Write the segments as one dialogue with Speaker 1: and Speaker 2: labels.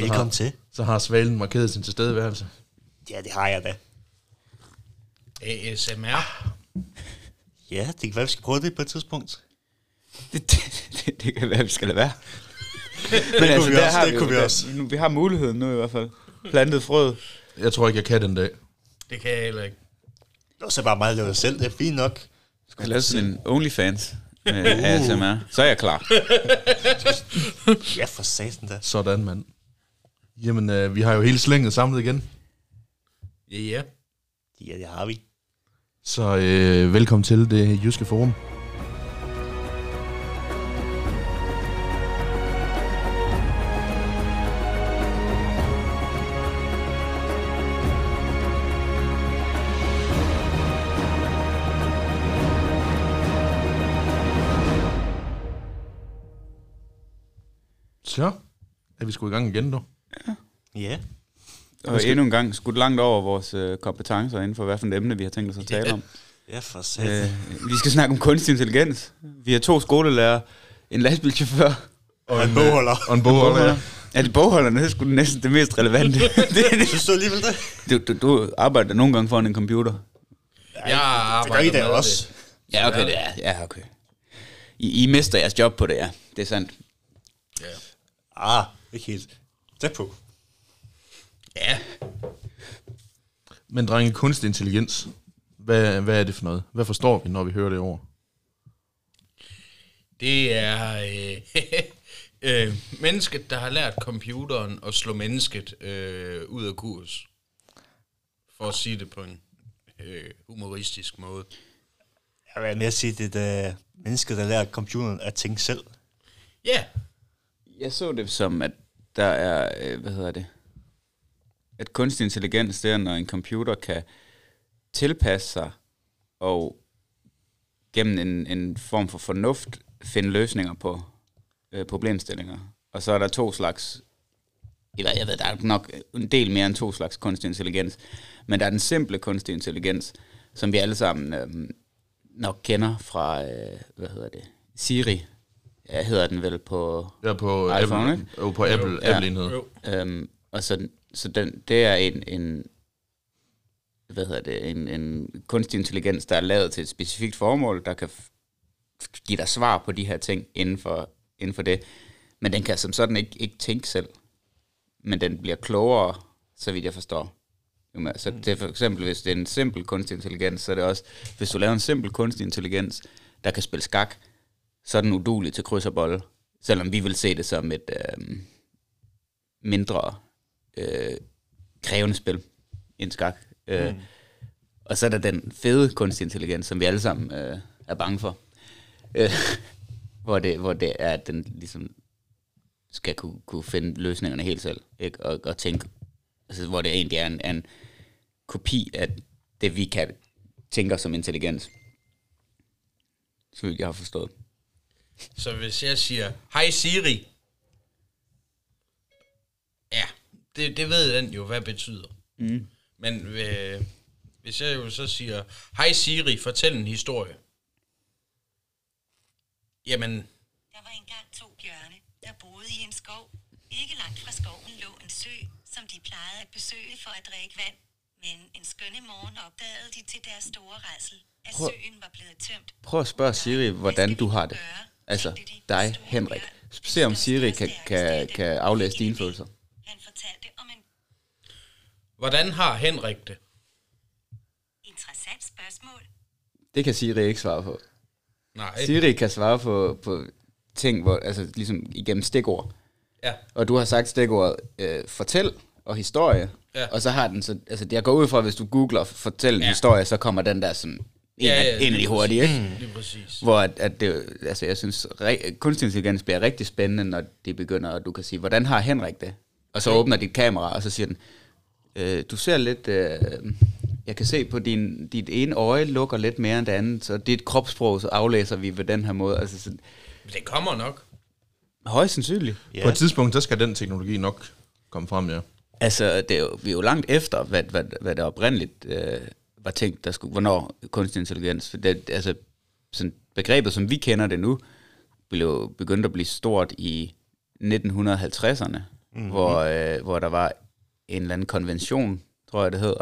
Speaker 1: Velkommen til.
Speaker 2: Så har Svalen markeret sin tilstedeværelse.
Speaker 1: Ja, det har jeg da.
Speaker 3: ASMR.
Speaker 1: Ja, det kan være, vi skal prøve det på et tidspunkt.
Speaker 4: Det kan være, vi skal lade være. Men altså,
Speaker 1: vi
Speaker 4: der
Speaker 1: også,
Speaker 4: har
Speaker 1: det kunne vi også.
Speaker 4: Vi har muligheden nu i hvert fald. Plantet frøet.
Speaker 2: Jeg tror ikke, jeg kan den dag.
Speaker 3: Det kan jeg heller ikke.
Speaker 1: Det er så bare meget lavet selv, det er fint nok.
Speaker 4: Skal lave sådan en OnlyFans med ASMR. Så er jeg klar.
Speaker 1: Ja, for satan da.
Speaker 2: Sådan, mand. Jamen, vi har jo hele slænget samlet igen.
Speaker 3: Ja.
Speaker 1: Ja, det har vi.
Speaker 2: Så velkommen til det Jyske Forum. Så er vi sgu i gang igen nu.
Speaker 1: Ja.
Speaker 4: Og endnu en gang skudt langt over vores kompetencer inden for hvad for et emne, vi har tænkt os at tale om.
Speaker 1: Ja, for satan.
Speaker 4: Vi skal snakke om kunstig intelligens. Vi har 2 skolelærere, en lastbilchauffør
Speaker 1: Og en bogholder.
Speaker 2: Og en bogholder, ja.
Speaker 4: Ja, det bogholderne er sgu næsten det mest relevante.
Speaker 1: Synes du alligevel det?
Speaker 4: Du arbejder nogle gange foran en computer.
Speaker 3: Jeg
Speaker 1: Det gør
Speaker 3: arbejder
Speaker 1: I da
Speaker 3: med
Speaker 1: også.
Speaker 4: Ja, okay, det er. Ja, okay. I mister jeres job på det, ja. Det er sandt.
Speaker 3: Ja.
Speaker 1: Ikke helt. Tæt på.
Speaker 3: Ja.
Speaker 2: Men drenge, kunstig intelligens. Hvad er det for noget? Hvad forstår vi, når vi hører det ord?
Speaker 3: Det er mennesket, der har lært computeren at slå mennesket ud af kurs. For at sige det på en humoristisk måde.
Speaker 1: Jeg vil mere sige, det er mennesker, der lærer computeren at tænke selv.
Speaker 3: Ja.
Speaker 4: Jeg så det som, at der er, at kunstig intelligens, det er, når en computer kan tilpasse sig og gennem en form for fornuft finde løsninger på problemstillinger. Og så er der 2 slags, jeg ved, der er nok en del mere end 2 slags kunstig intelligens, men der er den simple kunstig intelligens, som vi alle sammen nok kender fra, Siri, hedder den vel på,
Speaker 2: på
Speaker 4: iPhone,
Speaker 2: Apple, ikke? På Apple-enhed.
Speaker 4: Og så det er en kunstig intelligens, der er lavet til et specifikt formål, der kan give dig svar på de her ting inden for det. Men den kan som sådan ikke tænke selv. Men den bliver klogere, så vidt jeg forstår. Så det er for eksempel, hvis det er en simpel kunstig intelligens, så er det også, hvis du laver en simpel kunstig intelligens, der kan spille skak, så er den uduelig til kryds og bold. Selvom vi vil se det som et mindre krævende spil end skak. Og så er der den fede kunstig intelligens, som vi alle sammen er bange for. Hvor det er, at den ligesom skal kunne finde løsningerne helt selv, ikke? Og tænke, altså, hvor det egentlig er en kopi af det, vi kan tænke som intelligens. Så vidt jeg har forstået.
Speaker 3: Så hvis jeg siger, hej Siri. Ja, det ved den jo, hvad betyder. Men hvis jeg jo så siger, hej Siri, fortæl en historie. Jamen...
Speaker 5: Der var engang 2 bjørne, der boede i en skov. Ikke langt fra skoven lå en sø, som de plejede at besøge for at drikke vand. Men en skønne morgen opdagede de til deres store rædsel, at søen var blevet tømt.
Speaker 4: Prøv at spørge Siri, hvordan du har det. Altså, dig, Henrik. Se om Siri kan aflæse dine følelser.
Speaker 5: Han fortalte om en
Speaker 3: Hvordan har Henrik det?
Speaker 5: interessant spørgsmål.
Speaker 4: Det kan Siri ikke svare på.
Speaker 3: Nej.
Speaker 4: Siri kan svare på ting, hvor, altså ligesom igennem stikord.
Speaker 3: Ja.
Speaker 4: Og du har sagt stikordet fortæl og historie. Ja. Og så har den så, altså jeg går ud fra, hvis du googler fortæl en historie, så kommer den der sådan en af de hurtige, ikke?
Speaker 3: Lige præcis.
Speaker 4: Hvor at det, altså jeg synes, kunstig intelligens bliver rigtig spændende, når de begynder, og du kan sige, hvordan har Henrik det? Og så åbner dit kamera, og så siger den, du ser lidt, jeg kan se på dit ene øje lukker lidt mere end det andet, så dit kropssprog, så aflæser vi på den her måde. Altså sådan,
Speaker 3: det kommer nok.
Speaker 4: Højst sandsynligt.
Speaker 2: Yeah. På et tidspunkt, så skal den teknologi nok komme frem, ja.
Speaker 4: Altså, vi er jo langt efter, hvad der oprindeligt var tænkt, der skulle, hvornår kunstig intelligens. For det, altså, sådan begrebet, som vi kender det nu, blev begyndt at blive stort i 1950'erne. hvor der var en eller anden konvention, tror jeg det hed,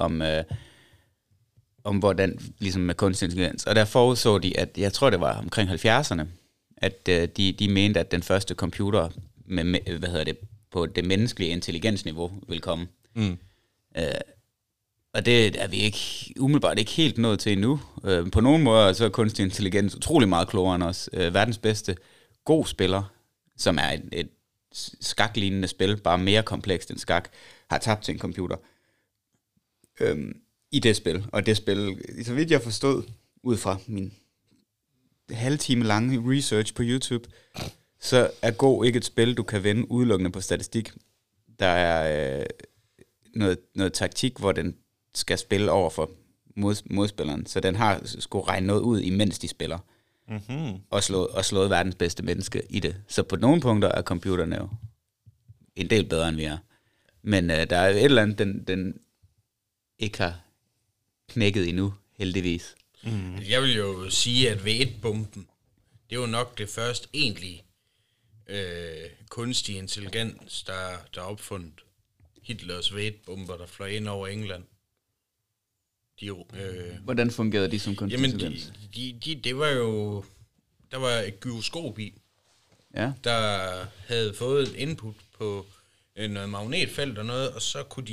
Speaker 4: om hvordan, ligesom med kunstig intelligens. Og der forudså de, at jeg tror det var omkring 70'erne, at de mente, at den første computer med, på det menneskelige intelligensniveau ville komme. Og det er vi ikke umiddelbart ikke helt nået til endnu. På nogle måder så er kunstig intelligens utrolig meget klogere end os. Verdens bedste god spiller, som er et skaklignende spil, bare mere komplekst end skak, har tabt til en computer i det spil. Og det spil, så vidt jeg forstod, ud fra min halve time lange research på YouTube, så er Go ikke et spil, du kan vinde udelukkende på statistik. Der er noget taktik, hvor den skal spille over for modspilleren, så den har skulle regne noget ud, imens de spiller. Og slået verdens bedste menneske i det. Så på nogle punkter er computerne jo en del bedre, end vi er. Men der er et eller andet, den ikke har knækket endnu, heldigvis.
Speaker 3: Jeg vil jo sige, at V1-bomben, det er jo nok det første egentlige kunstig intelligens, der er opfundet. Hitlers V1-bomber, der fløj ind over England.
Speaker 4: Hvordan fungerede de som kunstig intelligens?
Speaker 3: Det var jo... Der var et gyroskop i, der havde fået et input på noget magnetfelt og noget, og så kunne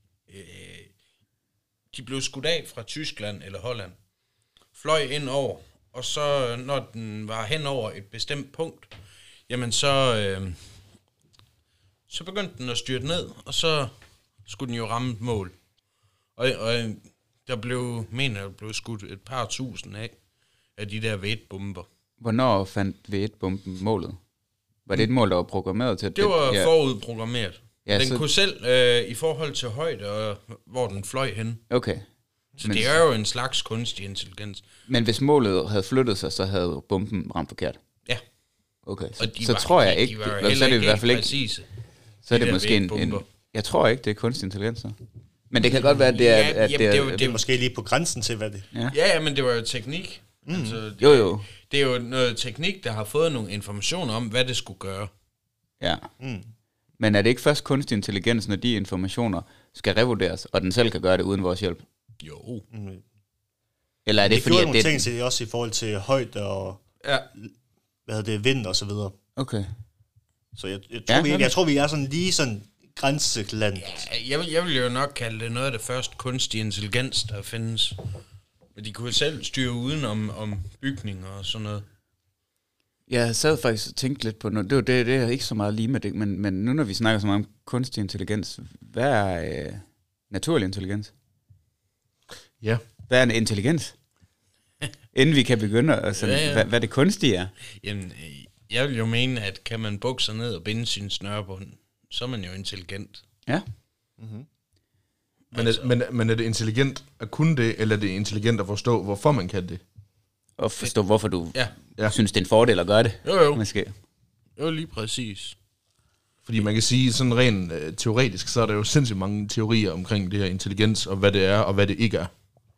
Speaker 3: de blev skudt af fra Tyskland eller Holland, fløj ind over, og så når den var hen over et bestemt punkt, jamen så begyndte den at styrte ned, og så skulle den jo ramme et mål. Og der blev skudt et par tusind af de der V1-bomber.
Speaker 4: Hvornår fandt V1-bomben målet? Var det et mål, der var programmeret til?
Speaker 3: Det var forudprogrammeret. Ja, den kunne selv i forhold til højde, og hvor den fløj hen.
Speaker 4: Okay.
Speaker 3: Så det er jo en slags kunstig intelligens.
Speaker 4: Men hvis målet havde flyttet sig, så havde bomben ramt forkert?
Speaker 3: Ja.
Speaker 4: Okay, så tror jeg ikke... Så er det i hvert fald ikke...
Speaker 3: Præcise,
Speaker 4: så er det måske en... Jeg tror ikke, det er kunstig intelligens, så. Men det kan godt være, at det er...
Speaker 1: Det er måske lige på grænsen til, hvad det
Speaker 3: er. Ja, men det var jo teknik. Altså,
Speaker 4: jo.
Speaker 3: Det er jo noget teknik, der har fået nogle informationer om, hvad det skulle gøre.
Speaker 4: Ja. Men er det ikke først kunstig intelligens, når de informationer skal revurderes, og den selv kan gøre det uden vores hjælp?
Speaker 3: Jo.
Speaker 4: Eller er det fordi,
Speaker 1: at nogle ting til også i forhold til højde og vind og så videre.
Speaker 4: Okay.
Speaker 1: Så jeg tror, vi er sådan lige sådan grænseland.
Speaker 3: Ja, jeg vil jo nok kalde det noget af det første kunstig intelligens, der findes. Men de kunne selv styre uden om bygninger og sådan noget.
Speaker 4: Jeg sad faktisk og tænkte lidt på noget. Det er ikke så meget lige med det, men nu når vi snakker så meget om kunstig intelligens, hvad er naturlig intelligens?
Speaker 2: Ja.
Speaker 4: Hvad er en intelligens? Inden vi kan begynde at hvad det kunstige er.
Speaker 3: Jamen, jeg vil jo mene, at kan man bukke sig ned og binde sin snørebånd, så er man jo intelligent.
Speaker 4: Ja.
Speaker 2: Men er det intelligent at kunne det, eller er det intelligent at forstå, hvorfor man kan det?
Speaker 4: Og forstå, hvorfor du synes, det er en fordel at gøre det.
Speaker 3: Jo.
Speaker 4: Måske.
Speaker 3: Jo, lige præcis.
Speaker 2: Fordi man kan sige, sådan rent teoretisk, så er der jo sindssygt mange teorier omkring det her intelligens, og hvad det er, og hvad det ikke er.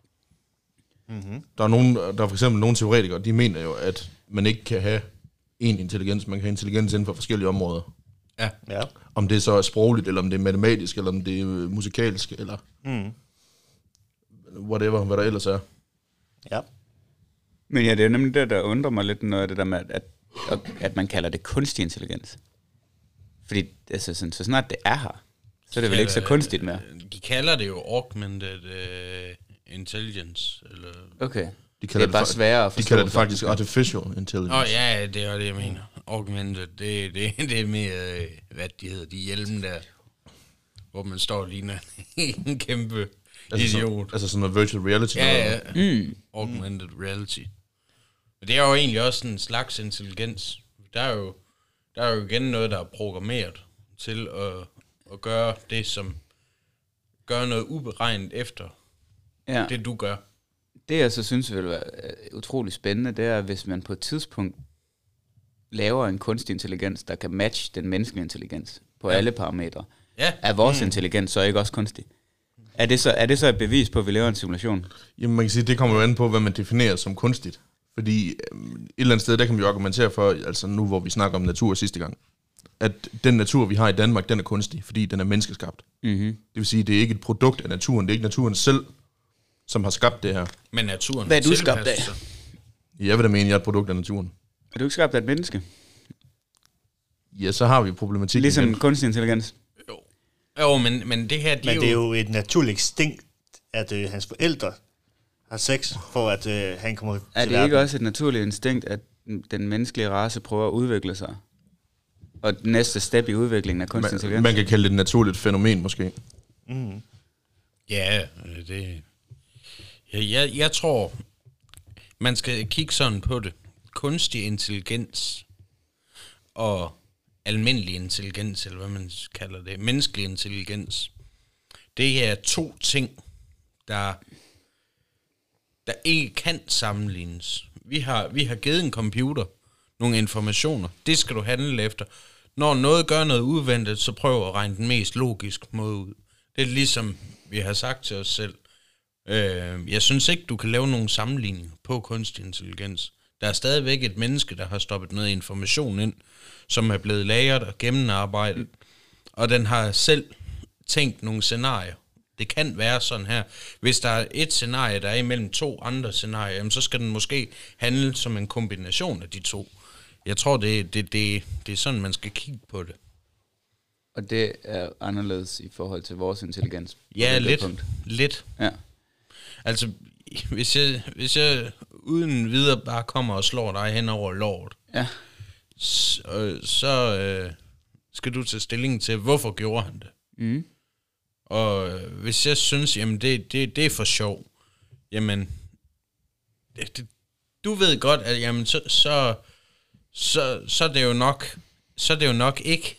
Speaker 2: Der er for eksempel nogle teoretikere, de mener jo, at man ikke kan have én intelligens, man kan have intelligens inden for forskellige områder.
Speaker 3: Ja.
Speaker 2: Om det så er sprogligt, eller om det er matematisk, eller om det er musikalsk, eller whatever, hvad der ellers er.
Speaker 1: Ja.
Speaker 4: Men ja, det er nemlig det, der undrer mig lidt, noget af det der med, at man kalder det kunstig intelligens. Fordi altså, så snart det er her, så er det vel ikke så kunstigt mere.
Speaker 3: De kalder det jo augmented intelligence. Eller...
Speaker 4: Okay. Det er bare sværere at forstå.
Speaker 2: De kalder det faktisk artificial intelligence.
Speaker 3: Ja, det er det, jeg mener. Augmented, det er mere, hvad de hedder, de hjelme der, hvor man står og ligner en kæmpe idiot.
Speaker 2: Altså sådan noget virtual reality?
Speaker 3: Ja. Augmented reality. Men det er jo egentlig også en slags intelligens. Der er jo igen noget, der er programmeret til at gøre det, som gør noget uberegnet efter det, du gør.
Speaker 4: Det, jeg så synes vil være utrolig spændende, det er, hvis man på et tidspunkt laver en kunstig intelligens, der kan matche den menneskelige intelligens på alle parametre. Ja. Er vores intelligens så ikke også kunstig? Er det så et bevis på, at vi laver en simulation?
Speaker 2: Jamen, man kan sige, det kommer jo an på, hvad man definerer som kunstigt. Fordi et eller andet sted, der kan man jo argumentere for, altså nu hvor vi snakker om natur sidste gang, at den natur, vi har i Danmark, den er kunstig, fordi den er menneskeskabt.
Speaker 4: Mm-hmm.
Speaker 2: Det vil sige, det er ikke et produkt af naturen, det er ikke naturen selv, som har skabt det her.
Speaker 3: Men naturen...
Speaker 4: Hvad er du skabt af?
Speaker 2: Jeg vil da mene, at jeg er et produkt af naturen.
Speaker 4: Er du ikke skabt af et menneske?
Speaker 2: Ja, så har vi problematikken.
Speaker 4: Ligesom kunstig intelligens?
Speaker 3: Jo, men det her...
Speaker 1: Men det er jo et naturligt instinkt, at hans forældre har sex, for at han kommer til
Speaker 4: Er det
Speaker 1: verden.
Speaker 4: ikke også et naturligt instinkt, at den menneskelige race prøver at udvikle sig? Og det næste step i udviklingen af kunstig intelligens?
Speaker 2: Man kan kalde det et naturligt fænomen, måske.
Speaker 1: Mm.
Speaker 3: Ja, det... Jeg tror, man skal kigge sådan på det. Kunstig intelligens og almindelig intelligens, eller hvad man kalder det, menneskelig intelligens, det er to ting, der ikke kan sammenlignes. Vi har givet en computer nogle informationer. Det skal du handle efter. Når noget gør noget uventet, så prøv at regne den mest logiske måde ud. Det er ligesom vi har sagt til os selv. Jeg synes ikke, du kan lave nogen sammenligning på kunstig intelligens. Der er stadigvæk et menneske, der har stoppet noget information ind, som er blevet lagret og gennemarbejdet. Og den har selv tænkt nogle scenarier. Det kan være sådan her. Hvis der er et scenarie, der er imellem to andre scenarier, så skal den måske handle som en kombination af de to. Jeg tror, det er sådan, man skal kigge på det.
Speaker 4: Og det er anderledes i forhold til vores intelligens?
Speaker 3: Ja, lidt.
Speaker 4: Ja.
Speaker 3: Altså, hvis jeg uden videre bare kommer og slår dig hen over låret,
Speaker 4: Ja.
Speaker 3: så skal du tage stilling til, hvorfor gjorde han det.
Speaker 4: Mm.
Speaker 3: Og hvis jeg synes, jamen det er for sjov, jamen du ved godt, at jamen så er det jo nok ikke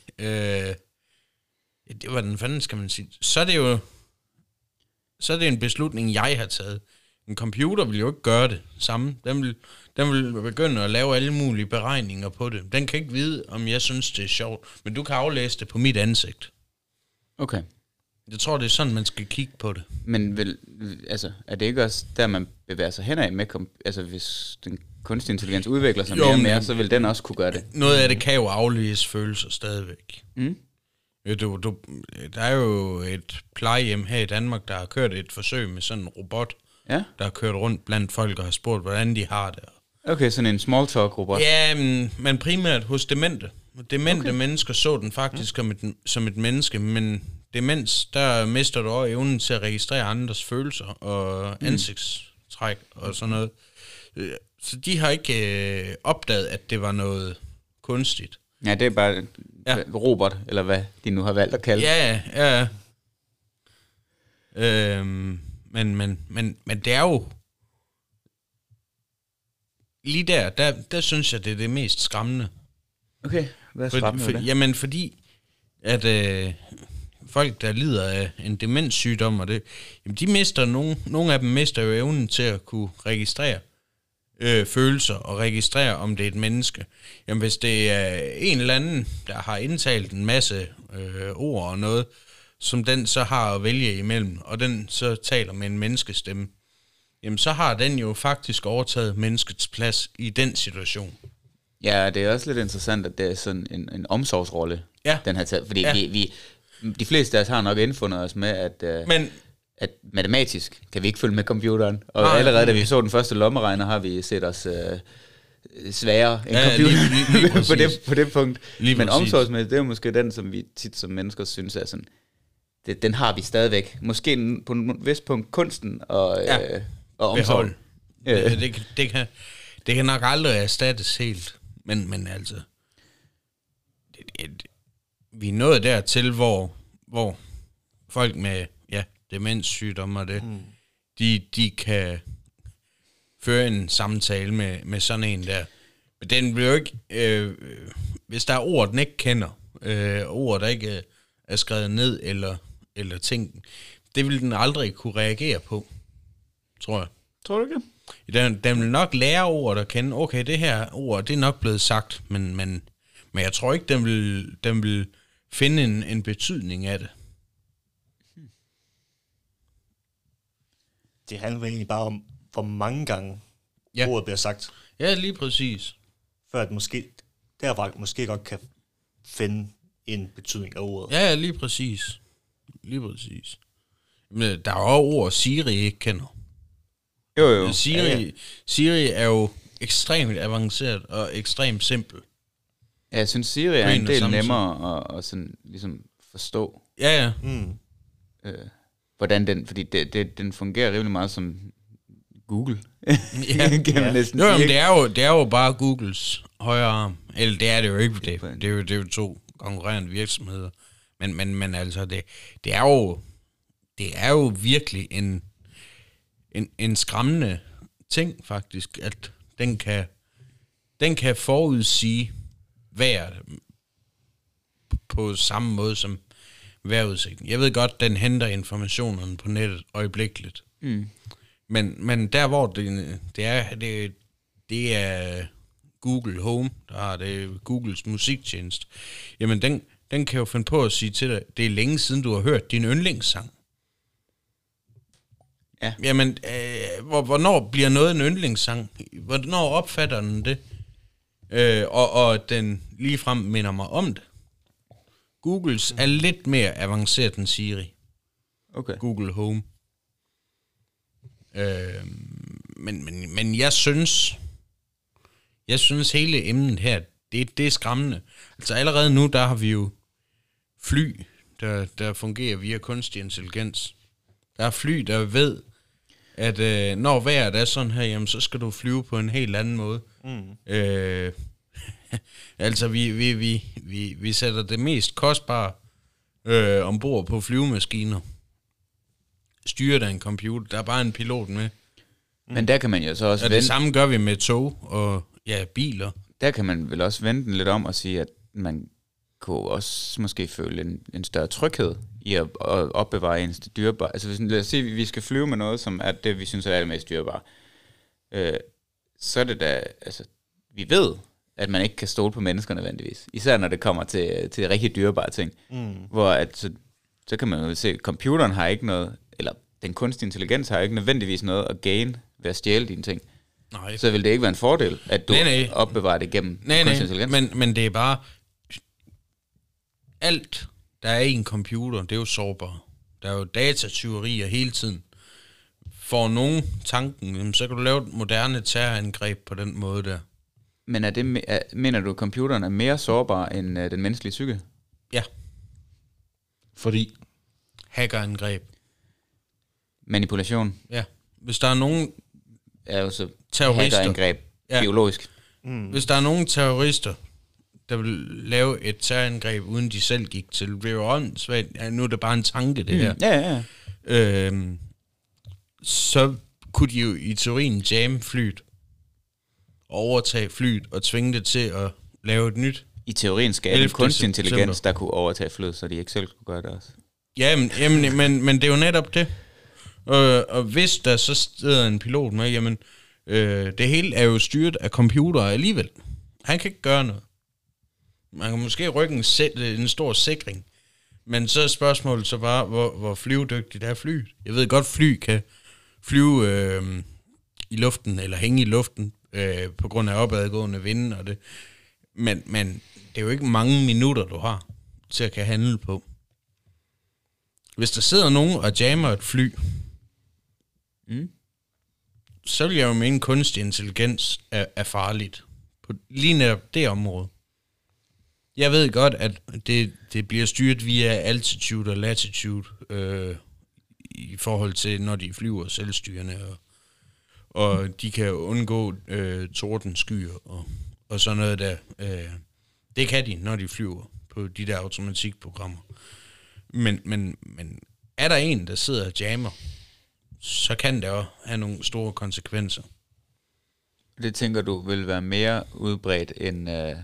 Speaker 3: det var den fanden, skal man sige. Så er det en beslutning, jeg har taget. En computer vil jo ikke gøre det samme. Den vil begynde at lave alle mulige beregninger på det. Den kan ikke vide, om jeg synes, det er sjovt. Men du kan aflæse det på mit ansigt.
Speaker 4: Okay.
Speaker 3: Jeg tror, det er sådan, man skal kigge på det.
Speaker 4: Men er det ikke også der, man bevæger sig henad med, hvis den kunstig intelligens udvikler sig mere og mere, så vil den også kunne gøre det?
Speaker 3: Noget af det kan jo aflæse følelser stadigvæk.
Speaker 4: Mm.
Speaker 3: Der er jo et plejehjem her i Danmark, der har kørt et forsøg med sådan en robot,
Speaker 4: Ja.
Speaker 3: der har kørt rundt blandt folk og har spurgt, hvordan de har det.
Speaker 4: Okay, sådan en small talk robot.
Speaker 3: Ja, men primært hos demente. Demente mennesker så den faktisk som et menneske, men demens, der mister du også evnen til at registrere andres følelser og ansigtstræk og sådan noget. Så de har ikke opdaget, at det var noget kunstigt.
Speaker 4: Ja, det er bare robot, eller hvad de nu har valgt at kalde.
Speaker 3: Ja. Men det er jo lige der synes jeg, det er det mest skræmmende.
Speaker 4: Okay, hvad er skræmmende ved det?
Speaker 3: Jamen fordi, at folk, der lider af en demenssygdom, og det, jamen de mister nogle af dem mister jo evnen til at kunne registrere følelser og registrere, om det er et menneske. Jamen hvis det er en eller anden, der har indtalt en masse ord og noget, som den så har at vælge imellem, og den så taler med en menneskestemme, jamen så har den jo faktisk overtaget menneskets plads i den situation.
Speaker 4: Ja, det er også lidt interessant, at det er sådan en omsorgsrolle, den har taget. Fordi vi de fleste af os har nok indfundet os med, at matematisk kan vi ikke følge med computeren. Og allerede da vi så den første lommeregner, har vi set os sværere end computeren på det punkt. Men omsorgsmæssigt, det er jo måske den, som vi tit som mennesker synes er sådan, den har vi stadigvæk. Måske på et vist punkt kunsten og omsorg.
Speaker 3: Det kan nok aldrig erstattes helt. Men altså, vi er nået dertil, hvor folk med demenssygdomme og det, de kan føre en samtale med sådan en der. Men den vil jo ikke, hvis der er ord, den ikke kender, ord, der ikke er skrevet ned, eller ting, det vil den aldrig kunne reagere på, tror jeg.
Speaker 4: Tror du ikke?
Speaker 3: Den vil nok lære ord at kende. Okay, det her ord, det er nok blevet sagt, men jeg tror ikke, den vil finde en betydning af det.
Speaker 1: Det handler egentlig bare om, hvor mange gange ordet bliver sagt.
Speaker 3: Ja, lige præcis.
Speaker 1: Før at måske, derfra måske godt kan finde en betydning af ordet.
Speaker 3: Ja, lige præcis. Men der er jo ord, Siri ikke kender.
Speaker 4: Jo.
Speaker 3: Siri er jo ekstremt avanceret og ekstremt simpel.
Speaker 4: Ja, jeg synes, Siri er en del nemmere at sådan, ligesom forstå.
Speaker 3: Ja.
Speaker 4: Hvordan den, fordi den fungerer rimelig meget som Google.
Speaker 3: Kan man næsten sige, men det er jo bare Googles højre arm. Eller det er det jo ikke. Det er jo to konkurrerende virksomheder. Men altså, det er jo virkelig en skræmmende ting, faktisk, at den kan forudsige vejret på samme måde som vejrudsigten. Jeg ved godt, den henter informationerne på nettet øjeblikkeligt. Men der hvor det er Google Home, der har det Googles musiktjeneste. Jamen den kan jo finde på at sige til dig, det er længe siden du har hørt din yndlingssang.
Speaker 4: Ja.
Speaker 3: Jamen hvornår bliver noget en yndlingssang? Hvornår opfatter den det? Og den ligefrem minder mig om det. Googles er lidt mere avanceret end Siri.
Speaker 4: Okay.
Speaker 3: Google Home. Men jeg synes hele emnet her, det er skræmmende. Altså allerede nu, der har vi jo fly, der fungerer via kunstig intelligens. Der er fly, der ved, at når vejret er sådan her, jamen, så skal du flyve på en helt anden måde. Altså vi sætter det mest kostbare ombord på flyvemaskiner. Styret af en computer. Der er bare en pilot med.
Speaker 4: Men der kan man jo så også
Speaker 3: det samme gør vi med tog og biler.
Speaker 4: Der kan man vel også vende den lidt om og sige, at man kunne også måske føle en større tryghed i at opbevare ens dyrebare. Altså lad os sige, at vi skal flyve med noget, som er det, vi synes er det mest dyrebare. Så er det da, altså, vi ved, at man ikke kan stole på mennesker nødvendigvis. Især når det kommer til rigtig dyrebare ting. Hvor at, så kan man jo se, at computeren har ikke noget, eller den kunstige intelligens har ikke nødvendigvis noget at gain ved at stjæle dine ting.
Speaker 3: Nej.
Speaker 4: Så vil det ikke være en fordel, at du opbevarer det gennem kunstig intelligens.
Speaker 3: Men det er bare, alt, der er i en computer, det er jo sårbart. Der er jo datatyverier hele tiden. For nogen tanken, så kan du lave et moderne terrorangreb på den måde der.
Speaker 4: Men mener du, at computeren er mere sårbar end den menneskelige psyke?
Speaker 3: Ja.
Speaker 2: Fordi?
Speaker 3: Hackerangreb.
Speaker 4: Manipulation?
Speaker 3: Ja. Hvis der er nogen
Speaker 4: terrorister, hackerangreb biologisk.
Speaker 3: Hvis der er nogen terrorister, der vil lave et terrorangreb, uden de selv gik til, det er jo åndssvagt. Ja, nu er det bare en tanke, det her.
Speaker 4: Ja.
Speaker 3: Så kunne de jo i teorien jamme flyet, overtage flyet og tvinge det til at lave et nyt.
Speaker 4: I teorien skal en kunstig intelligens, der kunne overtage flyet, så de ikke selv kunne gøre det også.
Speaker 3: Jamen, men det er jo netop det. Og hvis der så sidder en pilot med, jamen, det hele er jo styret af computer alligevel. Han kan ikke gøre noget. Man kan måske rykke en stor sikring, men så er spørgsmålet så bare, hvor flyvedygtigt er flyet. Jeg ved godt, fly kan flyve i luften, eller hænge i luften, på grund af opadgående vinde og det. Men det er jo ikke mange minutter, du har til at kan handle på. Hvis der sidder nogen og jammer et fly, så vil jeg jo mene, kunstig intelligens er farligt på lige netop det område. Jeg ved godt, at det bliver styret via altitude og latitude i forhold til, når de flyver selvstyrende, og de kan undgå tordenskyer og sådan noget der. Det kan de, når de flyver på de der automatikprogrammer. Men er der en, der sidder og jammer, så kan det også have nogle store konsekvenser.
Speaker 4: Det tænker du vil være mere udbredt end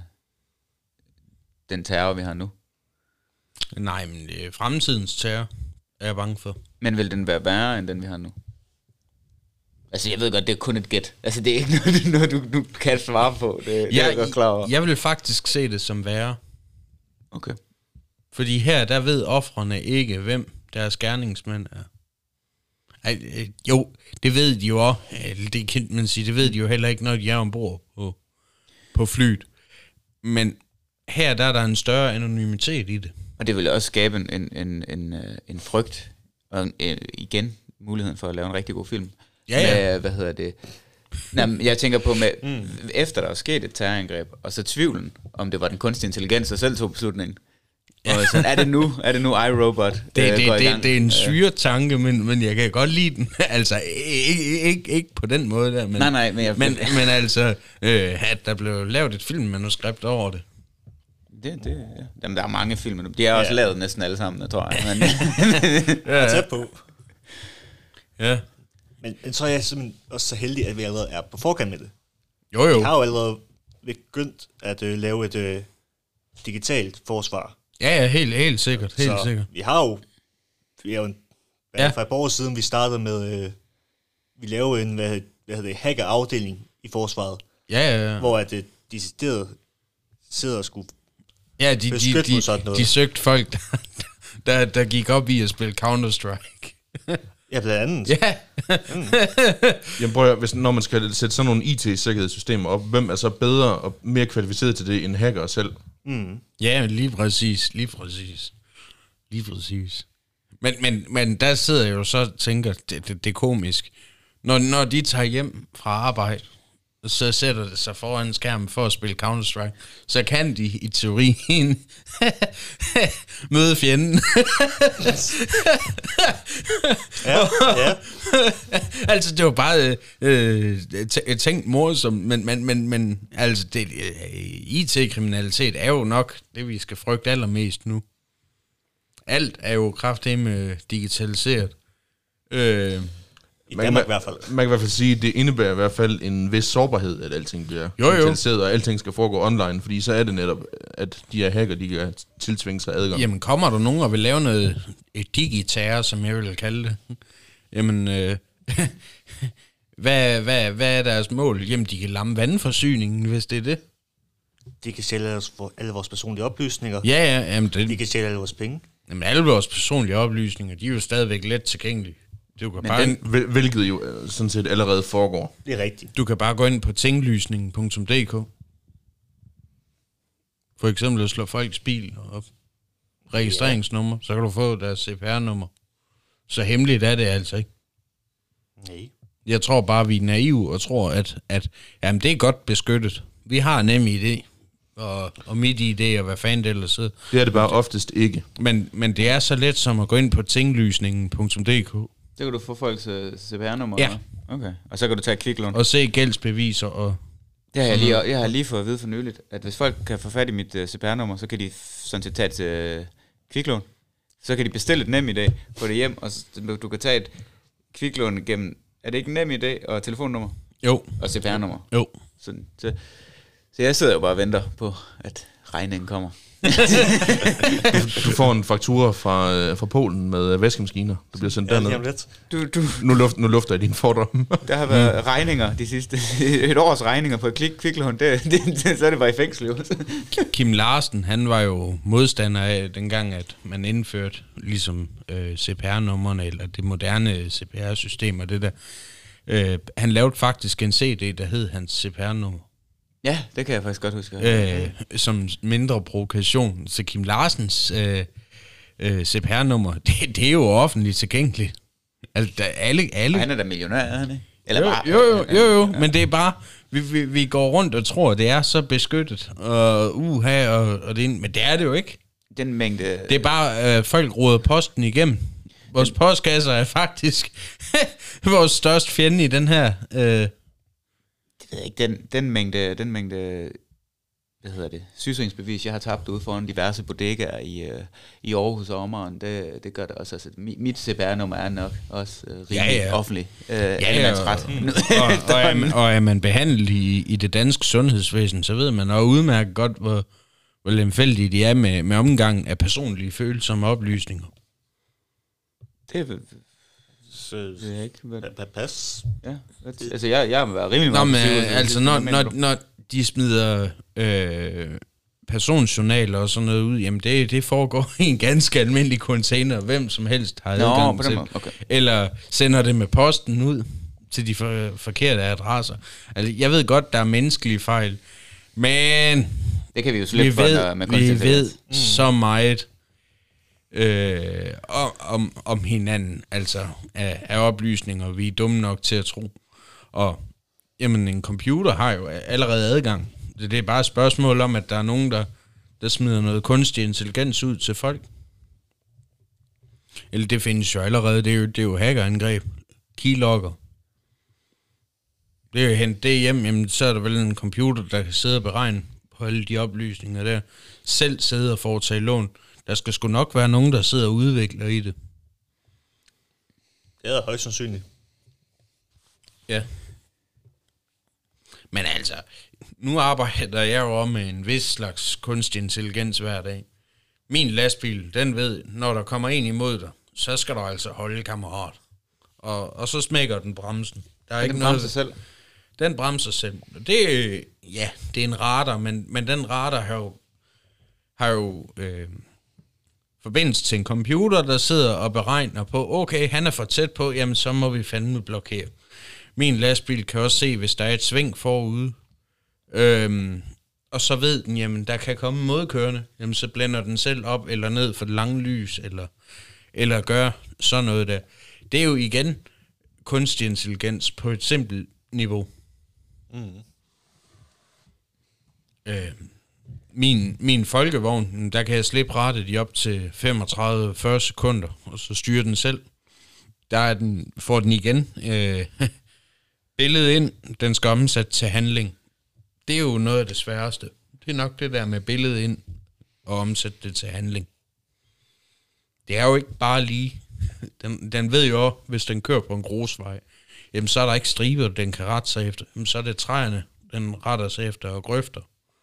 Speaker 4: den terror, vi har nu?
Speaker 3: Nej, men det er fremtidens terror, er jeg bange for.
Speaker 4: Men vil den være værre end den, vi har nu? Altså, jeg ved godt, det er kun et gæt. Altså, det er ikke noget du kan svare på. Det er jeg godt klar over.
Speaker 3: Jeg vil faktisk se det som værre.
Speaker 4: Okay.
Speaker 3: Fordi her, der ved ofrene ikke, hvem deres gerningsmænd er. Jo, det ved de jo også. Det kan man sige, det ved de jo heller ikke, når de er ombord på flyet. Men her der er der en større anonymitet i det.
Speaker 4: Og det vil også skabe en frygt, og igen muligheden for at lave en rigtig god film.
Speaker 3: Ja.
Speaker 4: Med, jeg tænker på, efter der er sket et terrorangreb, og så tvivlen, om det var den kunstige intelligens, der selv tog beslutningen. Og så er det nu iRobot
Speaker 3: det er en syre tanke, men jeg kan godt lide den. Altså, ikke på den måde der, men,
Speaker 4: nej,
Speaker 3: men altså, at der blev lavet et filmmanuskript over det.
Speaker 4: Ja. Jamen, der er mange film, de er også lavet næsten alle sammen, tror jeg. Men
Speaker 1: Tæt på.
Speaker 3: Ja.
Speaker 1: Men så er jeg simpelthen også så heldig, at vi allerede er på forkant med det.
Speaker 3: Jo.
Speaker 1: Vi har jo allerede begyndt at lave et digitalt forsvar.
Speaker 3: Ja, helt sikkert. Helt sikkert.
Speaker 1: Vi er jo for et par år siden, vi startede med, vi lavede en, hackerafdeling i forsvaret.
Speaker 3: Ja.
Speaker 1: Hvor at decideret sidder og skulle
Speaker 3: de søgte folk, der gik op i at spille Counter-Strike.
Speaker 1: Ja, blandt andet.
Speaker 3: Ja.
Speaker 2: Jamen prøv at, når man skal sætte sådan nogle IT-sikkerhedssystemer op, hvem er så bedre og mere kvalificeret til det end hacker selv?
Speaker 3: Ja, lige præcis. Men der sidder jeg jo så og tænker, det er komisk. Når de tager hjem fra arbejde, så sætter det sig foran skærmen for at spille Counter-Strike, så kan de i teorien møde fjenden.
Speaker 1: Ja.
Speaker 3: Altså, det var bare tænkt morsomt, men altså, IT-kriminalitet er jo nok det, vi skal frygte allermest nu. Alt er jo kraftedeme digitaliseret.
Speaker 1: I Danmark i hvert fald.
Speaker 2: Man kan i hvert fald sige, at det indebærer i hvert fald en vis sårbarhed, at alting bliver digitaliseret, og alting skal foregå online, fordi så er det netop, at de her hacker, de kan tiltvinge sig adgang.
Speaker 3: Jamen, kommer der nogen og vil lave noget digiterror, som jeg vil kalde det? Jamen, hvad er deres mål? Jamen, de kan lamme vandforsyningen, hvis det er det.
Speaker 1: De kan stjæle alle vores personlige oplysninger.
Speaker 3: Ja. Jamen,
Speaker 1: de kan stjæle alle vores penge.
Speaker 3: Jamen, alle vores personlige oplysninger, de er jo stadigvæk let tilgængelige.
Speaker 2: Hvilket jo sådan set allerede foregår.
Speaker 1: Det er rigtigt.
Speaker 3: Du kan bare gå ind på tinglysningen.dk. For eksempel at slå folks bil op. Registreringsnummer, så kan du få deres CPR-nummer. Så hemmeligt er det altså ikke.
Speaker 1: Nej.
Speaker 3: Jeg tror bare, vi er naive og tror, at jamen, det er godt beskyttet. Vi har NemID og MitID og hvad fanden det ellers sidder.
Speaker 2: Det er det bare oftest ikke.
Speaker 3: Men det er så let som at gå ind på tinglysningen.dk.
Speaker 4: Så kan du få folks CPR-nummer?
Speaker 3: Ja.
Speaker 4: Okay. Og så kan du tage kviklån?
Speaker 3: Og se gældsbeviser og...
Speaker 4: Jeg har lige fået at vide for nyligt, at hvis folk kan få fat i mit CPR-nummer, så kan de sådan set tage et kviklån. Så kan de bestille et NemID, få det hjem, og du kan tage et kviklån gennem... Er det ikke NemID og telefonnummer?
Speaker 3: Jo.
Speaker 4: Og CPR-nummer?
Speaker 3: Jo.
Speaker 4: Så jeg sidder jo bare og venter på, at regningen kommer.
Speaker 2: Du får en faktura fra Polen med vaskemaskiner. Du bliver sendt derned. Nu lufter jeg din fordom.
Speaker 4: Der har været regninger de sidste... Et års regninger på et kviklån. Så er det bare i fængsel.
Speaker 3: Kim Larsen, han var jo modstander af dengang, at man indførte ligesom CPR-nummerne, eller det moderne CPR-system og det der. Han lavede faktisk en CD, der hed hans CPR-nummer.
Speaker 4: Ja, det kan jeg faktisk godt huske.
Speaker 3: Som mindre provokation. Så Kim Larsens CPR-nummer, det er jo offentligt tilgængeligt. Altså, alle...
Speaker 4: Han er da millionær, er han ikke?
Speaker 3: Eller jo, men det er bare... Vi går rundt og tror, det er så beskyttet. Og det, men det er det jo ikke.
Speaker 4: Den mængde...
Speaker 3: Det er bare, folk roder posten igennem. Vores postkasser er faktisk vores største fjende i den her...
Speaker 4: Det ved jeg ikke, den mængde hvad hedder det, sygesikringsbevis, jeg har tabt ude foran diverse bodegaer i Aarhus og omegn, det gør det også. Altså, mit CPR-nummer er nok også rimelig offentlig.
Speaker 3: Og er man behandlet i det danske sundhedsvæsen, så ved man og udmærket godt, hvor lemfældige de er med omgang af personlige følsomme oplysninger.
Speaker 4: Det er ikke.
Speaker 1: Pas.
Speaker 4: Ja, altså jeg har været rimelig
Speaker 3: meget... altså når de smider personjournaler og sådan noget ud, jamen det foregår i en ganske almindelig container, hvem som helst har adgang til. Okay. Eller sender det med posten ud til de forkerte adresser. Altså, jeg ved godt, der er menneskelige fejl, men
Speaker 4: Det kan vi jo slippe for med kunstig intelligens.
Speaker 3: Vi ved så meget om hinanden, altså af oplysninger, vi er dumme nok til at tro. Og jamen, en computer har jo allerede adgang. Det er bare et spørgsmål om, at der er nogen, der smider noget kunstig intelligens ud til folk. Eller det findes jo allerede, det er jo hackerangreb. Keylogger. Det er jo hent det hjem, jamen, så er der vel en computer, der kan sidde og beregne på alle de oplysninger der. Selv sidde og foretage lån. Der skal sgu nok være nogen, der sidder og udvikler i det.
Speaker 1: Det er højst sandsynligt.
Speaker 3: Ja. Men altså, nu arbejder jeg jo med en vis slags kunstig intelligens hver dag. Min lastbil, den ved, når der kommer en imod dig, så skal du altså holde, kammerat. Og så smækker den bremsen. Der er ikke
Speaker 4: den
Speaker 3: noget,
Speaker 4: bremser selv?
Speaker 3: Den bremser selv. Det er en radar, men den radar har jo forbindelse til en computer, der sidder og beregner på, okay, han er for tæt på, jamen så må vi fandme blokere. Min lastbil kan også se, hvis der er et sving forude, og så ved den, jamen der kan komme modkørende, jamen så blænder den selv op eller ned for det lange lys, eller gør sådan noget der. Det er jo igen kunstig intelligens på et simpelt niveau. Min folkevogn, der kan jeg slippe rattet i op til 35-40 sekunder, og så styrer den selv. Får den igen billedet ind, den skal omsætte til handling. Det er jo noget af det sværeste. Det er nok det der med billedet ind og omsætte det til handling. Det er jo ikke bare lige. Den ved jo også, hvis den kører på en grusvej, jamen så er der ikke striber, den kan rette sig efter. Jamen så er det træerne, den retter sig efter og grøfter.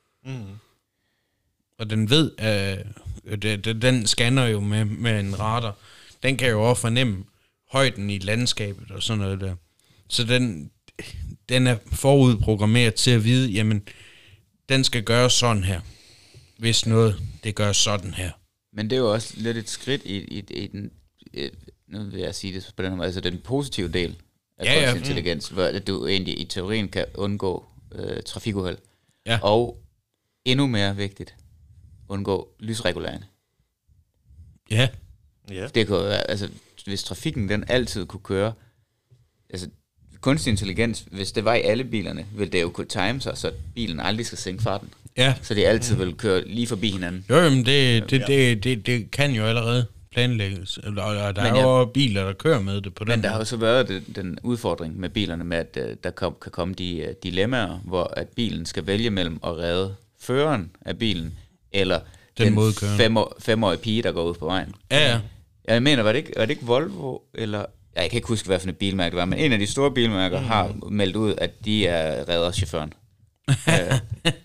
Speaker 3: Og den ved, den scanner jo med en radar. Den kan jo også fornemme højden i landskabet og sådan noget der. Så den er forudprogrammeret til at vide, jamen, den skal gøre sådan her. Hvis noget, det gør sådan her.
Speaker 4: Men det er jo også lidt et skridt i den, nu vil jeg sige det på den måde, altså den positive del af kunstig intelligens, hvor du egentlig i teorien kan undgå trafikuheld. Ja. Og endnu mere vigtigt, undgå lysregulering.
Speaker 3: Ja.
Speaker 4: Det kunne være, altså hvis trafikken den altid kunne køre, altså kunstig intelligens, hvis det var i alle bilerne, ville det jo kunne time sig, så bilen aldrig skal sænke farten. Ja. Så det altid vil køre lige forbi hinanden.
Speaker 3: Jo, men det kan jo allerede planlægges. Og der er jo biler, der kører med det på den.
Speaker 4: Men der har jo så været den udfordring med bilerne, med at der kan komme de dilemmaer, hvor at bilen skal vælge mellem at redde føreren af bilen, eller den 5-årige pige, der går ud på vejen.
Speaker 3: Ja.
Speaker 4: Jeg mener, var det ikke Volvo, eller... Jeg kan ikke huske, hvad for et bilmærke det var, men en af de store bilmærker har meldt ud, at de er redder chaufføren. Er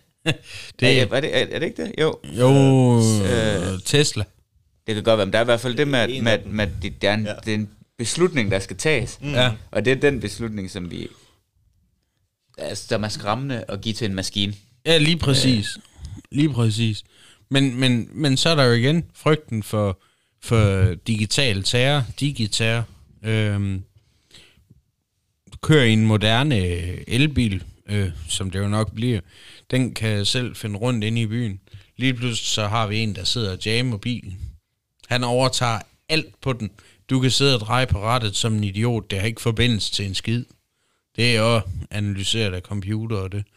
Speaker 4: det ikke det? Jo.
Speaker 3: Tesla.
Speaker 4: Det kan godt være, men der er i hvert fald det med det er en beslutning, der skal tages. Og det er den beslutning, som som er skræmmende at give til en maskine.
Speaker 3: Ja, lige præcis. Lige præcis. Men så er der jo igen frygten for digital terror, digiterror. Kører i en moderne elbil, som det jo nok bliver, den kan selv finde rundt inde i byen. Lige pludselig så har vi en, der sidder og jammer bilen. Han overtager alt på den. Du kan sidde og dreje på rattet som en idiot. Det har ikke forbindelse til en skid. Det er jo analyseret af computer og det.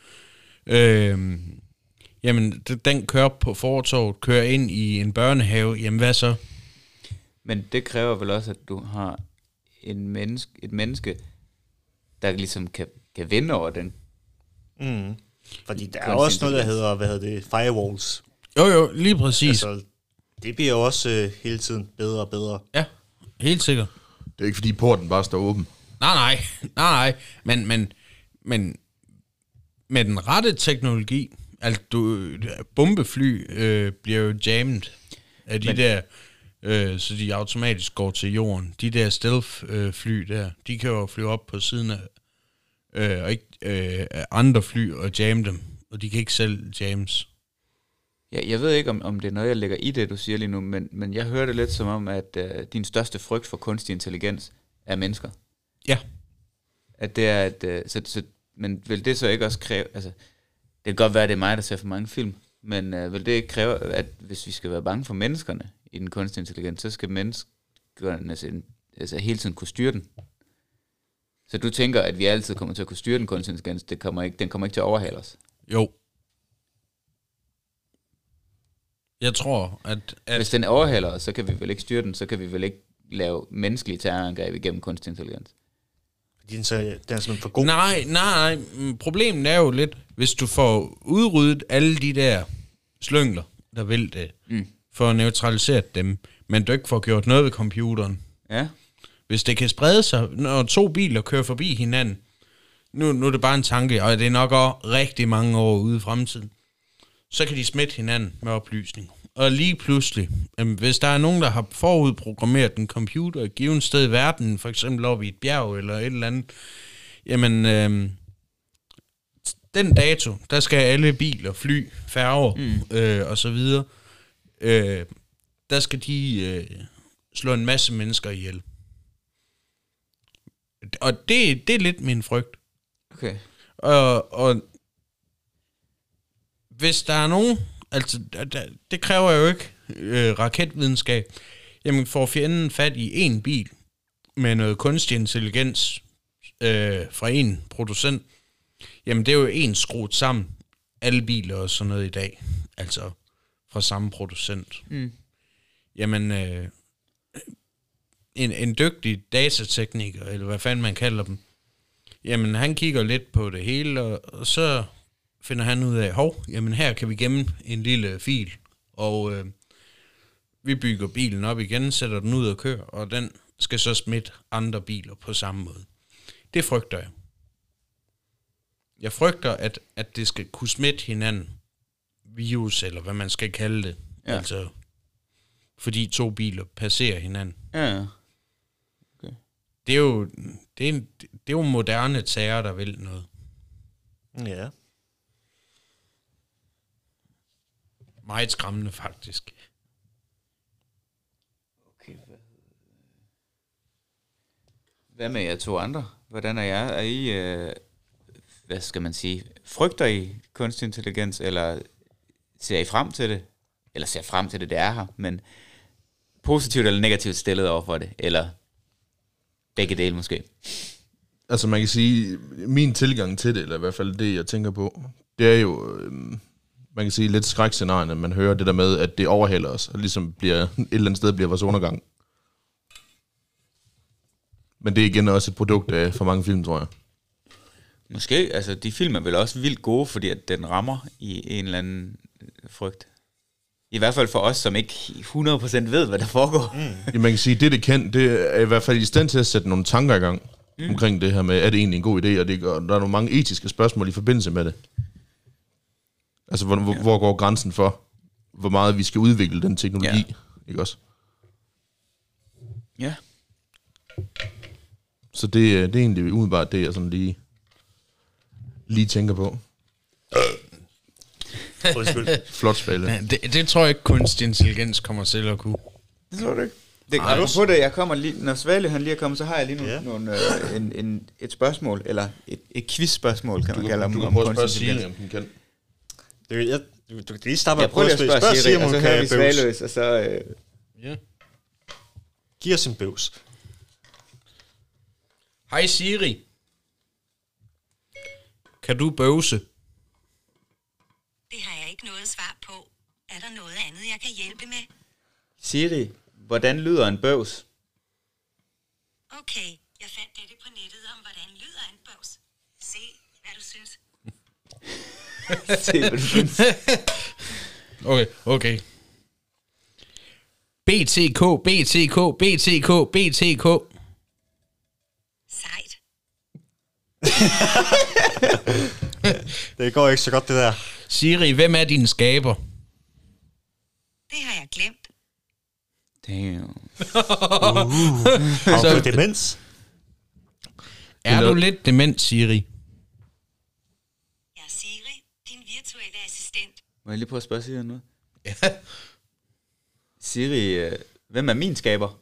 Speaker 3: Jamen, den kører på fortovet, kører ind i en børnehave. Jamen, hvad så?
Speaker 4: Men det kræver vel også, at du har et menneske, der ligesom kan vinde over den.
Speaker 1: Fordi der er også noget, der hedder, firewalls.
Speaker 3: Jo, lige præcis.
Speaker 1: Altså, det bliver jo også hele tiden bedre og bedre.
Speaker 3: Ja, helt sikkert.
Speaker 2: Det er ikke fordi porten bare står åben.
Speaker 3: Nej. Men med den rette teknologi, altså bombefly bliver jo jammed af de der, så de automatisk går til jorden. De der stealth-fly der, de kan jo flyve op på siden af og ikke andre fly og jamme dem, og de kan ikke selv jammes.
Speaker 4: Ja, jeg ved ikke, om det er noget, jeg lægger i det, du siger lige nu, men jeg hører det lidt som om, at din største frygt for kunstig intelligens er mennesker.
Speaker 3: Ja.
Speaker 4: At det er men vil det så ikke også kræve, altså, det kan godt være, at det er mig, der ser for mange film, Men vil det ikke kræve, at hvis vi skal være bange for menneskerne i den kunstige intelligens, så skal menneskerne altså hele tiden kunne styre den? Så du tænker, at vi altid kommer til at kunne styre den kunstige intelligens, den kommer ikke til at overhale os?
Speaker 3: Jo. Jeg tror, at...
Speaker 4: Hvis den overhaler os, så kan vi vel ikke styre den, så kan vi vel ikke lave menneskelige terrorangreb igennem kunstig intelligens?
Speaker 1: Fordi den er simpelthen for god.
Speaker 3: Nej. Problemet er jo lidt, hvis du får udryddet alle de der slyngler, der vil det, for at neutralisere dem, men du ikke får gjort noget ved computeren.
Speaker 4: Ja.
Speaker 3: Hvis det kan sprede sig, når 2 biler kører forbi hinanden, nu er det bare en tanke, og det er nok også rigtig mange år ude i fremtiden, så kan de smitte hinanden med oplysning. Og lige pludselig, hvis der er nogen, der har forudprogrammeret en computer et givet sted i verden, for eksempel oppe i et bjerg eller et eller andet, jamen, den dato, der skal alle biler, fly, færger og så videre, der skal de slå en masse mennesker ihjel. Og det er lidt min frygt.
Speaker 4: Okay.
Speaker 3: Og hvis der er nogen, altså det kræver jo ikke raketvidenskab, jamen får fjenden fat i en bil med noget kunstig intelligens fra en producent, jamen det er jo en skruet sammen, alle biler og sådan noget i dag, altså fra samme producent. Jamen en dygtig datatekniker, eller hvad fanden man kalder dem, jamen han kigger lidt på det hele, og så finder han ud af, jamen her kan vi gemme en lille fil, og vi bygger bilen op igen, sætter den ud og kører, og den skal så smitte andre biler på samme måde. Det frygter jeg. Jeg frygter, at det skal kunne smitte hinanden, virus, eller hvad man skal kalde det, altså fordi 2 biler passerer hinanden.
Speaker 4: Ja. Okay.
Speaker 3: Det er jo moderne terror, der vil noget.
Speaker 1: Ja.
Speaker 3: Meget skræmmende, faktisk.
Speaker 4: Okay. Hvad med jer 2 andre? Hvordan er jer? Er I, hvad skal man sige, frygter I kunstig intelligens, eller ser I frem til det? Eller ser frem til det, det er her, men positivt eller negativt stillet over for det? Eller begge dele måske?
Speaker 2: Altså man kan sige, min tilgang til det, eller i hvert fald det, jeg tænker på, det er jo, man kan sige lidt skrækscenarierne, man hører det der med, at det overhælder os, og ligesom bliver, et eller andet sted bliver vores undergang. Men det er igen også et produkt af for mange film, tror jeg.
Speaker 4: Måske, altså de film er vel også vildt gode, fordi at den rammer i en eller anden frygt. I hvert fald for os, som ikke 100% ved, hvad der foregår.
Speaker 2: Ja, man kan sige, det kan, det er i hvert fald i stand til at sætte nogle tanker i gang omkring det her med, er det egentlig en god idé, og der er nogle mange etiske spørgsmål i forbindelse med det. Altså, hvor går grænsen for, hvor meget vi skal udvikle den teknologi, ikke også?
Speaker 4: Ja.
Speaker 2: Så det er egentlig umiddelbart det, jeg sådan lige tænker på. Flot spil.
Speaker 3: Det tror jeg ikke, kunstig intelligens kommer til at kunne.
Speaker 4: Det tror du ikke? På det, jeg kommer lige, når Svale han lige er kommet, så har jeg lige et spørgsmål, eller et quiz-spørgsmål, kan man kalde om.
Speaker 2: Du kan prøve at spørge Siri, om den kan.
Speaker 1: Du kan lige starte med
Speaker 4: at prøve at spørge Siri, og så hører vi Svaløs, og så...
Speaker 3: Ja.
Speaker 1: Giv os en bøvs.
Speaker 3: Hej Siri. Kan du bøvse?
Speaker 5: Det har jeg ikke noget svar på. Er der noget andet, jeg kan hjælpe med?
Speaker 4: Siri, hvordan lyder en bøvs?
Speaker 5: Okay, jeg fandt dette på nettet om, hvordan lyder en bøvs. Se, hvad du synes.
Speaker 4: Se, hvad du synes.
Speaker 3: Okay. BTK.
Speaker 5: Sejt.
Speaker 1: Det går ikke så godt, det der.
Speaker 3: Siri, hvem er din skaber?
Speaker 5: Det har jeg glemt.
Speaker 4: Damn.
Speaker 1: Har du demens?
Speaker 3: Er du lidt dement, Siri?
Speaker 5: Jeg er Siri, din virtuelle assistent.
Speaker 4: Må jeg lige prøve at spørge Siri noget?
Speaker 3: Ja.
Speaker 4: Siri, hvem er min skaber?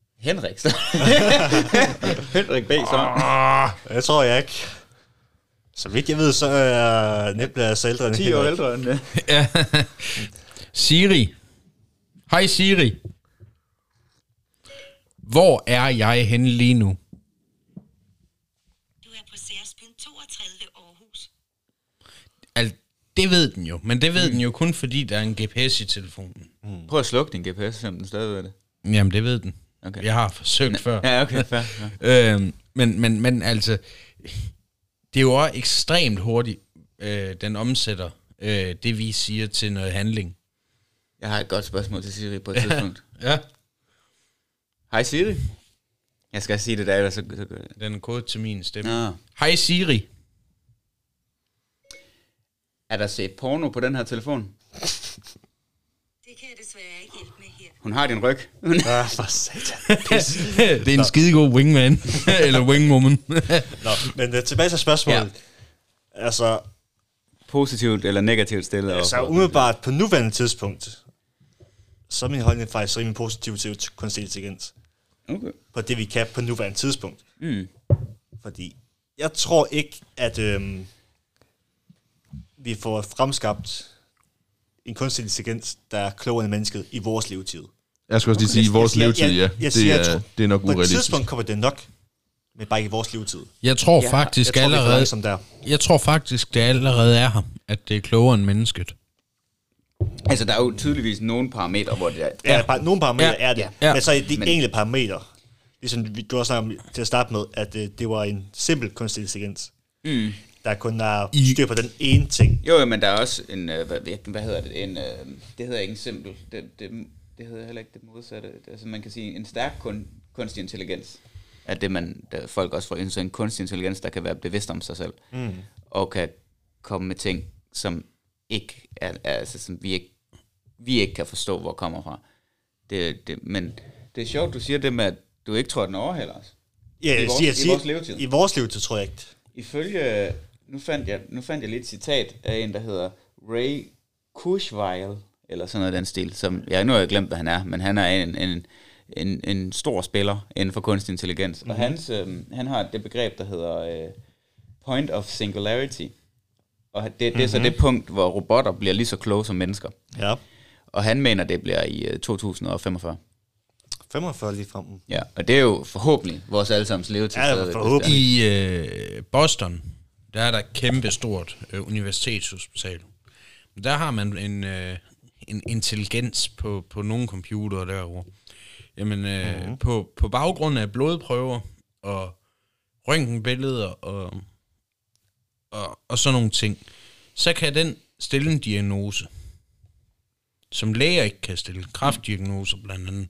Speaker 4: Henrik, så. Henrik B. så.
Speaker 1: Det tror jeg ikke. Så vidt jeg ved, så er Nebula ældre end
Speaker 4: 10 år ældre end det.
Speaker 3: Ja. Siri. Hej Siri. Hvor er jeg henne lige nu?
Speaker 5: Du er på Særsbyen 32 Aarhus.
Speaker 3: Det ved den jo, men det ved den jo kun fordi, der er en GPS i telefonen.
Speaker 4: Prøv at slukke din GPS, så den stadig ved det.
Speaker 3: Jamen, det ved den.
Speaker 4: Okay.
Speaker 3: Jeg har forsøgt før.
Speaker 4: Ja, okay, fair. Ja.
Speaker 3: Men altså, det er jo også ekstremt hurtigt, den omsætter det, vi siger til noget handling.
Speaker 4: Jeg har et godt spørgsmål til Siri på et tidspunkt.
Speaker 3: Ja.
Speaker 4: Hej Siri. Jeg skal sige det der, ellers så
Speaker 3: Den er kodet til min stemme.
Speaker 4: Nå.
Speaker 3: Hej Siri.
Speaker 4: Er der set porno på den her telefon?
Speaker 5: Det kan jeg desværre ikke hjælpe med her.
Speaker 4: Hun har din ryg.
Speaker 1: For satan.
Speaker 3: Det er en skidegod wingman. Eller wingwoman.
Speaker 1: Nå, men tilbage til spørgsmålet. Ja. Altså,
Speaker 4: Positivt eller negativt stillet?
Speaker 1: altså umiddelbart på nuværende tidspunkt, så er min holdning faktisk rimelig positiv til kunstig intelligens.
Speaker 4: Okay.
Speaker 1: På det, vi kan på nuværende tidspunkt.
Speaker 4: Mm.
Speaker 1: Fordi jeg tror ikke, at vi får fremskabt en kunstig intelligens, der er klogere end mennesket i vores levetid.
Speaker 2: Jeg skal også lige sige, vores levetid, ja. Det er nok
Speaker 1: på et
Speaker 2: urealistisk.
Speaker 1: tidspunkt kommer det nok, men bare ikke i vores levetid.
Speaker 3: Jeg tror
Speaker 1: Jeg
Speaker 3: faktisk
Speaker 1: tror, vi er for
Speaker 3: allerede...
Speaker 1: langsomt der.
Speaker 3: Jeg tror faktisk, det allerede er her, at det er klogere end mennesket.
Speaker 4: Altså, der er jo tydeligvis nogle parametre, hvor det er...
Speaker 1: Ja, nogle parametre
Speaker 3: Ja.
Speaker 1: er det.
Speaker 3: Ja.
Speaker 1: Men så er de enkelte parametre, ligesom du også snakkede om til at starte med, at det var en simpel kunstig intelligens.
Speaker 4: Mm.
Speaker 1: Der kun er styr på den ene ting.
Speaker 4: Jo, men der er også en... hvad hedder det? Det hedder ikke en simpel... Det hedder heller ikke det modsatte. Altså, man kan sige en stærk kunstig intelligens. At det, folk også får en kunstig intelligens, der kan være bevidst om sig selv. Mm. Og kan komme med ting, som ikke er... Altså, som vi ikke kan forstå, hvor kommer fra. Men det er sjovt, du siger det med, at du ikke tror, at den overhælder os.
Speaker 1: Ja,
Speaker 4: I vores levetid.
Speaker 1: I vores levetid, tror jeg ikke.
Speaker 4: Ifølge, nu fandt jeg lidt et citat af en, der hedder Ray Kurzweil, eller sådan noget af den stil, som, nu har jeg glemt, hvad han er, men han er en stor spiller inden for kunstig intelligens, og han har det begreb, der hedder point of singularity, og det er så det punkt, hvor robotter bliver lige så kloge som mennesker.
Speaker 1: Ja.
Speaker 4: Og han mener, det bliver i 2045.
Speaker 1: 45 lige frem.
Speaker 4: Ja, og det er jo forhåbentlig vores allesammens levetid.
Speaker 1: Ja, forhåbentlig.
Speaker 3: I Boston, der er der et kæmpestort universitetshospital. Der har man en intelligens på nogle computere derovre. Jamen, på baggrund af blodprøver og røntgenbilleder og sådan nogle ting, så kan den stille en diagnose, som læger ikke kan stille. Kræftdiagnoser blandt andet.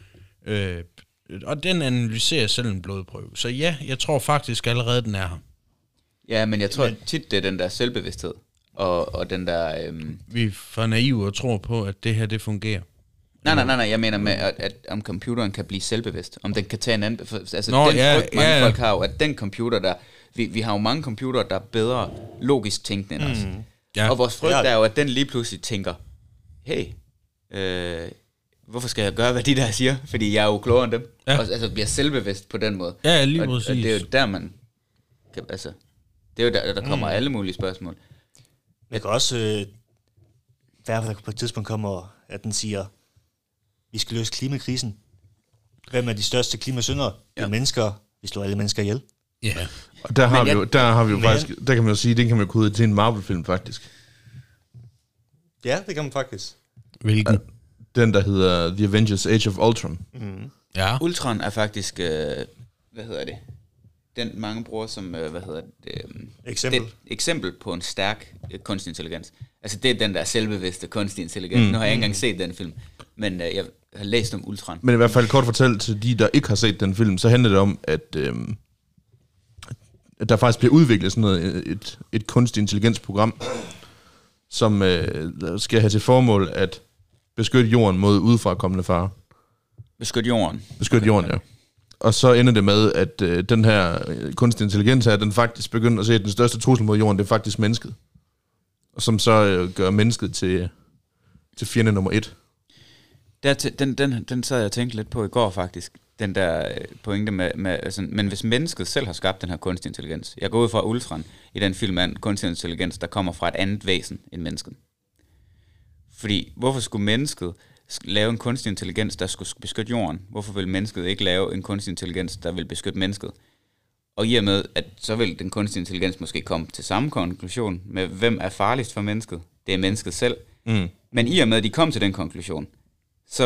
Speaker 3: Og den analyserer selv en blodprøve. Så ja, jeg tror faktisk allerede, den er her.
Speaker 4: Ja, men jeg tror tit, det er den der selvbevidsthed. Og den der...
Speaker 3: Vi er for naive og tror på, at det her, det fungerer.
Speaker 4: Nej, jeg mener med, at om computeren kan blive selvbevidst. Om den kan tage en anden... Altså,
Speaker 3: Nå,
Speaker 4: den frygt, mange folk har jo, at den computer der... Vi har jo mange computere, der er bedre logisk tænkende end os.
Speaker 3: Ja.
Speaker 4: Og vores frygt er jo, at den lige pludselig tænker, hey, hvorfor skal jeg gøre, hvad de der siger? Fordi jeg er jo klogere end dem.
Speaker 3: Ja.
Speaker 4: Og, altså bliver selvbevidst på den måde.
Speaker 3: Ja, lige
Speaker 4: og
Speaker 3: præcis.
Speaker 4: det er jo der, man... Altså, det er jo der kommer alle mulige spørgsmål.
Speaker 1: Det kan også være, der på et tidspunkt kommer, at den siger, vi skal løse klimakrisen. Hvem er de største klimasyndere? Det er mennesker. Vi slår alle mennesker ihjel.
Speaker 3: Ja.
Speaker 2: Og der har vi jo faktisk, der kan man jo sige, det kan man jo kode til en Marvel-film faktisk.
Speaker 1: Ja, det kan man faktisk.
Speaker 3: Hvilken?
Speaker 2: Den, der hedder The Avengers Age of Ultron.
Speaker 1: Mm.
Speaker 3: Ja.
Speaker 4: Ultron er faktisk, den mange bruger som, eksempel på en stærk kunstig intelligens. Altså det er den der selvbevidste kunstig intelligens. Nu har jeg ikke engang set den film, men jeg har læst om Ultron.
Speaker 2: Men i hvert fald kort fortalt til de, der ikke har set den film, så handler det om, at der faktisk bliver udviklet sådan noget, et kunstig intelligensprogram, som skal have til formål at beskytte jorden mod udefrakommende farer.
Speaker 4: Beskytte jorden.
Speaker 2: Beskytte jorden, ja. Og så ender det med, at den her kunstig intelligens her, den faktisk begynder at se, at den største trussel mod jorden, det er faktisk mennesket. Og som så gør mennesket til fjende nummer 1.
Speaker 4: Den sad jeg og tænkte lidt på i går faktisk. den der pointe med altså, men hvis mennesket selv har skabt den her kunstig intelligens, jeg går ud fra Ultron i den film af en kunstig intelligens, der kommer fra et andet væsen end mennesket. Fordi, hvorfor skulle mennesket lave en kunstig intelligens, der skulle beskytte jorden? Hvorfor vil mennesket ikke lave en kunstig intelligens, der vil beskytte mennesket? Og i og med, at så vil den kunstige intelligens måske komme til samme konklusion med, hvem er farligst for mennesket? Det er mennesket selv. Men i og med, at de kom til den konklusion, så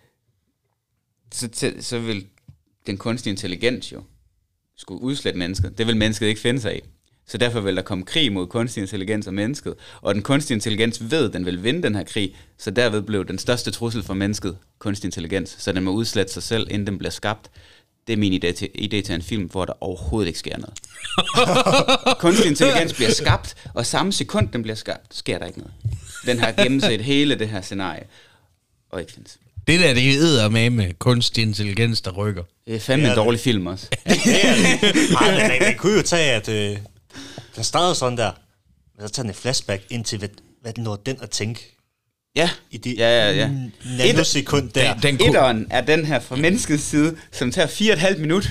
Speaker 4: vil den kunstige intelligens jo skulle udslette mennesket. Det vil mennesket ikke finde sig i. Så derfor vil der komme krig mod kunstig intelligens og mennesket. Og den kunstige intelligens ved, at den vil vinde den her krig, så derved blev den største trussel for mennesket kunstig intelligens. Så den må udslette sig selv, inden den bliver skabt. Det er min idé til en film, hvor der overhovedet ikke sker noget. Kunstig intelligens bliver skabt, og samme sekund den bliver skabt, sker der ikke noget. Den har gennemset hele det her scenarie, og ikke findes.
Speaker 3: Det der, det æder med kunstig intelligens, der rykker.
Speaker 4: Det er fandme en dårlig film også.
Speaker 1: Nej, man kunne jo tage, at den startede sådan der, men så tager den et flashback ind til, hvad den når den at tænke.
Speaker 4: Ja,
Speaker 1: I det
Speaker 4: nanosekund
Speaker 1: der.
Speaker 4: Etteren er den her fra menneskets side, som tager 4,5 minutter.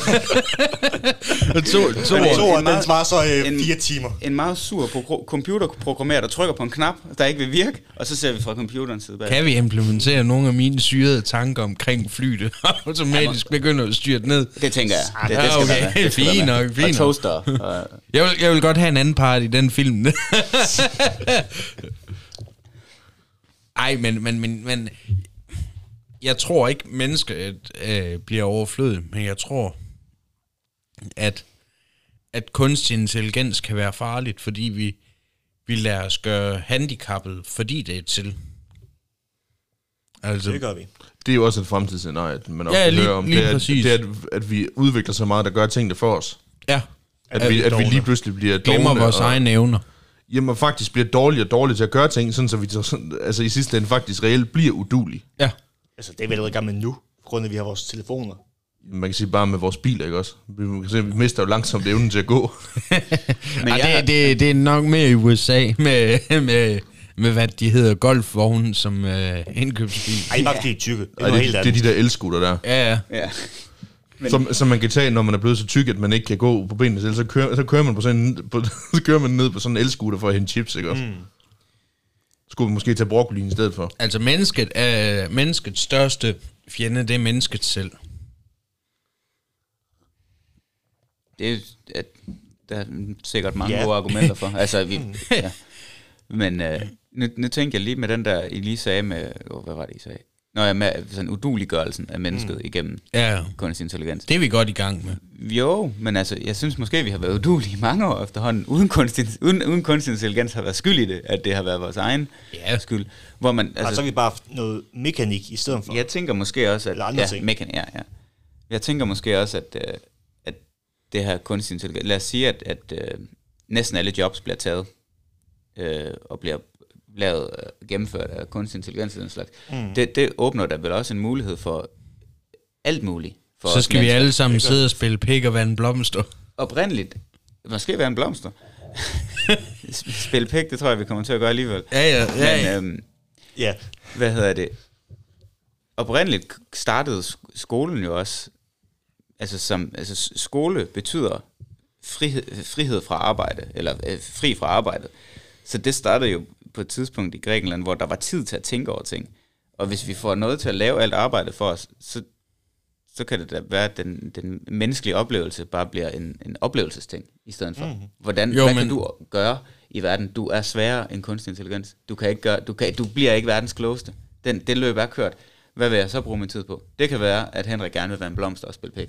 Speaker 1: Toeren, den svarer så 4 timer.
Speaker 4: En meget sur computerprogrammer, der trykker på en knap, der ikke vil virke, og så ser vi fra computerens side bag.
Speaker 3: Kan vi implementere nogle af mine syrede tanker omkring flyet, automatisk begynder at styre det ned?
Speaker 4: Det tænker jeg. Det
Speaker 3: skal okay. Fint nok.
Speaker 4: Og toaster.
Speaker 3: Jeg vil godt have en anden part i den film. Ej, men jeg tror ikke, mennesket bliver overflødigt, men jeg tror, at kunstig intelligens kan være farligt, fordi vi lader os gøre handicappet, fordi det er til.
Speaker 1: Altså, det gør vi.
Speaker 2: Det er jo også et fremtidsscenarie, man også kan høre om. Det er, at vi udvikler så meget, der gør tingene for os.
Speaker 3: Ja.
Speaker 2: At vi lige pludselig bliver dårlige.
Speaker 3: Glemmer vores egne evner.
Speaker 2: Jamen faktisk bliver dårligere og dårligere til at gøre ting, sådan så vi altså i sidste ende faktisk reelt bliver udulige.
Speaker 3: Ja. Altså
Speaker 1: det er vi allerede i gang med nu, på grund af at vi har vores telefoner.
Speaker 2: Man kan sige bare med vores biler, ikke også? Man kan se, at vi mister jo langsomt evnen til at gå.
Speaker 3: Men det er nok mere i USA med hvad de hedder, golfvognen som indkøbsbil.
Speaker 1: Ej, bare fordi tykke.
Speaker 2: Det er de der elskutter der.
Speaker 3: Ja.
Speaker 2: Som man kan tage, når man er blevet så tyk, at man ikke kan gå på benene selv, så kører man så kører man ned på sådan en elskutter for at hente chips, ikke også? Skulle vi måske tage broccolien i stedet for?
Speaker 3: Altså menneskets største fjende, det er mennesket selv.
Speaker 4: Der er sikkert mange gode argumenter for. Altså, Men nu tænker jeg lige med den der, I lige sagde med, hvad var det, I sagde? Med sådan uduliggørelsen af mennesket igennem kunstig intelligens.
Speaker 3: Det er vi godt i gang med.
Speaker 4: Jo, men altså, jeg synes måske, vi har været udulige i mange år efterhånden, uden kunstig intelligens har været skyld i det, at det har været vores egen skyld. Hvor man,
Speaker 1: altså, så er vi bare noget mekanik i stedet for.
Speaker 4: Jeg tænker måske også, at jeg tænker måske også, at det her kunstig intelligens, lad os sige, at næsten alle jobs bliver taget og bliver gennemført af kunstig intelligens og den slags. Det åbner der vel også en mulighed for alt muligt. For
Speaker 3: så skal vi alle sammen sidde og spille pik og vande blomster.
Speaker 4: Oprindeligt. Måske være en blomster. Spille pik, det tror jeg, vi kommer til at gøre alligevel. Men, hvad hedder det? Oprindeligt startede skolen jo også, altså skole betyder frihed fra arbejde, eller fri fra arbejdet. Så det startede jo på et tidspunkt i Grækenland, hvor der var tid til at tænke over ting. Og hvis vi får noget til at lave alt arbejdet for os, så kan det da være, at den menneskelige oplevelse bare bliver en oplevelsesting i stedet for. Hvad kan du gøre i verden? Du er sværere end kunstig intelligens. Du bliver ikke verdens klogeste. Det løb er kørt. Hvad vil jeg så bruge min tid på? Det kan være, at Henrik gerne vil være en blomster og spille pik.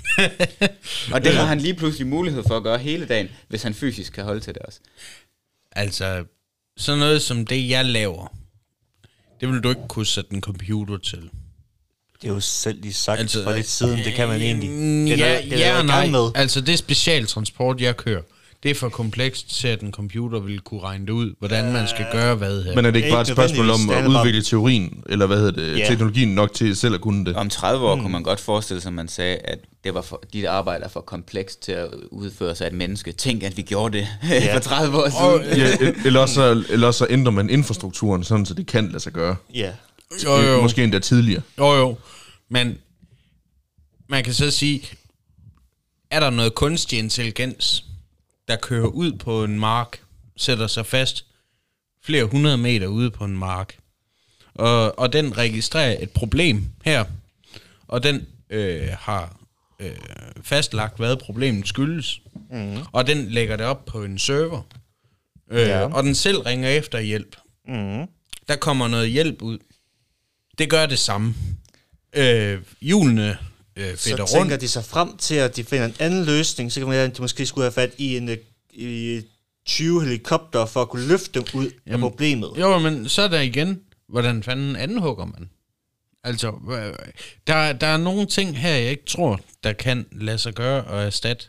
Speaker 4: Og det har han lige pludselig mulighed for at gøre hele dagen, hvis han fysisk kan holde til det også.
Speaker 3: Altså, sådan noget som det, jeg laver, det vil du ikke kunne sætte en computer til.
Speaker 1: Det er jo selv lige sagt for lidt siden, det kan man egentlig.
Speaker 3: Nej. Altså, det specialtransport, jeg kører, det er for komplekst til, at en computer vil kunne regne det ud, hvordan man skal gøre hvad her.
Speaker 2: Men er det ikke bare et spørgsmål om at udvikle teorien, eller hvad hedder det, teknologien nok til selv at kunne det?
Speaker 4: Om 30 år kunne man godt forestille sig, at man sagde, at det var de arbejder for komplekst til at udføre sig af et menneske. Tænk, at vi gjorde det for 30 år siden.
Speaker 2: Eller også ændrer man infrastrukturen, sådan så det kan lade sig gøre.
Speaker 1: Ja.
Speaker 2: Måske endda tidligere.
Speaker 3: Jo. Men man kan så sige, er der noget kunstig intelligens, der kører ud på en mark, sætter sig fast flere 100 meter ude på en mark, og den registrerer et problem her, og den har fastlagt, hvad problemet skyldes, og den lægger det op på en server, og den selv ringer efter hjælp. Der kommer noget hjælp ud. Det gør det samme. Hjulene fedter rundt.
Speaker 1: Så tænker de sig frem til, at de finder en anden løsning, så kan man være, at de måske skulle have fat i 20 helikopter for at kunne løfte dem ud af problemet.
Speaker 3: Jo, men så er der igen, hvordan fanden anhugger man? Altså, der er nogle ting her, jeg ikke tror, der kan lade sig gøre og erstatte.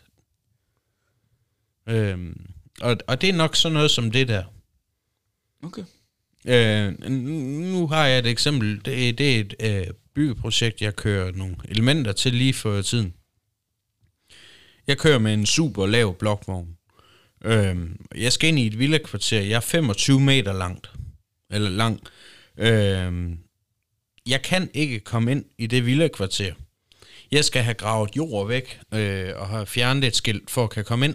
Speaker 3: Og det er nok sådan noget som det der.
Speaker 4: Okay.
Speaker 3: Nu har jeg et eksempel. Det er et byggeprojekt, jeg kører nogle elementer til lige for tiden. Jeg kører med en super lav blokvogn. Jeg skal ind i et villakvarter. Jeg er 25 meter lang. Jeg kan ikke komme ind i det villakvarter. Jeg skal have gravet jord væk og have fjernet et skilt for at kan komme ind.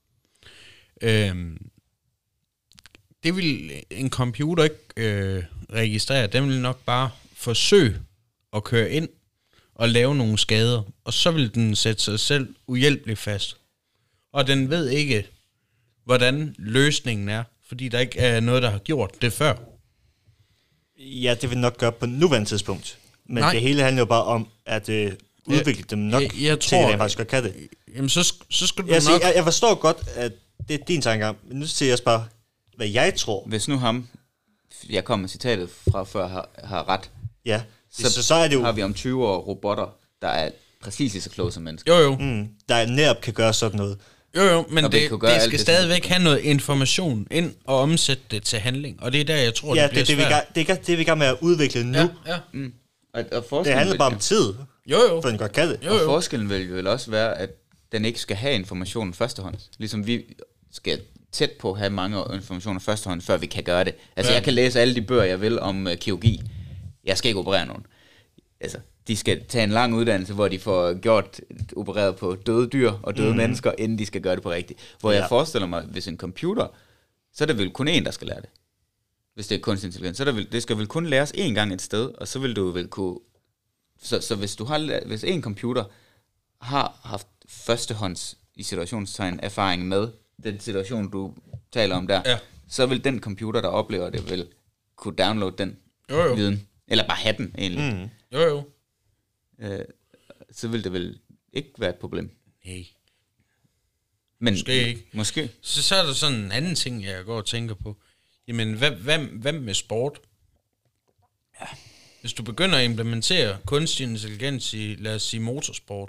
Speaker 3: Det vil en computer ikke registrere. Den vil nok bare forsøge at køre ind og lave nogle skader, og så vil den sætte sig selv uhjælpeligt fast. Og den ved ikke, hvordan løsningen er, fordi der ikke er noget, der har gjort det før.
Speaker 1: Ja, det vil nok gøre på nuværende tidspunkt. Men
Speaker 3: Nej.
Speaker 1: det hele handler jo bare om at udvikle dem nok
Speaker 3: jeg
Speaker 1: til,
Speaker 3: tror,
Speaker 1: at jeg faktisk godt kan det.
Speaker 3: Jamen, så skal du
Speaker 1: Altså,
Speaker 3: nok...
Speaker 1: jeg forstår godt, at det er din tankegang, men nu siger jeg bare, hvad jeg tror.
Speaker 4: Hvis nu ham, jeg kom med citatet fra før, har ret,
Speaker 1: Ja, så er det jo...
Speaker 4: har vi om 20 år robotter, der er præcis lige så kloge som mennesker.
Speaker 3: Jo.
Speaker 1: Der netop kan gøre sådan noget.
Speaker 3: Jo, men
Speaker 4: Og
Speaker 3: det
Speaker 4: vi kunne gøre alt
Speaker 3: skal
Speaker 4: det,
Speaker 3: stadigvæk have noget information ind og omsætte det til handling. Og det er der, jeg tror,
Speaker 1: Ja,
Speaker 3: det bliver svært.
Speaker 1: det er vi i gang med at udvikle nu.
Speaker 3: Ja.
Speaker 4: Og
Speaker 1: Det handler bare om tid,
Speaker 3: Jo.
Speaker 1: for den godt kan det.
Speaker 3: Jo.
Speaker 4: Og forskellen vil vel også være, at den ikke skal have informationen førstehånds. Ligesom vi skal tæt på at have mange informationer førstehånds, før vi kan gøre det. Altså, jeg kan læse alle de bøger, jeg vil om kirurgi. Jeg skal ikke operere nogen. Altså, de skal tage en lang uddannelse, hvor de får opereret på døde dyr og døde mennesker, inden de skal gøre det på rigtigt. Hvor jeg forestiller mig, hvis en computer, så er det vel kun én, der skal lære det. Hvis det er kunstig intelligens. Så det skal vel kun læres én gang et sted, og så vil du vel kunne... Så hvis en computer har haft førstehånds i situationstegn erfaring med den situation, du taler om der, så vil den computer, der oplever det, vel kunne downloade den viden. Eller bare have den, egentlig.
Speaker 3: Jo.
Speaker 4: Så vil det vel ikke være et problem.
Speaker 3: Nej.
Speaker 4: Men,
Speaker 3: Måske ikke.
Speaker 4: Måske.
Speaker 3: Så er der sådan en anden ting, jeg går og tænker på. Jamen, hvad med sport? Ja. Hvis du begynder at implementere kunstig intelligens i, lad os sige, motorsport,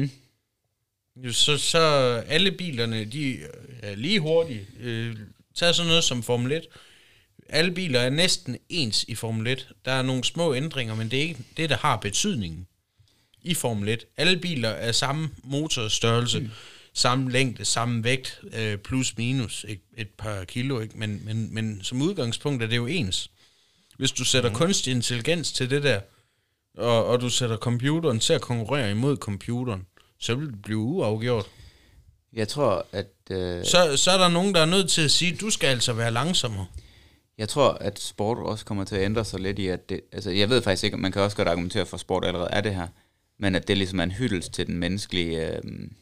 Speaker 3: så alle bilerne, de er lige hurtige. Tag sådan noget som Formel 1. Alle biler er næsten ens i Formel 1. Der er nogle små ændringer, men det er ikke det, der har betydningen i Formel 1. Alle biler er samme motorstørrelse, samme længde, samme vægt, plus minus et par kilo, ikke? Men som udgangspunkt er det jo ens. Hvis du sætter kunstig intelligens til det der, og du sætter computeren til at konkurrere imod computeren, så vil det blive uafgjort.
Speaker 4: Jeg tror, at...
Speaker 3: Så er der nogen, der er nødt til at sige, du skal altså være langsommere.
Speaker 4: Jeg tror, at sport også kommer til at ændre sig lidt i, at det... Altså, jeg ved faktisk ikke, man kan også godt argumentere for, sport allerede er det her, men at det ligesom er en hyldest til den menneskelige...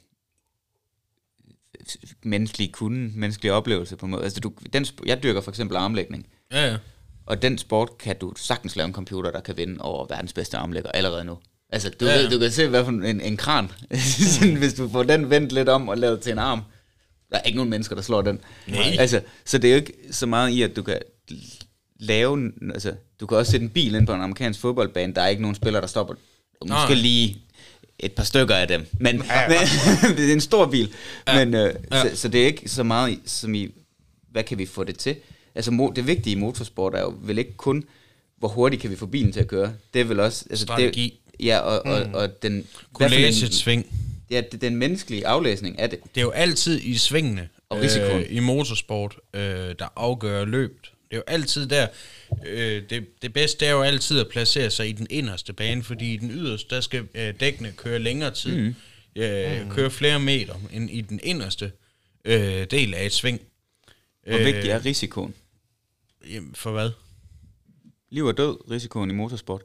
Speaker 4: menneskelige kunde, menneskelige oplevelse på en måde. Altså, jeg dyrker for eksempel armlægning.
Speaker 3: Ja.
Speaker 4: Og den sport kan du sagtens lave en computer, der kan vinde over verdens bedste armlægger allerede nu. Altså, du kan se, hvad for en kran. Hvis du får den vendt lidt om og lavet til en arm. Der er ikke nogen mennesker, der slår den.
Speaker 3: Nej.
Speaker 4: Altså, så det er jo ikke så meget i, at du kan lave... Altså, du kan også sætte en bil ind på en amerikansk fodboldbane. Der er ikke nogen spillere, der stopper. Måske lige et par stykker af dem. Men det er en stor bil. Men, så det er ikke så meget som i, hvad kan vi få det til? Altså, det vigtige i motorsport er jo vel ikke kun, hvor hurtigt kan vi få bilen til at køre. Det er vel også... Altså,
Speaker 3: strategi.
Speaker 4: Og den...
Speaker 3: Kunne læse et sving.
Speaker 4: Ja, den menneskelige aflæsning af det.
Speaker 3: Det er jo altid i svingene
Speaker 4: og risikoen
Speaker 3: i motorsport, der afgør løbet. Det er jo altid der, det bedste er jo altid at placere sig i den inderste bane, fordi i den yderste, der skal dækkene køre længere tid, køre flere meter, end i den inderste del af et sving.
Speaker 4: Hvor vigtig er risikoen?
Speaker 3: For hvad?
Speaker 4: Liv og død, risikoen i motorsport.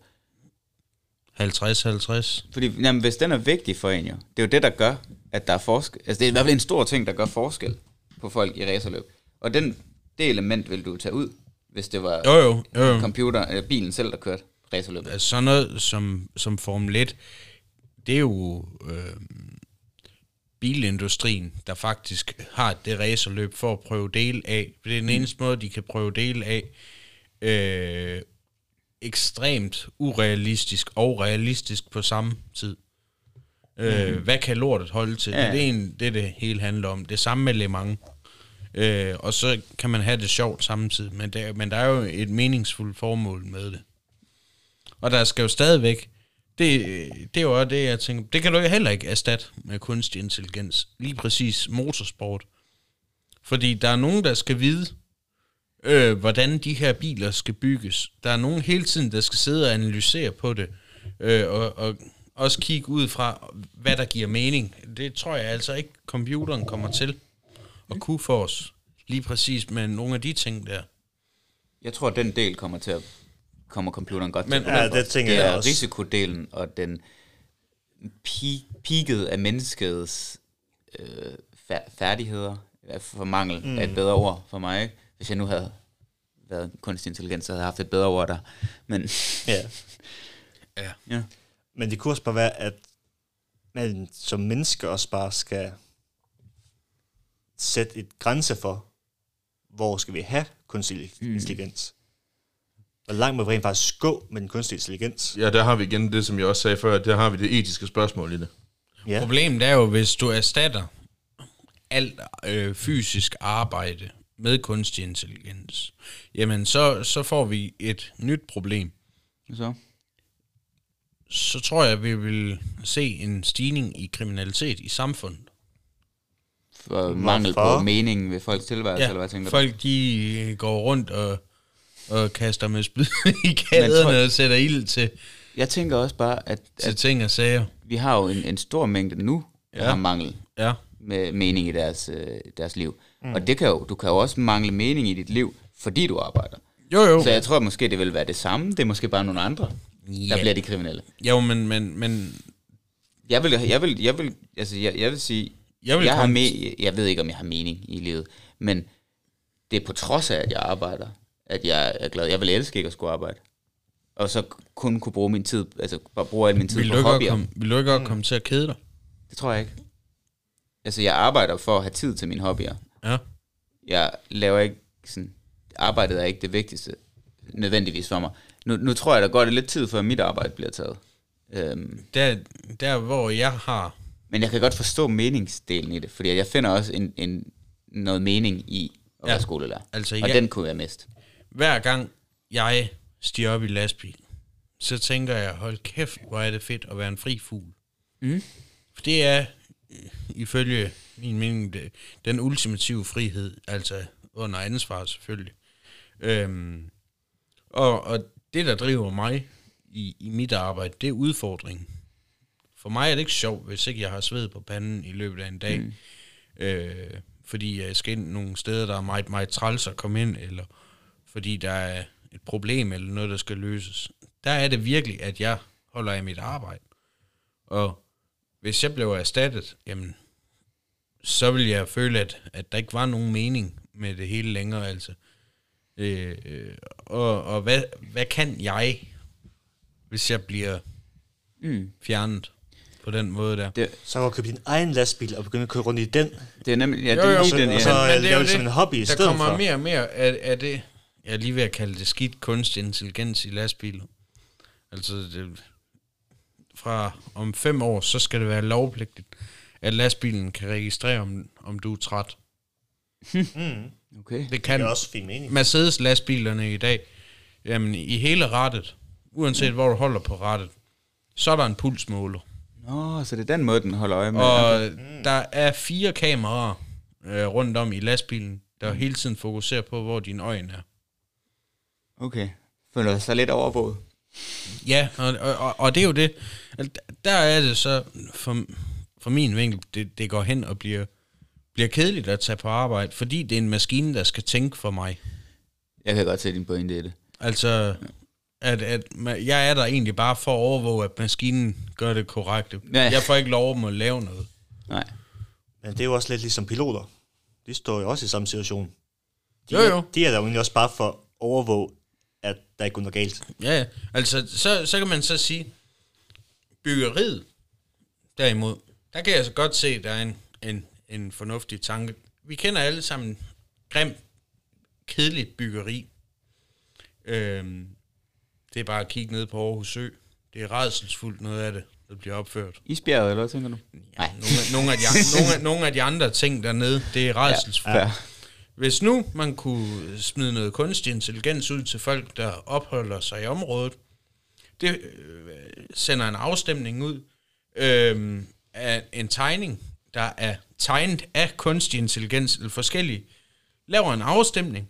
Speaker 3: 50-50.
Speaker 4: Fordi jamen, hvis den er vigtig for en, jo, det er jo det, der gør, at der er forskel. Altså, det er i hvert fald en stor ting, der gør forskel på folk i racerløb. Og det element vil du tage ud, hvis det var computer, bilen selv, der kørte racerløb.
Speaker 3: Altså sådan noget som Formel 1, det er jo bilindustrien, der faktisk har det racerløb for at prøve del af. Det er den eneste måde, de kan prøve del af. Ekstremt urealistisk og realistisk på samme tid. Hvad kan lortet holde til? Ja. Det hele handler om. Det samme med Le Mans. Og så kan man have det sjovt samtidig, men der er jo et meningsfuldt formål med det. Og der skal jo stadigvæk, det er jo også det, jeg tænker, det kan du jo heller ikke erstatte med kunstig intelligens. Lige præcis motorsport. Fordi der er nogen, der skal vide, hvordan de her biler skal bygges. Der er nogen hele tiden, der skal sidde og analysere på det, og også kigge ud fra, hvad der giver mening. Det tror jeg altså ikke, computeren kommer til at kunne for os. Lige præcis med nogle af de ting der.
Speaker 4: Jeg tror, at den del kommer computeren godt til.
Speaker 1: Ja, det tænker
Speaker 4: jeg
Speaker 1: også.
Speaker 4: Risikodelen og den peaket af menneskets færdigheder, for mangel af et bedre ord for mig, ikke? Hvis jeg nu havde været kunstig intelligens, så havde jeg haft et bedre ord der. Men
Speaker 1: ja. Men det kunne også bare være, at man som mennesker også bare skal sætte et grænse for, hvor skal vi have kunstig intelligens. Hvor langt må vi rent faktisk gå med den kunstige intelligens?
Speaker 2: Ja, der har vi igen det, som jeg også sagde før, der har vi det etiske spørgsmål i det.
Speaker 3: Ja. Problemet er jo, hvis du erstatter alt fysisk arbejde med kunstig intelligens, jamen så får vi et nyt problem. Så tror jeg, at vi vil se en stigning i kriminalitet i samfundet.
Speaker 4: For mangel på mening ved folks tilværelse, eller hvad tænker du?
Speaker 3: Folk de går rundt og kaster med spyd i gaderne og sætter ild til.
Speaker 4: Jeg tænker også bare, at
Speaker 3: ting og sager.
Speaker 4: Vi har jo en stor mængde nu, der har mangel med mening i deres liv. Og det du kan jo også mangle mening i dit liv, fordi du arbejder.
Speaker 3: Jo.
Speaker 4: Så jeg tror måske, det vil være det samme. Det er måske bare nogle andre, der bliver de kriminelle.
Speaker 3: Jo, men
Speaker 4: jeg vil sige, jeg ved ikke, om jeg har mening i livet, men det er på trods af, at jeg arbejder, at jeg er glad. Jeg vil elske ikke at skulle arbejde. Og så kun kunne bruge min tid, altså bare bruge al min tid på hobbyer.
Speaker 3: Vil du ikke godt komme til at kede dig?
Speaker 4: Det tror jeg ikke. Altså, jeg arbejder for at have tid til mine hobbyer.
Speaker 3: Ja.
Speaker 4: Jeg laver ikke sådan, arbejdet er ikke det vigtigste nødvendigvis for mig. Nu tror jeg, der går det lidt tid, før mit arbejde bliver taget.
Speaker 3: Der hvor jeg har...
Speaker 4: Men jeg kan godt forstå meningsdelen i det, fordi jeg finder også noget mening i at være skolelærer. Altså, og den kunne jeg miste.
Speaker 3: Hver gang jeg stiger op i lastbil, så tænker jeg, hold kæft, hvor er det fedt at være en fri fugl. For det er, ifølge min mening, den ultimative frihed, altså under ansvar selvfølgelig. Og det, der driver mig i mit arbejde, det er udfordringen. For mig er det ikke sjovt, hvis ikke jeg har sved på panden i løbet af en dag. Fordi jeg skal ind nogle steder, der er meget, meget træls at komme ind, eller fordi der er et problem, eller noget, der skal løses. Der er det virkelig, at jeg holder af mit arbejde. Og hvis jeg blev erstattet, jamen, så ville jeg føle, at der ikke var nogen mening med det hele længere, altså. Og hvad kan jeg, hvis jeg bliver fjernet på den måde der?
Speaker 1: Så kan du købe din egen lastbil og begynde at køre rundt i den.
Speaker 4: Det er nemlig,
Speaker 1: den. Og så
Speaker 3: det er jo
Speaker 1: som en hobby i stedet
Speaker 3: for. Der kommer
Speaker 1: for.
Speaker 3: mere og mere af det, jeg er lige ved at kalde det skidt kunstig intelligens i lastbiler. Altså, fra om 5 år, så skal det være lovpligtigt, at lastbilen kan registrere, om du er træt.
Speaker 4: Okay.
Speaker 3: Det kan
Speaker 1: det er også fin mening.
Speaker 3: Mercedes lastbilerne i dag, jamen i hele rattet, uanset hvor du holder på rattet, så er der en pulsmåler.
Speaker 4: Så det er den måde, den holder øje med.
Speaker 3: Og der er 4 kameraer rundt om i lastbilen, der hele tiden fokuserer på, hvor dine øjne er.
Speaker 4: Okay. Føler sig lidt overvåget.
Speaker 3: Ja, og det er jo det. Der er det så, for min vinkel, det går hen og bliver kedeligt at tage på arbejde, fordi det er en maskine, der skal tænke for mig.
Speaker 4: Jeg kan godt se din pointe i det.
Speaker 3: Altså, at jeg er der egentlig bare for at overvåge, at maskinen gør det korrekte.
Speaker 4: Ja.
Speaker 3: Jeg får ikke lov om at lave noget.
Speaker 4: Nej.
Speaker 1: Men det er jo også lidt ligesom piloter. De står jo også i samme situation. De er der jo egentlig også bare for at overvåge, at der ikke går noget galt.
Speaker 3: Ja, altså, så kan man så sige, byggeriet, derimod, der kan jeg så godt se, der er en fornuftig tanke. Vi kender alle sammen grimt, kedeligt byggeri. Det er bare at kigge ned på Aarhus Sø. Det er rædselsfuldt noget af det, der bliver opført.
Speaker 4: Isbjerget, eller hvad tænker du?
Speaker 3: Ja, nogle af de andre ting dernede, det er rædselsfuldt.
Speaker 4: Ja.
Speaker 3: Hvis nu man kunne smide noget kunstig intelligens ud til folk, der opholder sig i området, det sender en afstemning ud af en tegning, der er tegnet af kunstig intelligens eller forskellige, laver en afstemning,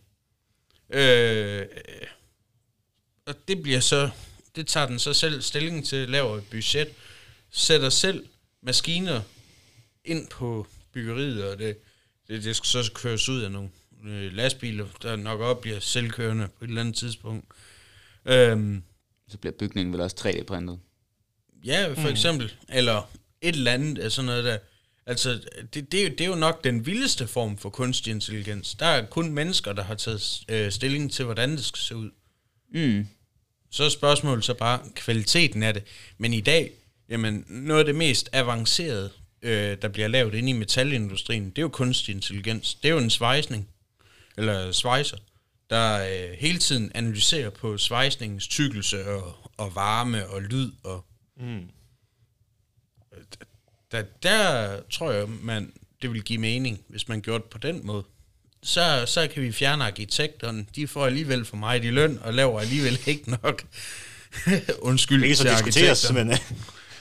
Speaker 3: og det tager den så selv stilling til, laver et budget, sætter selv maskiner ind på byggeriet, og det skal så køres ud af nogle lastbiler, der nok også bliver selvkørende på et eller andet tidspunkt.
Speaker 4: Så bliver bygningen vel også 3D-printet.
Speaker 3: Ja, for eksempel. Eller et eller andet af sådan noget der. Altså, det er jo nok den vildeste form for kunstig intelligens. Der er kun mennesker, der har taget stilling til, hvordan det skal se ud. Så er spørgsmålet så bare kvaliteten af det. Men i dag, jamen, noget af det mest avancerede, der bliver lavet inde i metalindustrien, det er jo kunstig intelligens. Det er jo en svejsning, eller svejser, der hele tiden analyserer på svejsningens tykkelse og varme og lyd. Og der tror jeg, det vil give mening, hvis man gjorde det på den måde. Så kan vi fjerne arkitekterne. De får alligevel for meget i løn, og laver alligevel ikke nok. Undskyld
Speaker 1: ikke
Speaker 3: til
Speaker 1: så diskuteres, simpelthen.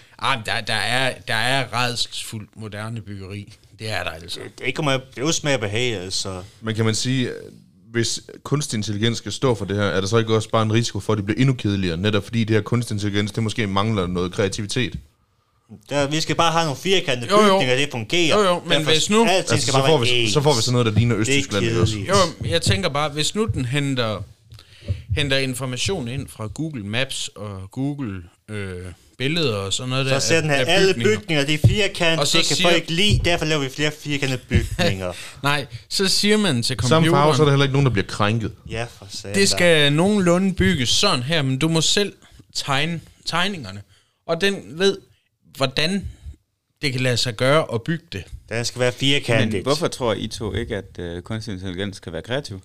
Speaker 3: Der er rædselsfuldt moderne byggeri. Det er der altså.
Speaker 1: Det er jo smag og behag, altså.
Speaker 2: Men kan man sige, hvis kunstig intelligens skal stå for det her, er der så ikke også bare en risiko for, at det bliver endnu kedeligere, netop fordi det her kunstig intelligens, det måske mangler noget kreativitet?
Speaker 1: Vi skal bare have nogle firkantede bygninger, det fungerer.
Speaker 3: Jo, men hvis nu...
Speaker 1: Altså,
Speaker 2: så får vi sådan noget, der ligner Østtyskland.
Speaker 3: Jo, jeg tænker bare, hvis nu den henter information ind fra Google Maps og Google billeder og sådan noget der.
Speaker 1: Så ser den her, alle bygninger, det er firkant, det kan folk lide, derfor laver vi flere firkantede bygninger.
Speaker 3: Nej, så siger man til computeren...
Speaker 2: Samme farve, så er der heller ikke nogen, der bliver krænket.
Speaker 1: Ja, for satan.
Speaker 3: Det skal nogenlunde bygges sådan her, men du må selv tegne tegningerne. Og den ved, hvordan det kan lade sig gøre at bygge det.
Speaker 1: Den skal være firkantet.
Speaker 4: Men hvorfor tror I to ikke, at kunstig intelligens kan være kreativ?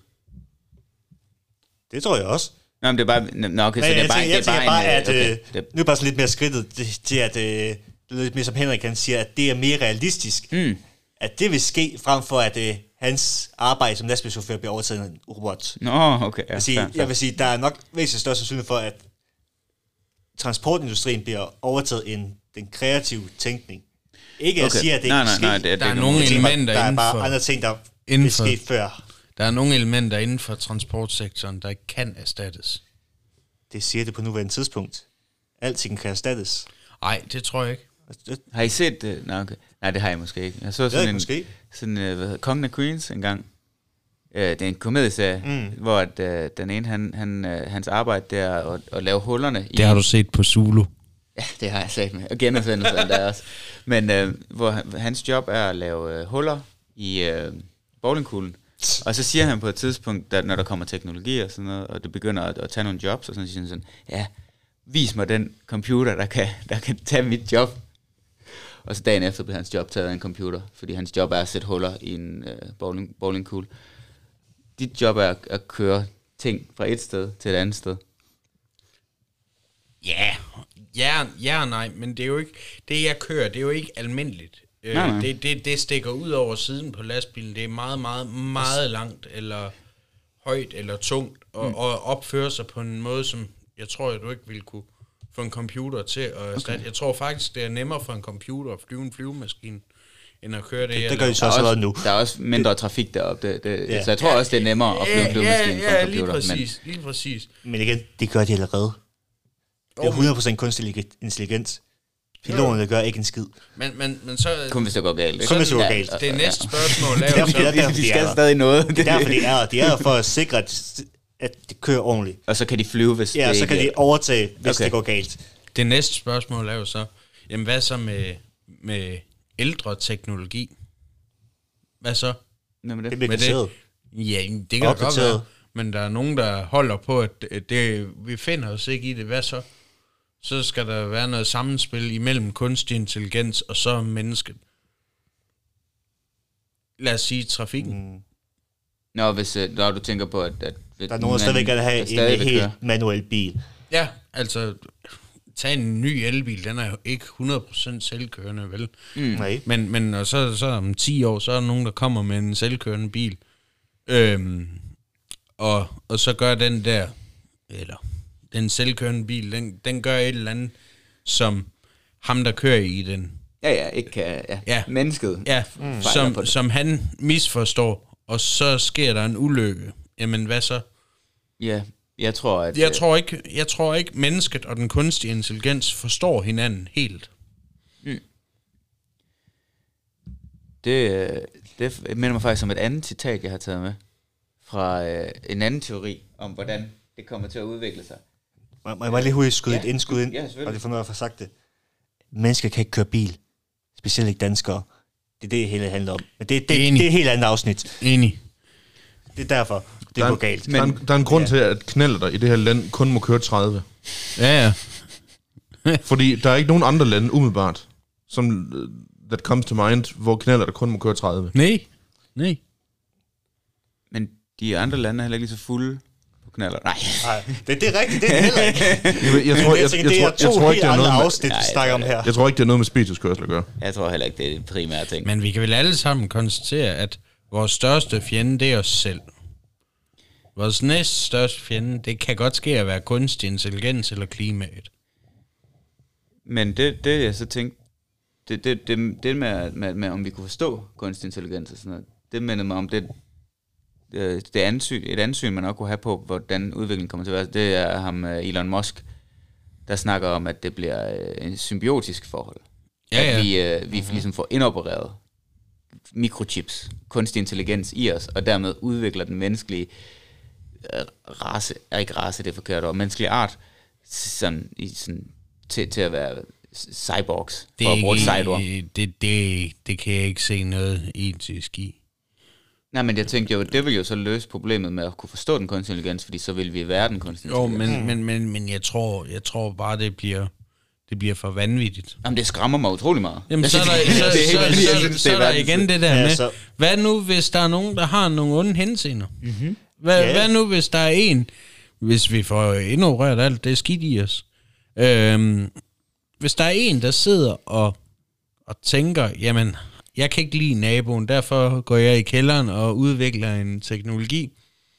Speaker 1: Det tror jeg også.
Speaker 4: Nå, men det er bare... Nå, okay, så det er bare...
Speaker 1: Jeg tænker bare, at...
Speaker 4: Okay,
Speaker 1: nu er bare sådan lidt mere skridtet til, at... det er lidt mere som Henrik han siger, at det er mere realistisk. At det vil ske, frem for at hans arbejde som lastbilchauffør bliver overtaget af en robot.
Speaker 4: Nå, okay. Ja,
Speaker 1: jeg vil sige, der er nok væsentligt større sandsynlighed for, at transportindustrien bliver overtaget end den kreative tænkning. Ikke at sige, at det ikke ske.
Speaker 4: Nej,
Speaker 3: der er nogle elementer
Speaker 1: der er bare
Speaker 3: indenfor,
Speaker 1: andre ting, der vil ske før.
Speaker 3: Der er nogle elementer inden for transportsektoren, der ikke kan erstattes.
Speaker 1: Det siger det på nuværende tidspunkt. Alting kan erstattes.
Speaker 3: Nej, det tror jeg ikke.
Speaker 4: Har I set det? Nej, det har jeg måske ikke. Jeg så sådan Kongen af Queens engang. Det er en komedieserie, hvor den ene, hans arbejde, det er at lave hullerne i...
Speaker 3: Det har du set på Zulu.
Speaker 4: Ja, det har jeg sagt med. Og genudsendelsen der også. Men hvor hans job er at lave huller i bowlingkuglen. Og så siger han på et tidspunkt, når der kommer teknologi og sådan noget, og det begynder at tage nogle jobs, og sådan siger han sådan, ja, vis mig den computer, der kan tage mit job. Og så dagen efter bliver hans job taget af en computer, fordi hans job er at sætte huller i en bowlingkugle. Dit job er at køre ting fra et sted til et andet sted.
Speaker 3: Ja og nej, men det er jo ikke, det jeg kører, det er jo ikke almindeligt. Det stikker ud over siden på lastbilen. Det er meget, meget, meget langt, eller højt, eller tungt, og opfører sig på en måde, som jeg tror, at du ikke ville kunne få en computer til at erstatte. Jeg tror faktisk, det er nemmere for en computer at flyve en flyvemaskine, end at køre det her.
Speaker 1: Det gør de så også allerede nu.
Speaker 4: Der er også mindre trafik deroppe. Så jeg tror også, det er nemmere at flyve en flyvemaskine fra en computer.
Speaker 3: Lige præcis.
Speaker 1: Men igen, det gør de allerede. Det er 100% kunstig intelligens. Piloterne gør ikke en skid.
Speaker 3: Men så...
Speaker 4: Kun hvis det går galt.
Speaker 1: Kun hvis det går galt.
Speaker 3: Det næste spørgsmål er jo så...
Speaker 4: De skal stadig noget.
Speaker 1: Det er derfor, de er for at sikre, at det kører ordentligt.
Speaker 4: Og så kan de flyve, hvis det
Speaker 1: så
Speaker 4: ikke...
Speaker 1: kan de overtage, hvis det går galt.
Speaker 3: Det næste spørgsmål er jo så, jamen hvad så med ældre teknologi? Hvad så?
Speaker 4: Nå, med
Speaker 1: Det
Speaker 4: det.
Speaker 1: bliver kasseret.
Speaker 3: Ja, det kan da godt være. Men der er nogen, der holder på, at vi finder os ikke i det. Hvad så? Så skal der være noget sammenspil imellem kunstig intelligens og så mennesket. Lad os sige trafikken.
Speaker 4: Nå, hvis du tænker på, at
Speaker 1: der er nogen, der stadigvæk kan have en helt manuel bil.
Speaker 3: Ja, altså, tag en ny elbil, den er jo ikke 100% selvkørende, vel?
Speaker 1: Nej.
Speaker 3: Men og så om 10 år, så er der nogen, der kommer med en selvkørende bil. Og så gør den der, eller den selvkørende bil, den gør et eller andet, som ham, der kører i den.
Speaker 4: ikke kan... Ja. Mennesket.
Speaker 3: Ja, som han misforstår, og så sker der en ulykke. Jamen, hvad så?
Speaker 4: Ja, jeg tror, at...
Speaker 3: Jeg tror ikke, mennesket og den kunstige intelligens forstår hinanden helt.
Speaker 4: Det minder mig faktisk om et andet citat, jeg har taget med, fra en anden teori, om hvordan det kommer til at udvikle sig.
Speaker 1: Må jeg bare lige huske et indskud ind, og det får noget at få sagt det. Mennesker kan ikke køre bil. Specielt ikke danskere. Det er det hele handler om. Men det er et helt andet afsnit.
Speaker 3: Enig.
Speaker 1: Det er derfor, det går galt.
Speaker 2: Der er en grund til, at knallerter i det her land kun må køre 30.
Speaker 3: Ja.
Speaker 2: Fordi der er ikke nogen andre lande umiddelbart, som that comes to mind, hvor knallerter kun må køre 30.
Speaker 3: Nej.
Speaker 4: Men de andre lande er heller ikke lige så fulde på knaller. Nej,
Speaker 1: det er rigtigt, det er heller ikke.
Speaker 2: Jeg tror ikke, det er noget
Speaker 1: afsnit, vi snakker om her.
Speaker 2: Jeg tror ikke, det er noget med spirituskørsel at gøre.
Speaker 4: Jeg tror heller ikke, det er det primære ting.
Speaker 3: Men vi kan vel alle sammen konstatere, at vores største fjende, det er os selv. Vores næst største fjende, det kan godt ske at være kunstig intelligens eller klimaet.
Speaker 4: Men det jeg så tænkte, det med om vi kunne forstå kunstig intelligens og sådan noget, det minder mig om et ansyn, man nok kunne have på, hvordan udviklingen kommer til at være. Det er ham, Elon Musk, der snakker om, at det bliver en symbiotisk forhold. Ja. At vi ligesom får indopereret mikrochips, kunstig intelligens i os, og dermed udvikler den menneskelige race, det er forkert ord, menneskelig art, til at være cyborgs, for at bruge et sejlord.
Speaker 3: Det kan jeg ikke se noget etisk i.
Speaker 4: Nej, men jeg tænkte jo, det vil jo så løse problemet med at kunne forstå den kunstig intelligens, fordi så vil vi være den kunstig intelligens.
Speaker 3: Men jeg tror bare, det bliver for vanvittigt.
Speaker 4: Jamen, det skræmmer mig utrolig meget.
Speaker 3: Jamen, så er der igen det der med, hvad nu, hvis der er nogen, der har nogle onde henseender? Mm-hmm. Hvad nu, hvis der er en, hvis vi får ignoreret alt det skidt i os? Hvis der er en, der sidder og tænker, jamen, jeg kan ikke lide naboen, derfor går jeg i kælderen og udvikler en teknologi,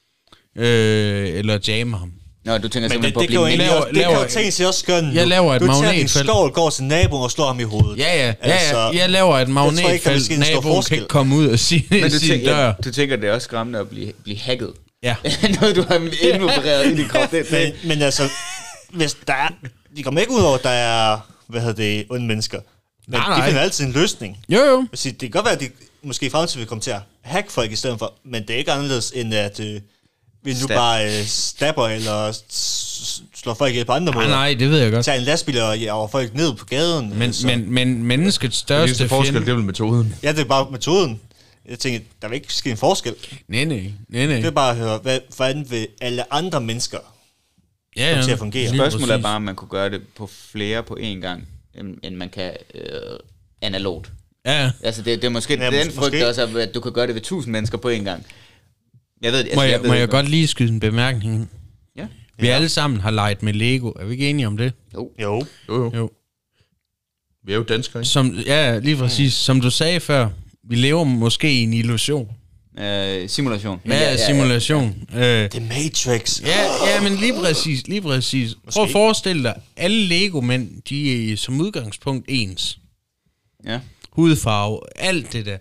Speaker 3: eller jammer ham.
Speaker 4: Nå, du tænker
Speaker 1: simpelthen på at blive... Det kan jo tænke sig også skønt.
Speaker 3: Jeg laver et magnetfelt.
Speaker 1: Du tager din skovl, går til naboen og slår ham i hovedet.
Speaker 3: Ja. Jeg laver et magnetfelt. Naboen kan ikke komme ud og sige sin dør.
Speaker 4: Du tænker, det er også skræmmende at blive hacket.
Speaker 3: Ja.
Speaker 4: Noget, du har indopereret i din krop.
Speaker 1: Men altså, hvis der er... De kommer ikke ud over, at der er, onde mennesker. Men de finder altid en løsning.
Speaker 3: Jo.
Speaker 1: Det kan godt være, at de måske i fremtiden vil komme til at hacke folk i stedet for, men det er ikke anderledes, end at vi nu bare stabber eller slår folk ihjel på andre måder.
Speaker 3: Nej, det ved jeg godt.
Speaker 1: Tager en lastbil og folk ned på gaden.
Speaker 3: Men menneskets største fjende...
Speaker 2: forskel, det er vel metoden.
Speaker 1: Ja, det er bare metoden. Jeg tænker, der vil ikke ske en forskel.
Speaker 3: Nej.
Speaker 1: Det er bare at høre, hvordan vil alle andre mennesker komme til at fungere.
Speaker 4: Spørgsmålet er bare, om man kunne gøre det på flere på én gang, end man kan analogt.
Speaker 3: Ja.
Speaker 4: Altså, det er måske den frygt også, at du kan gøre det ved 1000 mennesker på én gang. Jeg ved,
Speaker 3: må jeg godt lige skyde en bemærkning ind?
Speaker 4: Ja.
Speaker 3: Vi alle sammen har leget med Lego. Er vi ikke enige om det?
Speaker 1: Jo.
Speaker 2: Vi er jo danskere, ikke?
Speaker 3: Lige præcis. Som du sagde før, vi lever måske i en illusion.
Speaker 4: Simulation.
Speaker 3: Simulation.
Speaker 1: The Matrix.
Speaker 3: Ja, men lige præcis. Prøv at forestille dig, alle Lego-mænd, de er som udgangspunkt ens.
Speaker 4: Ja.
Speaker 3: hudfarve, alt det der.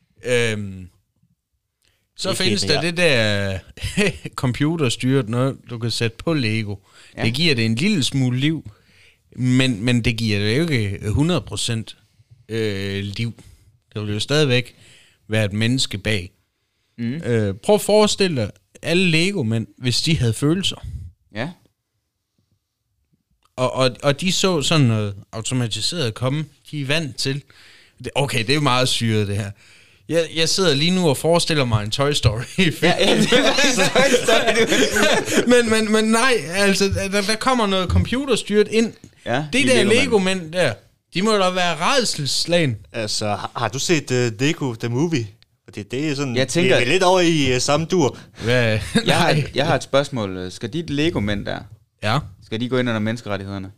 Speaker 3: Så findes der det der computerstyret noget, du kan sætte på Lego. Ja. Det giver det en lille smule liv, men det giver det jo ikke 100% liv. Der vil jo stadigvæk være et menneske bag. Prøv at forestille dig alle Lego-mænd, hvis de havde følelser.
Speaker 4: Ja.
Speaker 3: Og de så sådan noget automatiseret komme. De er vant til. Okay, det er jo meget syret, det her. Jeg sidder lige nu og forestiller mig en Toy Story-film.
Speaker 4: Ja, det er Toy Story.
Speaker 3: men nej, altså, der kommer noget computerstyret ind.
Speaker 4: Ja,
Speaker 3: det der Lego-mænd der, de må da være rædselsslagen.
Speaker 1: Altså, har du set Lego The Movie? Fordi det er sådan,
Speaker 4: jeg tænker,
Speaker 1: vi er lidt over i samme dur.
Speaker 4: Jeg har et spørgsmål. Skal de Lego-mænd der?
Speaker 3: Ja.
Speaker 4: Skal de gå ind under menneskerettighederne?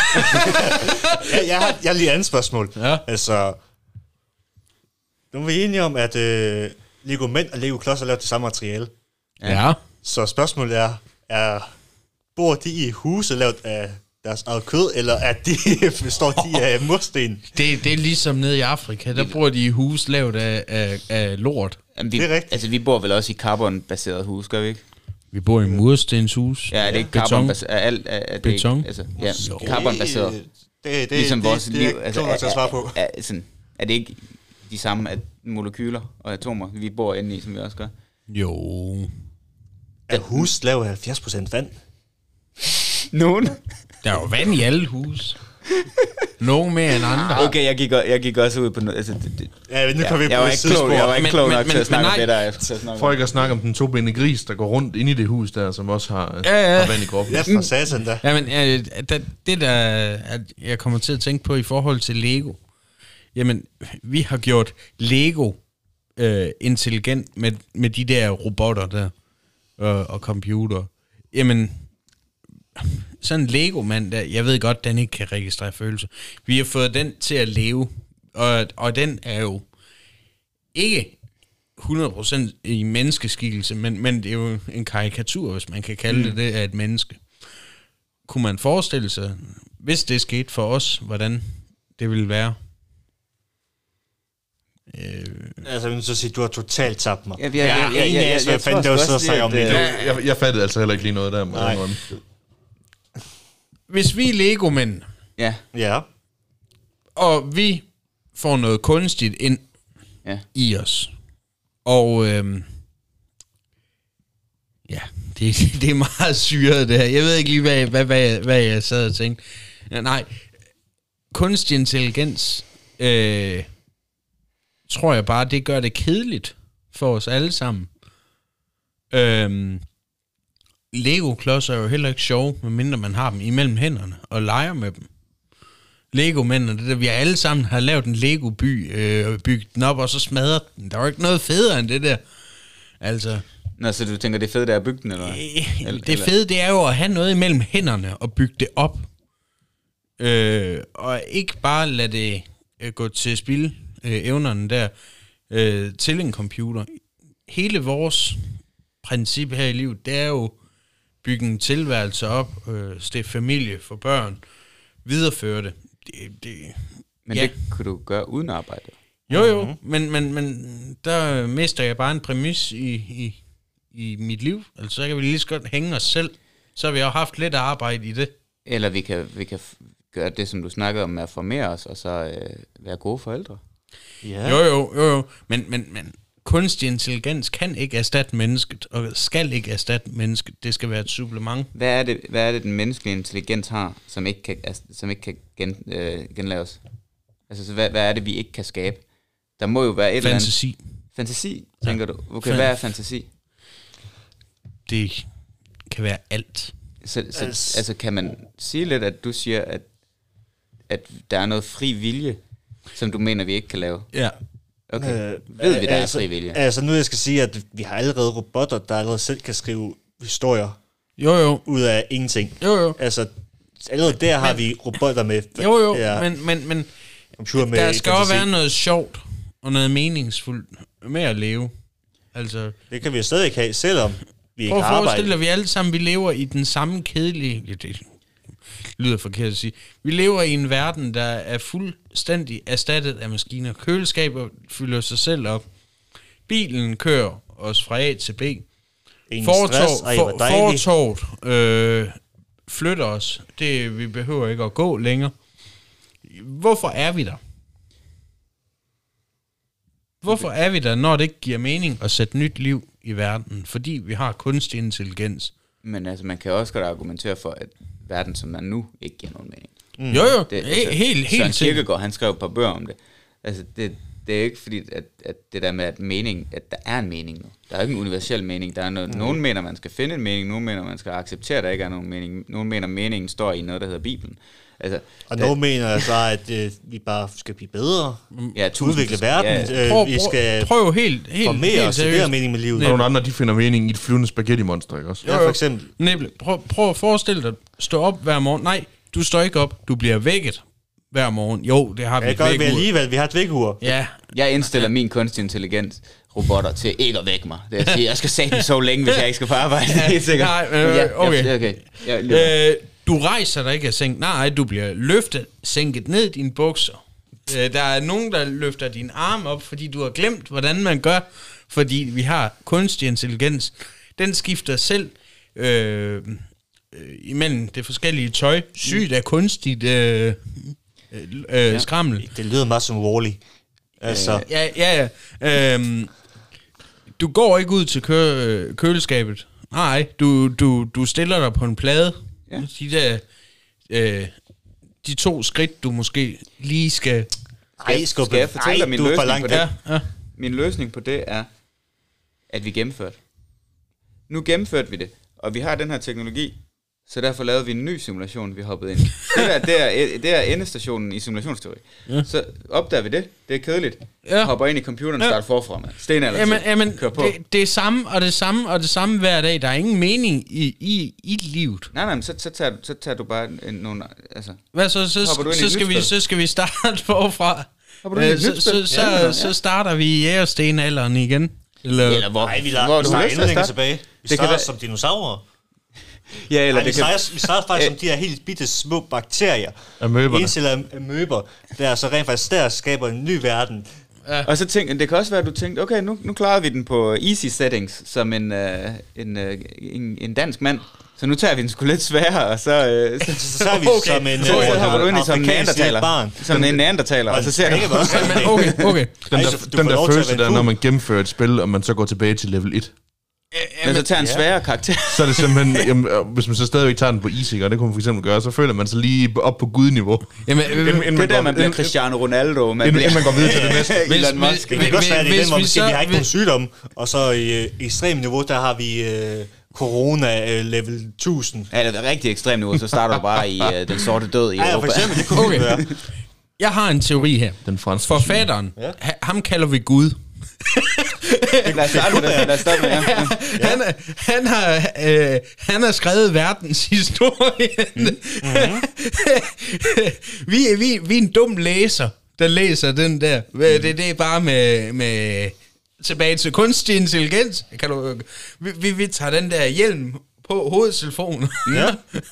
Speaker 1: jeg har lige et andet spørgsmål.
Speaker 3: Ja.
Speaker 1: Altså, nu er vi enige om, at Lego Mænd og Lego Klodser laver det samme materiale.
Speaker 3: Ja.
Speaker 1: Så spørgsmålet bor de i huse lavet af deres eget kød, eller at består de af mursten?
Speaker 3: Det er ligesom nede i Afrika, der bor de i hus lavet af lort.
Speaker 4: Jamen,
Speaker 1: det er rigtigt.
Speaker 4: Altså, vi bor vel også i carbon-baseret hus, gør vi ikke?
Speaker 3: Vi bor i murstenshus.
Speaker 4: Ja, er det ikke carbon-baseret?
Speaker 3: Beton?
Speaker 4: Altså, ja, carbon-baseret. Ligesom vores liv. Altså, er det ikke de samme molekyler og atomer, vi bor inde i, som vi også gør?
Speaker 3: Jo.
Speaker 1: Er hus lavet af 70% vand?
Speaker 4: Nogen.
Speaker 3: Der er jo vand i alle hus. Nogen mere end andre.
Speaker 4: Okay, jeg gik også ud på noget. Altså,
Speaker 1: ja, nu kan vi
Speaker 4: jeg var ikke klog nok til at snakke om det der.
Speaker 2: For ikke at snakke om den tobenede gris, der går rundt inde i det hus der, som også har vand i kroppen.
Speaker 1: Ja, for satan da.
Speaker 3: Jamen, det der, jeg kommer til at tænke på i forhold til Lego. Jamen, vi har gjort Lego intelligent med de der robotter der og computer. Jamen, sådan en Lego-mand der, jeg ved godt, den ikke kan registrere følelser. Vi har fået den til at leve, og den er jo ikke 100% i menneskeskikkelse, men det er jo en karikatur, hvis man kan kalde det af et menneske. Kunne man forestille sig, hvis det skete for os, hvordan det ville være?
Speaker 1: Altså, jeg vil så sige, du har totalt tabt mig.
Speaker 2: Jeg fattede altså heller ikke lige noget der.
Speaker 1: Nej.
Speaker 3: Hvis vi er Lego-mænd,
Speaker 1: ja,
Speaker 3: og vi får noget kunstigt ind i os, og det er meget syret det her. Jeg ved ikke lige, hvad jeg sad og tænkte. Nej, kunstig intelligens, tror jeg bare, det gør det kedeligt for os alle sammen. Lego-klodser er jo heller ikke sjove, medmindre man har dem imellem hænderne og leger med dem. Lego-mændene, det der, vi alle sammen har lavet en Lego-by, bygget den op og så smadret den. Der var ikke noget federe end det der. Altså.
Speaker 4: Nå, så du tænker, det er fedt, der er bygget den, eller?
Speaker 3: Det fede, det er jo at have noget imellem hænderne og bygge det op. Og ikke bare lade det gå til spil, evnerne der, til en computer. Hele vores princip her i livet, det er jo bygge en tilværelse op, stifte familie for børn, videreføre det.
Speaker 4: Men det kunne du gøre uden arbejde.
Speaker 3: Jo, men der mister jeg bare en præmis i mit liv. Altså, så kan vi lige så godt hænge os selv. Så har vi jo haft lidt arbejde i det.
Speaker 4: Eller vi kan gøre det, som du snakkede om, med at formere os, og så være gode forældre.
Speaker 3: Ja. Jo. Men kunstig intelligens kan ikke erstatte mennesket, og skal ikke erstatte mennesket. Det skal være et supplement.
Speaker 4: Hvad er det den menneskelige intelligens har, som ikke kan genlaves? Altså, hvad er det, vi ikke kan skabe? Der må jo være et
Speaker 3: fantasi.
Speaker 4: eller andet. Fantasi, tænker du? Okay, hvad er fantasi?
Speaker 3: Det kan være alt.
Speaker 4: Altså, kan man sige lidt, at du siger, at der er noget fri vilje, som du mener, vi ikke kan lave?
Speaker 3: Ja.
Speaker 4: Okay. Ved vi, der er fri vilje?
Speaker 1: Altså, nu jeg skal sige, at vi har allerede robotter, der allerede selv kan skrive historier ud af ingenting.
Speaker 3: Jo.
Speaker 1: Altså, allerede der har vi robotter med.
Speaker 3: Men der skal også være noget sjovt og noget meningsfuldt med at leve. Altså,
Speaker 1: det kan vi jo stadig have, selvom vi ikke
Speaker 3: har arbejdet.
Speaker 1: Prøv at forestille
Speaker 3: dig, vi alle sammen vi lever i den samme kedelige... lyder forkert at sige. Vi lever i en verden, der er fuldstændig erstattet af maskiner. Køleskaber fylder sig selv op. Bilen kører os fra A til B. Fortovet flytter os. Vi behøver ikke at gå længere. Hvorfor er vi der? Hvorfor er vi der, når det ikke giver mening at sætte nyt liv i verden? Fordi vi har kunstig intelligens.
Speaker 4: Men altså, man kan også godt argumentere for, at verden, som er nu, ikke giver nogen mening.
Speaker 3: Jo, det, altså, helt
Speaker 4: Søren Kierkegaard, han skrev et par bøger om det. Altså, det er ikke fordi, at det der med, at der er en mening nu. Der er ikke en universel mening. Der er nogen mener, man skal finde en mening, nogen mener, man skal acceptere, at der ikke er nogen mening. Nogen mener, meningen står i noget, der hedder Bibelen. Altså,
Speaker 1: og nogen mener så, at vi bare skal blive bedre, udvikle verden, vi skal formere os, det er mening med livet.
Speaker 2: Og nogle andre, de finder mening i et flyvende spaghetti-monster, ikke også?
Speaker 1: Ja, for eksempel.
Speaker 3: Nemlig, prøv at forestille dig, stå op hver morgen. Nej, du står ikke op, du bliver vækket hver morgen. Jo, det har vi et vækkeur.
Speaker 1: Alligevel, vi har et vækkeur.
Speaker 3: Ja.
Speaker 4: Jeg indstiller min kunstig intelligens robotter til ikke at vække mig. Det er at sige, jeg skal satme så længe, hvis jeg ikke skal på arbejde. Helt sikkert.
Speaker 3: Nej, okay.
Speaker 4: Du
Speaker 3: rejser dig ikke af sengen. Nej, du bliver løftet, sænket ned i dine bukser. Der er nogen, der løfter din arm op, fordi du har glemt, hvordan man gør. Fordi vi har kunstig intelligens. Den skifter selv imellem det forskellige tøj. Sygt af kunstigt skrammel.
Speaker 1: Det lyder meget som Wall-E. Altså.
Speaker 3: Ja. Du går ikke ud til køleskabet. Nej, du stiller dig på en plade. Ja. De 2 skridt, du måske lige skal...
Speaker 4: Skal jeg fortælle dig min løsning på det? Ja. Min løsning på det er, at vi gennemførte. Nu gennemførte vi det, og vi har den her teknologi, så derfor lavede vi en ny simulation, vi hoppede ind. Det er endestationen i simulationsteori. Ja. Så opdager vi det. Det er kedeligt. Ja. Hopper ind i computeren og starter forfra med.
Speaker 3: Jamen, det er samme og det samme hver dag. Der er ingen mening i livet.
Speaker 4: Nej, men så tager du bare nogle... Altså,
Speaker 3: hvad så skal vi starte forfra. Så starter vi i jægerstenalderen igen.
Speaker 1: Eller hvor? Nej, vi lader endnu tilbage. Vi starter som dinosaurer.
Speaker 4: Ja, eller
Speaker 1: vi starter faktisk som de her helt bitte små bakterier. Enceller amøber, der så rent faktisk der skaber en ny verden.
Speaker 4: Ja. Og så det kan også være, at du tænkte, okay, nu klarer vi den på easy settings, som en dansk mand. Så nu tager vi den sgu lidt sværere, og så er
Speaker 1: vi som en
Speaker 4: neandertaler. Som en neandertaler, og så ser du...
Speaker 3: Okay.
Speaker 2: Den der følelse der, når man gennemfører et spil, og man så går tilbage til level 1.
Speaker 4: Men så tager en sværere karakter.
Speaker 2: Så er det simpelthen, hvis man så stadigvæk tager den på easy, og det kunne man for eksempel gøre, så føler man sig lige op på gudniveau.
Speaker 4: Det er der, man bliver Cristiano Ronaldo.
Speaker 2: Inden man går videre til det næste.
Speaker 1: Elon Musk. Det kan også være, det er den, hvor vi har ikke nogen sygdom, og så i ekstrem niveau, der har vi... corona level 1000.
Speaker 4: Ja, det er rigtig ekstremt nu, så starter du bare i den sorte død i Europa.
Speaker 1: Ja, for eksempel, det kunne være.
Speaker 3: Jeg har en teori her.
Speaker 2: Den franske
Speaker 3: forfatteren, ham kalder vi Gud.
Speaker 4: Lad os starte med.
Speaker 3: Han har skrevet verdenshistorien. Vi er en dum læser, der læser den der. Det er bare med tilbage til kunstig intelligens. Vi tager den der hjelm på hovedtelefonen. Ja.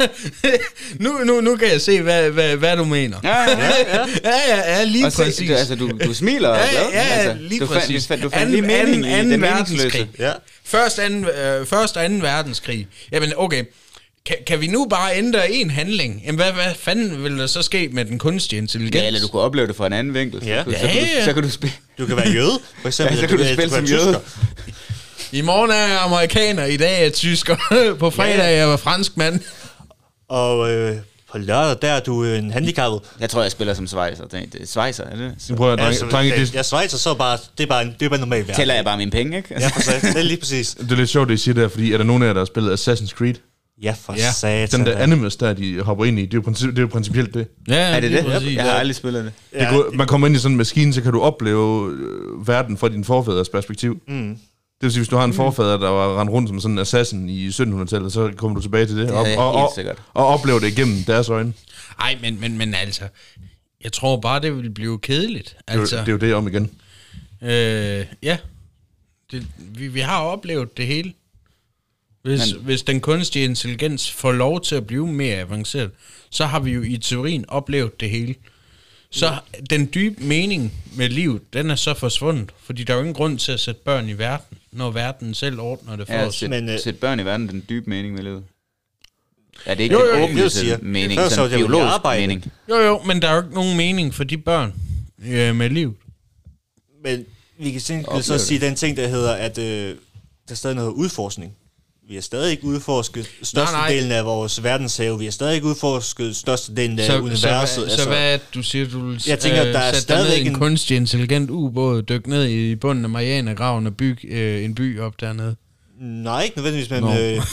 Speaker 3: nu kan jeg se, hvad du mener. Ja, lige præcis.
Speaker 4: Du smiler og glad.
Speaker 3: Ja, lige præcis.
Speaker 4: Du fandt lige mening i den verdenskrig.
Speaker 3: Ja. Først og anden verdenskrig. Jamen, okay. Kan vi nu bare ændre en handling? Jamen, hvad fanden vil der så ske med den kunstige intelligens?
Speaker 4: Ja, eller du kunne opleve det fra en anden vinkel.
Speaker 1: Ja.
Speaker 4: Så kan du spille.
Speaker 1: Du kan være jøde, for eksempel.
Speaker 4: Ja, så kan du spille som jøde.
Speaker 3: I morgen er jeg amerikaner, i dag er tysker. På fredag er jeg franskmand.
Speaker 1: Og på lørdag, der er du en handicappet.
Speaker 4: Jeg tror, jeg spiller som svejser. Svejser, er det?
Speaker 1: Jeg svejser, så bare, det er bare normalt værd.
Speaker 4: Tæller jeg bare mine penge, ikke?
Speaker 1: Ja, det er lige præcis.
Speaker 2: Det er lidt sjovt, det I siger der, fordi er der nogen af jer, der har spillet Assassin's Creed?
Speaker 1: Ja, for satan.
Speaker 2: Den der Animus, der de hopper ind i, det er jo principielt det.
Speaker 3: Ja,
Speaker 4: er det? Jeg har aldrig spillet det.
Speaker 2: Man kommer ind i sådan en maskine, så kan du opleve verden fra din forfædres perspektiv. Det vil sige, hvis du har en forfader, der var rendt rundt som sådan en assassin i 1700-tallet, så kommer du tilbage til det og oplever det igennem deres øjne.
Speaker 3: Ej, men altså, jeg tror bare, det vil blive kedeligt. Altså,
Speaker 2: det er jo det om igen.
Speaker 3: Ja, vi har oplevet det hele. Hvis den kunstige intelligens får lov til at blive mere avanceret, så har vi jo i teorien oplevet det hele. Så den dybe mening med livet, den er så forsvundet, fordi der er jo ingen grund til at sætte børn i verden, når verden selv ordner det for os.
Speaker 4: Sætte børn i verden, den dybe mening med livet. Er det ikke
Speaker 3: Jo,
Speaker 4: en
Speaker 3: jo,
Speaker 4: åbenlyse mening, sådan en biologisk mening?
Speaker 3: Jo, men der er jo ikke nogen mening for de børn med livet.
Speaker 1: Men vi kan så sige den ting, der hedder, at der er stadig noget udforskning. Vi har stadig ikke udforsket størstedelen af vores verdenshave. Vi har stadig ikke udforsket størstedelen af universet.
Speaker 3: Så hvad er det, du siger, du vil
Speaker 1: jeg tænker, der er stadig
Speaker 3: en kunstig intelligent ubåd, dykke ned i bunden af Marianergraven og bygge en by op dernede?
Speaker 1: Nej, ikke nødvendigvis, men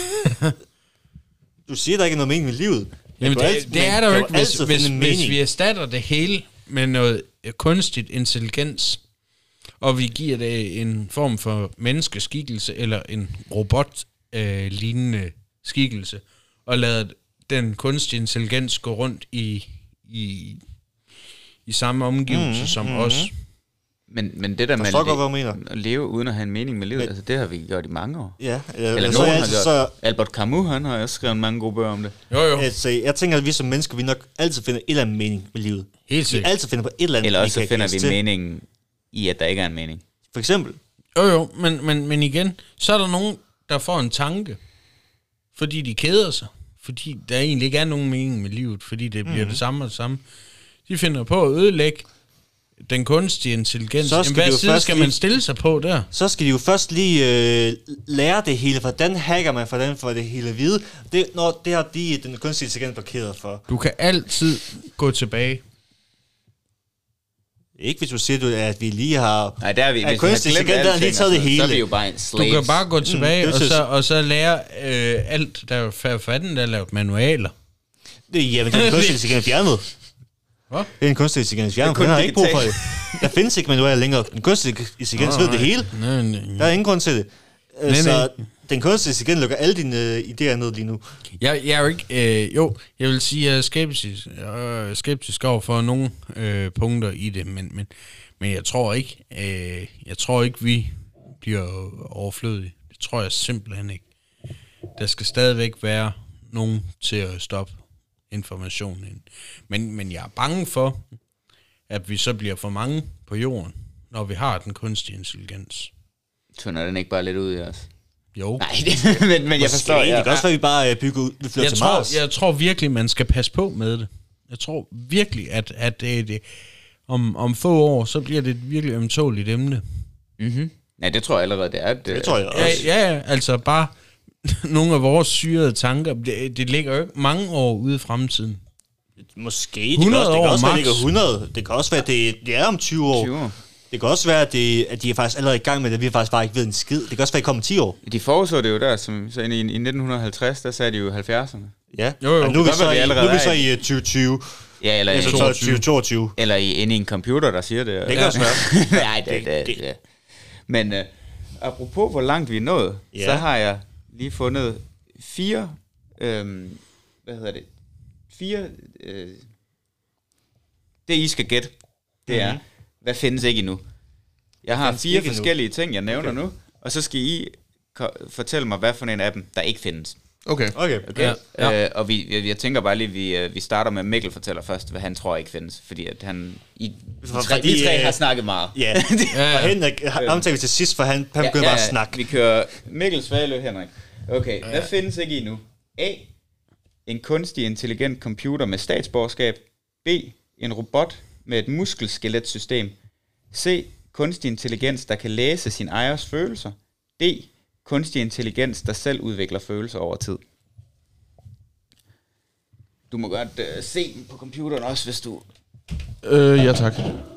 Speaker 1: du siger, der ikke er noget mening med livet.
Speaker 3: Jamen, det er der jo ikke, hvis vi erstatter det hele med noget kunstigt intelligens, og vi giver det en form for menneskeskikkelse eller en robot-lignende skikkelse, og lader den kunstige intelligens gå rundt i samme omgivelser som os.
Speaker 4: Men det der med at leve uden at have en mening med livet, altså det har vi gjort i mange år.
Speaker 1: Ja,
Speaker 4: eller nogen har gjort. Albert Camus, han har også skrevet mange gode bøger om det.
Speaker 3: Jo.
Speaker 1: Altså, jeg tænker, at vi som mennesker, vi nok altid finder et eller andet mening med livet.
Speaker 3: Helt sikkert.
Speaker 1: Vi altid finder på et eller andet.
Speaker 4: Eller også finder vi meningen i, at der ikke er en mening.
Speaker 1: For eksempel.
Speaker 3: Jo, men igen, så er der nogen, der får en tanke, fordi de keder sig, fordi der egentlig ikke er nogen mening med livet, fordi det bliver det samme og det samme. De finder på at ødelægge den kunstige intelligens. Jamen, hvad side skal man stille sig på der?
Speaker 1: Så skal de jo først lige lære det hele. Hvordan hacker man, hvordan får det hele at vide? Det har den kunstige intelligens blokeret for.
Speaker 3: Du kan altid gå tilbage.
Speaker 1: Ikke hvis du siger, at vi lige har...
Speaker 4: Nej, der er vi.
Speaker 1: At kunstig intelligens, der har lige taget det hele.
Speaker 4: Så er vi jo bare en slave.
Speaker 3: Du kan bare gå tilbage og så lære alt. Der er jo fanden, der er lavet manualer.
Speaker 1: Jamen, den kunstige intelligens fjernet.
Speaker 3: Hvad?
Speaker 1: Det er en kunstig intelligens fjernet. Den har ikke brug for det. Der findes ikke manualer længere. Den kunstige intelligens ved det hele. Der er ingen grund til det. Så den kunstige intelligens lukker alle dine idéer ned lige nu.
Speaker 3: Jeg er jo ikke... jeg vil sige, at jeg er skeptisk over for nogle punkter i det, men jeg tror ikke, vi bliver overflødige. Det tror jeg simpelthen ikke. Der skal stadigvæk være nogen til at stoppe informationen ind. Men jeg er bange for, at vi så bliver for mange på jorden, når vi har den kunstige intelligens.
Speaker 4: Tønder den ikke bare lidt ud i os?
Speaker 3: Jo.
Speaker 4: Nej, men jeg forstår.
Speaker 1: Det kan også være, at vi bare bygger ud. Vi flytter til Mars.
Speaker 3: Jeg tror virkelig, man skal passe på med det. Jeg tror virkelig, at det om få år, så bliver det et virkelig ømtåligt emne.
Speaker 4: Mhm. Nej, det tror jeg allerede, det er.
Speaker 1: Det tror jeg også.
Speaker 3: Ja, altså bare nogle af vores syrede tanker, det ligger jo ikke mange år ude i fremtiden.
Speaker 1: Måske. Det kan også være, det ligger 100. Det kan også være, at det er om 20 år. 20 år. Det kan også være, at de er faktisk allerede i gang med det, vi faktisk bare ikke ved en skid. Det kan også være, at det kommer 10 år.
Speaker 4: De foreså det jo der, som så i 1950, der sagde de jo 70'erne.
Speaker 1: Ja, jo. Nu er vi så i 2020.
Speaker 4: Ja, eller
Speaker 1: i 2022.
Speaker 4: Eller inde i en computer, der siger det.
Speaker 1: Det kan også være.
Speaker 4: Nej, det. Men apropos, hvor langt vi er nået, så har jeg lige fundet 4 det I skal gætte, det er, hvad findes ikke endnu? Jeg har 4 forskellige ting, jeg nævner nu, og så skal I fortælle mig, hvad for en af dem, der ikke findes.
Speaker 2: Okay.
Speaker 4: Ja. Og jeg tænker bare lige, vi starter med Mikkel fortæller først, hvad han tror ikke findes, fordi at han vi tre har snakket meget.
Speaker 1: Ja. Og Henrik omtaler vi til sidst, for han begynder bare at snakke.
Speaker 4: Vi kører Mikkel, Svalø, Henrik. Okay, hvad findes ikke endnu? A. En kunstig intelligent computer med statsborgerskab. B. En robot med et muskelskeletsystem. C. Kunstig intelligens, der kan læse sin ejers følelser. D. Kunstig intelligens, der selv udvikler følelser over tid. Du må godt se den på computeren også, hvis du...
Speaker 2: Ja, tak.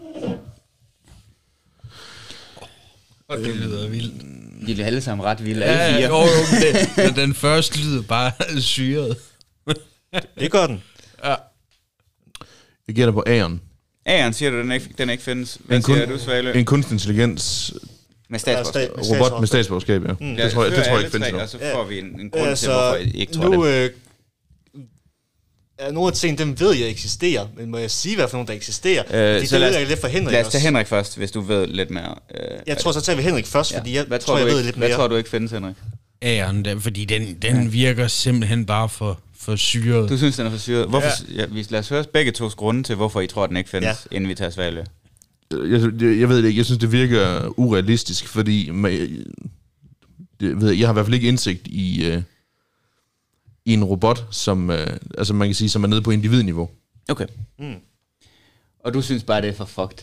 Speaker 3: Og det lyder vildt.
Speaker 4: De er alle sammen ret vilde,
Speaker 3: alle 4. Den første lyder bare syret.
Speaker 1: Det gør den.
Speaker 3: Ja.
Speaker 2: Jeg gætter på A'eren.
Speaker 4: A'eren siger du, den ikke findes. Hvad siger du, Svalø?
Speaker 2: En kunstig intelligens...
Speaker 4: Med statsborgerskab.
Speaker 2: Robot med statsborgerskab, ja. Det tror jeg ikke findes nu.
Speaker 4: Og så får vi en grund til, hvorfor I ikke tror det.
Speaker 1: Nogle af tingene, dem ved jeg eksisterer, men må jeg sige, hvad for nogle, der eksisterer?
Speaker 4: Så
Speaker 1: lad os lidt for Henrik.
Speaker 4: Lad os tage Henrik først, hvis du ved lidt mere.
Speaker 1: Jeg tror, så tager vi Henrik først, fordi jeg tror, jeg ved lidt mere.
Speaker 4: Hvad tror du ikke findes, Henrik?
Speaker 3: A'eren der, fordi den virker simpelthen bare for syret.
Speaker 4: Du synes, den er for syret. Hvorfor? Ja. Lad os høre begge tos grunde til, hvorfor I tror, den ikke findes, inden vi tager Svalø.
Speaker 2: Jeg ved det ikke. Jeg synes, det virker urealistisk, fordi jeg har i hvert fald ikke indsigt i en robot, som altså man kan sige, som er nede på individniveau.
Speaker 4: Okay. Og du synes bare, det er for fucked?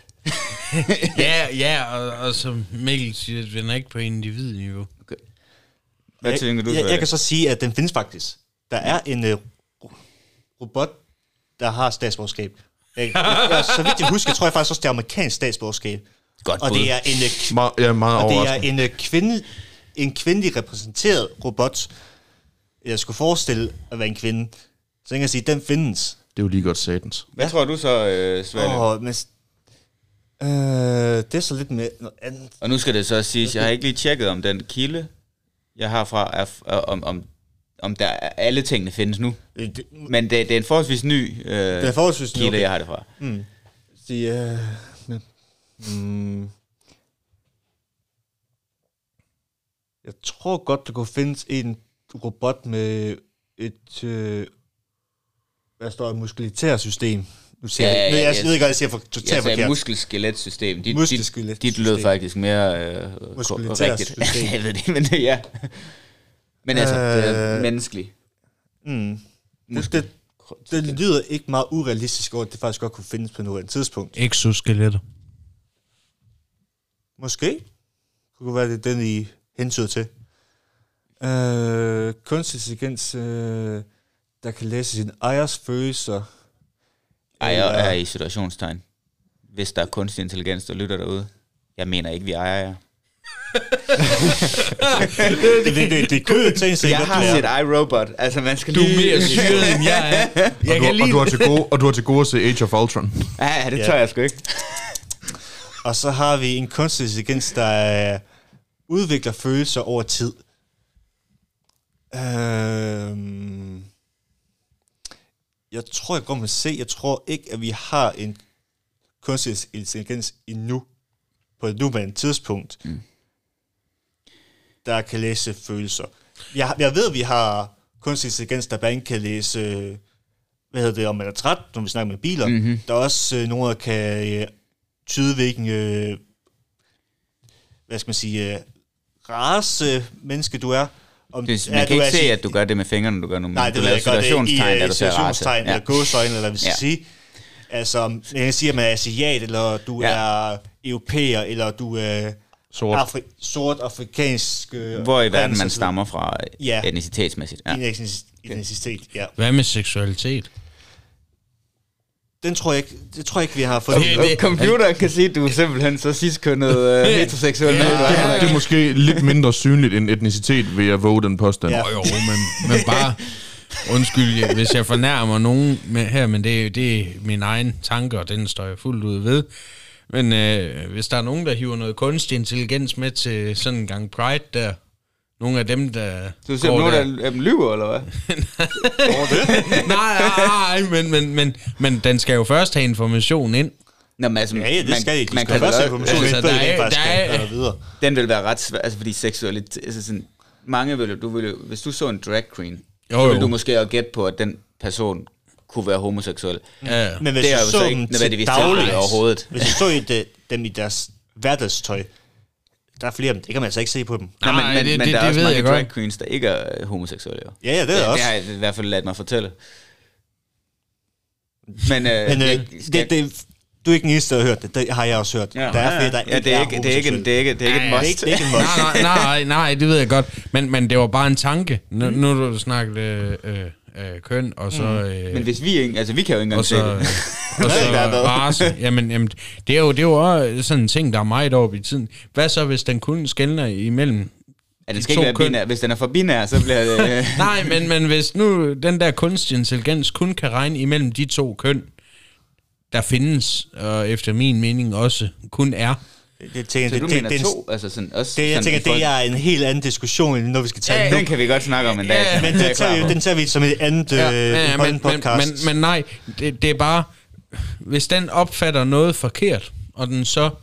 Speaker 3: og som Mikkel siger, den er ikke på individniveau.
Speaker 4: Okay. Hvad tænker du?
Speaker 1: Jeg kan så sige, at den findes faktisk. Der er en robot, der har statsborgerskab. Så vidt jeg husker, tror jeg faktisk også, det er amerikansk statsborgerskab.
Speaker 4: Godt
Speaker 1: og
Speaker 4: bud.
Speaker 1: det er en kvindelig repræsenteret robot. Jeg skulle forestille at være en kvinde. Så jeg kan sige, at den findes.
Speaker 2: Det er jo lige godt satans.
Speaker 4: Hvad tror du så, Svalø?
Speaker 1: Det er så lidt med noget andet.
Speaker 4: Og nu skal det så siges, jeg har ikke lige tjekket, om den kilde, jeg har fra, om der alle tingene findes nu. Men det er en forholdsvis ny kilde, jeg har det fra.
Speaker 1: Jeg tror godt, der kunne findes en robot med et muskulitært system. Jeg ved ikke, jeg siger for totalt forkert.
Speaker 4: Muskelskeletsystem. Dit lød faktisk mere
Speaker 1: muskulitært
Speaker 4: system. Jeg ved det, men det ja. Men altså, det er menneskeligt.
Speaker 1: Det lyder ikke meget urealistisk over, at det faktisk godt kunne findes på noget tidspunkt.
Speaker 3: Exoskeletter.
Speaker 1: Måske. Det kunne være det, den I hensyder til. Kunstig intelligens, der kan læse sin ejers følelser.
Speaker 4: Ejer er i situationstegn. Hvis der er kunstig intelligens, der lytter derude. Jeg mener ikke, vi ejer jer.
Speaker 1: det er kødet til en sikkert.
Speaker 4: Jeg har set iRobot. Altså, man skal
Speaker 3: lige... Du er mere syret, end jeg er.
Speaker 2: Og du har til gode at se Age of Ultron.
Speaker 4: Ja, det tør jeg sgu ikke.
Speaker 1: Og så har vi en kunstig intelligens, der udvikler følelser over tid. Jeg tror, jeg går med C. Jeg tror ikke, at vi har en kunstig intelligens endnu, på et nuværende tidspunkt, der kan læse følelser. Jeg ved, at vi har kunstig intelligens, der bare kan læse, om man er træt, når vi snakker med biler. Mm-hmm. Der er også nogle, der kan tyde, hvilken, race menneske du er.
Speaker 4: Man kan ikke se, at du gør det med fingrene, du gør nu.
Speaker 1: Nej, det ved jeg godt, det er i situationstegn, eller gåsøjne, eller hvad skal sige. Altså, jeg kan sige, at man er asiat, eller du er europæer, eller du er sort afrikansk...
Speaker 4: Hvor i verden man stammer fra etnicitetsmæssigt.
Speaker 1: Ja. Etnicitet, ja.
Speaker 3: Hvad med seksualitet?
Speaker 1: Det tror jeg ikke, vi har fået.
Speaker 4: Computeren kan sige, at du er simpelthen så ciskønnet heteroseksuel.
Speaker 2: Det er måske lidt mindre synligt end etnicitet, ved at våge den påstand.
Speaker 3: Ja. Jo, men bare... Undskyld, hvis jeg fornærmer nogen her, men det er min egen tanker, og den står jeg fuldt ud ved. Men hvis der er nogen, der hiver noget kunstig intelligens med til sådan en gang Pride der, nogle af dem, der...
Speaker 4: Du siger, nogen af dem lyver, eller hvad?
Speaker 3: Nej, men den skal jo først have information ind.
Speaker 4: Nå, men altså,
Speaker 1: det skal de. Man kan først have information ind,
Speaker 4: den vil være ret svært, altså fordi seksualitet... Altså sådan, mange hvis du så en drag queen, så vil du måske også gætte på, at den person kunne være homoseksuel.
Speaker 1: Ja. Men hvis det er jo så ikke nødvendigvis tilfældet overhovedet. Hvis du så dem i deres hverdagstøj, der er flere af dem, det kan man altså ikke se på dem.
Speaker 4: Nej, men der er også mange drag queens, der ikke er homoseksuelle.
Speaker 1: Ja, det er også.
Speaker 4: Det har jeg i hvert fald ladet mig fortælle. Men
Speaker 1: du er ikke den eneste, der har hørt det. Det har jeg også hørt. Ja, der er flere, der ikke er homoseksuelle.
Speaker 4: Det er ikke en must.
Speaker 1: Det er ikke en must.
Speaker 3: Nej, det ved jeg godt. Men det var bare en tanke. Nu du snakket køn, og så...
Speaker 4: Men hvis vi ikke... Altså, vi kan jo ikke engang se det.
Speaker 3: Og så race. Jamen, det er jo også sådan en ting, der er meget oppe i tiden. Hvad så, hvis den kun skelner imellem...
Speaker 4: Ja, det skal ikke være binær. Hvis den er for binær, så bliver det...
Speaker 3: Nej, men hvis nu den der kunstig intelligens kun kan regne imellem de to køn, der findes, og efter min mening også kun er.
Speaker 4: Jeg
Speaker 1: tænker, det er en helt anden diskussion, end når vi skal tage
Speaker 4: den kan vi godt snakke om en dag.
Speaker 1: Men den tager vi som et andet podcast.
Speaker 3: Men nej, det er bare, hvis den opfatter noget forkert, og den så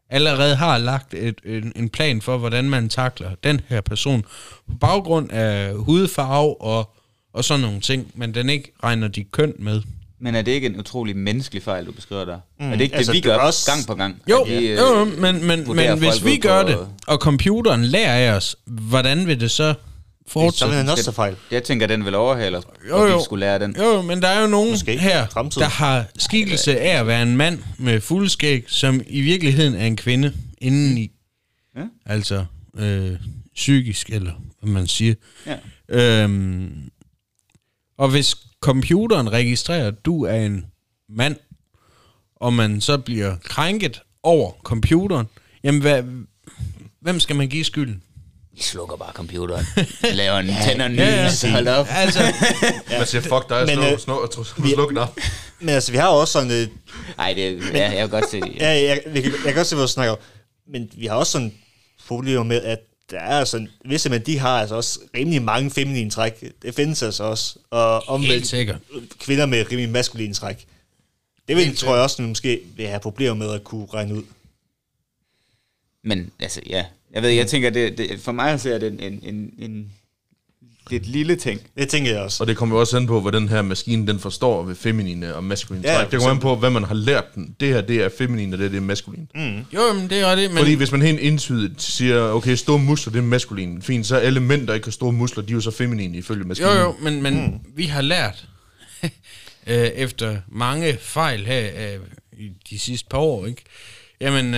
Speaker 3: allerede har lagt en plan for, hvordan man takler den her person på baggrund af hudfarve og sådan nogle ting, men den ikke regner dit køn med.
Speaker 4: Men er det ikke en utrolig menneskelig fejl, du beskriver der? Er det ikke
Speaker 1: Altså,
Speaker 4: det, vi
Speaker 1: det er
Speaker 4: gør
Speaker 1: også-
Speaker 4: gang på gang?
Speaker 3: Jo,
Speaker 4: At vi,
Speaker 3: men hvis
Speaker 4: folk
Speaker 3: vi
Speaker 4: ud
Speaker 3: gør
Speaker 4: på-
Speaker 3: det, og computeren lærer af os, hvordan vil det så
Speaker 1: Så
Speaker 3: fortsætte?
Speaker 1: vil den også tage fejl.
Speaker 4: Jeg tænker, den vil overhale os,
Speaker 3: Jo,
Speaker 4: og
Speaker 3: jo.
Speaker 4: vi skulle lære den.
Speaker 3: Jo, men der er jo nogen
Speaker 1: Måske.
Speaker 3: her,
Speaker 1: Fremtiden.
Speaker 3: der har skikkelse af at være en mand med fuldskæg, som i virkeligheden er en kvinde indeni.
Speaker 4: Ja.
Speaker 3: Altså psykisk, eller hvad man siger.
Speaker 4: Ja.
Speaker 3: Og hvis computeren registrerer, at du er en mand, og man så bliver krænket over computeren, jamen hvem skal man give skylden?
Speaker 4: Vi slukker bare computeren. Laver en tænder ny, så hold op.
Speaker 3: Altså,
Speaker 2: Man siger, fuck dig,
Speaker 1: Men,
Speaker 2: sluk den op.
Speaker 1: Men altså, vi har jo også sådan...
Speaker 4: Ej, jeg kan godt se det.
Speaker 1: Jeg kan godt se, hvad du snakker om. Men vi har også sådan problemer med, at der er sådan... Visse mænd, de har altså også rimelig mange feminine træk. Det findes altså også. Og
Speaker 3: helt
Speaker 1: omvendt
Speaker 3: sikkert.
Speaker 1: kvinder med rimelig maskuline træk. Det vil, tror jeg også, at vi måske vil have problemer med at kunne regne ud.
Speaker 4: Men altså, ja. Jeg tænker, det for mig så er det en lidt lille ting.
Speaker 1: Det tænker jeg også.
Speaker 2: Og det kommer jo også an på, hvad den her maskine, den forstår ved feminine og maskuline
Speaker 1: Ja,
Speaker 2: træk. Det kommer an
Speaker 1: for
Speaker 2: på, hvad man har lært den. Det her, det er feminin, og det er maskulin.
Speaker 3: Jo, men det er det, men...
Speaker 2: Fordi hvis man helt entydigt siger, okay, store muskler, det er maskulin. Fint, så er alle mænd, der ikke har store muskler, de er jo så feminine ifølge maskinen.
Speaker 3: Jo, men vi har lært, efter mange fejl her i de sidste par år, ikke? Jamen,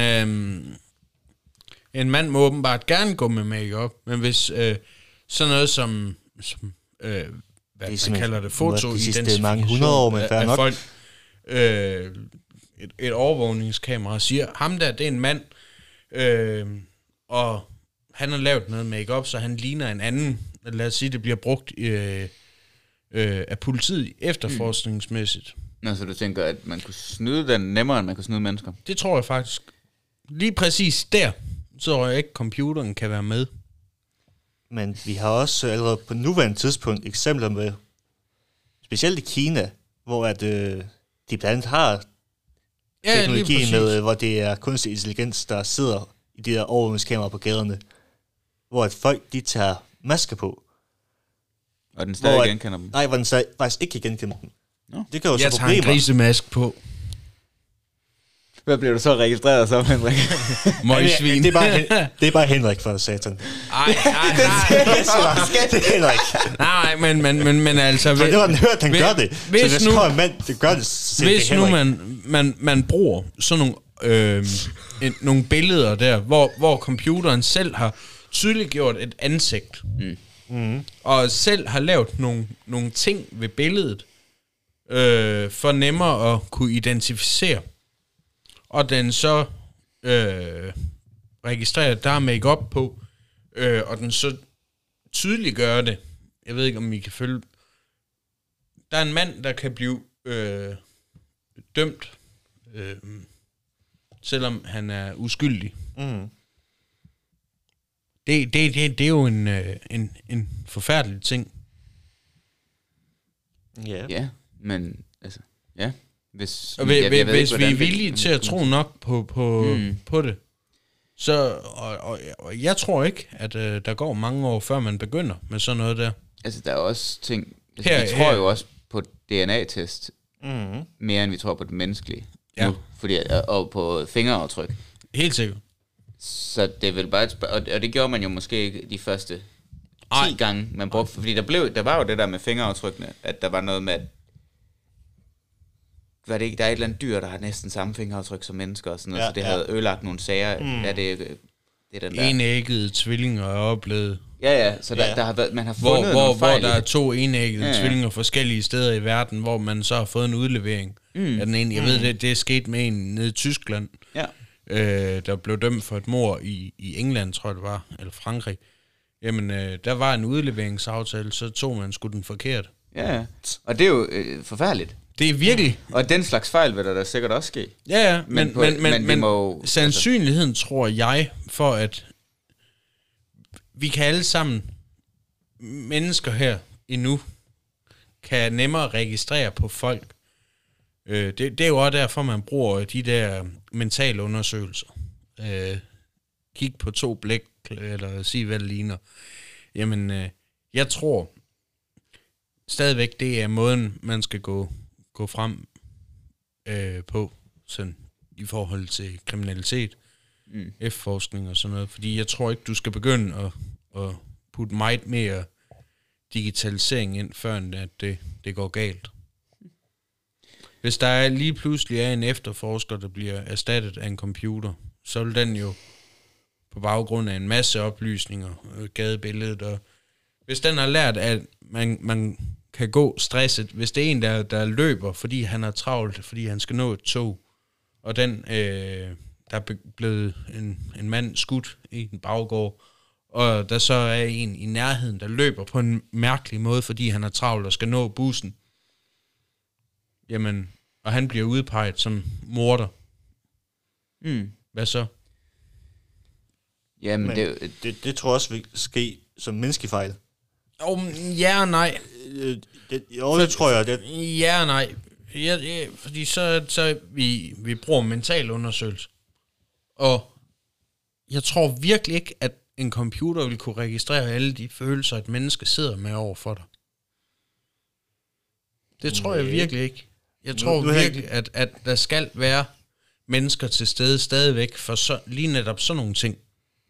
Speaker 3: en mand må åbenbart gerne gå med make-up, men hvis sådan noget som hvad
Speaker 1: Det er
Speaker 3: man kalder det,
Speaker 1: de sidste mange 100 år, men fair
Speaker 3: af
Speaker 1: nok.
Speaker 3: folk, et overvågningskamera siger, ham der, det er en mand, og han har lavet noget make-up, så han ligner en anden. Lad os sige, det bliver brugt af politiet efterforskningsmæssigt.
Speaker 4: Nå, så du tænker, at man kunne snyde den nemmere, end man kunne snyde mennesker?
Speaker 3: Det tror jeg faktisk. Lige præcis der, så tror jeg ikke, computeren kan være med.
Speaker 1: Men vi har også allerede på nuværende tidspunkt eksempler med, specielt i Kina, hvor at, de blandt andet har teknologi med, hvor det er kunstig intelligens, der sidder i de der overvågningskameraer på gaderne, hvor at folk, de tager masker på.
Speaker 4: Og den stadig genkender dem?
Speaker 1: Nej, hvor den faktisk ikke kan genkende dem.
Speaker 4: Nå.
Speaker 1: Det kan jo
Speaker 3: Jeg
Speaker 1: så
Speaker 3: tager en
Speaker 1: problemer.
Speaker 3: grisemask på.
Speaker 4: Hvad bliver du så registreret som, Henrik?
Speaker 3: Møgsvin.
Speaker 1: Det er bare Henrik for satan.
Speaker 3: Nej,
Speaker 1: Det er Henrik.
Speaker 3: men altså...
Speaker 1: For det var den hørt, han gør det.
Speaker 3: Hvis
Speaker 1: Så hvis
Speaker 3: nu-
Speaker 1: nu en mand, det gør det, så
Speaker 3: Hvis
Speaker 1: det er
Speaker 3: nu
Speaker 1: Henrik.
Speaker 3: man bruger sådan nogle billeder der, hvor computeren selv har tydeliggjort et ansigt, og selv har lavet nogle ting ved billedet, for nemmere at kunne identificere, og den så registrerer, at der er make-up på, og den så tydeliggør det. Jeg ved ikke, om I kan følge. Der er en mand, der kan blive dømt, selvom han er uskyldig. Det er jo en forfærdelig ting.
Speaker 1: Ja.
Speaker 4: Ja, men altså, ja. Hvis,
Speaker 3: Og
Speaker 4: jeg ved
Speaker 3: hvis
Speaker 4: ikke,
Speaker 3: vi er
Speaker 4: hvordan
Speaker 3: villige til at tro nok på det, så, og jeg tror ikke, at der går mange år, før man begynder med sådan noget der.
Speaker 4: Altså, der er også ting... Altså,
Speaker 3: Her-
Speaker 4: vi tror
Speaker 3: her-
Speaker 4: jo også på DNA-test, mere end vi tror på det menneskelige.
Speaker 3: Ja.
Speaker 4: Nu, fordi, og på fingeraftryk.
Speaker 3: Helt sikkert.
Speaker 4: Så det er vel bare og det gjorde man jo måske ikke de første 10
Speaker 3: Ej.
Speaker 4: gange, man brugte. Fordi der var jo det der med fingeraftrykkene, at der var noget med, at var det ikke, der er et eller andet dyr, der har næsten samme fingeraftryk som mennesker, og sådan noget,
Speaker 1: Ja,
Speaker 4: så det
Speaker 1: ja.
Speaker 4: havde ødelagt nogle sager. Ja, det er den der.
Speaker 3: Enæggede tvillinger er oplevet,
Speaker 4: Ja, så der har været, man har fundet nogle
Speaker 3: hvor
Speaker 4: fejl i
Speaker 3: der er
Speaker 4: det.
Speaker 3: 2 enæggede
Speaker 4: Ja.
Speaker 3: tvillinger forskellige steder i verden, hvor man så har fået en udlevering af den ene. Jeg ved, det er sket med en nede i Tyskland,
Speaker 4: Ja.
Speaker 3: der blev dømt for et mord i England, tror jeg det var, eller Frankrig. Jamen, der var en udleveringsaftale, så tog man sgu den forkert.
Speaker 4: Ja, og det er jo forfærdeligt.
Speaker 3: Det er virkelig...
Speaker 4: Og den slags fejl vil der da sikkert også ske.
Speaker 3: Ja,
Speaker 4: Men vi må jo-
Speaker 3: sandsynligheden, tror jeg, for at vi kan alle sammen, mennesker her endnu, kan nemmere registrere på folk. Det er jo også derfor, man bruger de der mentale undersøgelser. kigge på 2 blæk, eller sige, hvad det ligner. Jamen, jeg tror stadigvæk, det er måden, man skal gå frem på, sådan, i forhold til kriminalitet, efterforskning og sådan noget. Fordi jeg tror ikke, du skal begynde at putte meget mere digitalisering ind, før at det går galt. Hvis der lige pludselig er en efterforsker, der bliver erstattet af en computer, så vil den jo på baggrund af en masse oplysninger, gadebilledet, og hvis den har lært, at man kan gå stresset, hvis det er en, der løber, fordi han er travlt, fordi han skal nå et tog, og den, der er blevet en mand skudt i en baggård, og der så er en i nærheden, der løber på en mærkelig måde, fordi han er travlt og skal nå bussen, jamen, og han bliver udpeget som morder. Hvad så?
Speaker 4: Jamen,
Speaker 1: det tror jeg også vil ske som menneskefejl.
Speaker 3: Ja og nej.
Speaker 1: Det tror jeg.
Speaker 3: Ja og nej. Fordi så vi bruger mental undersøgelse. Og jeg tror virkelig ikke, at en computer vil kunne registrere alle de følelser, et menneske sidder med over for dig. Det tror jeg virkelig ikke. Jeg tror virkelig, at der skal være mennesker til stede stadigvæk for lige netop sådan nogle ting.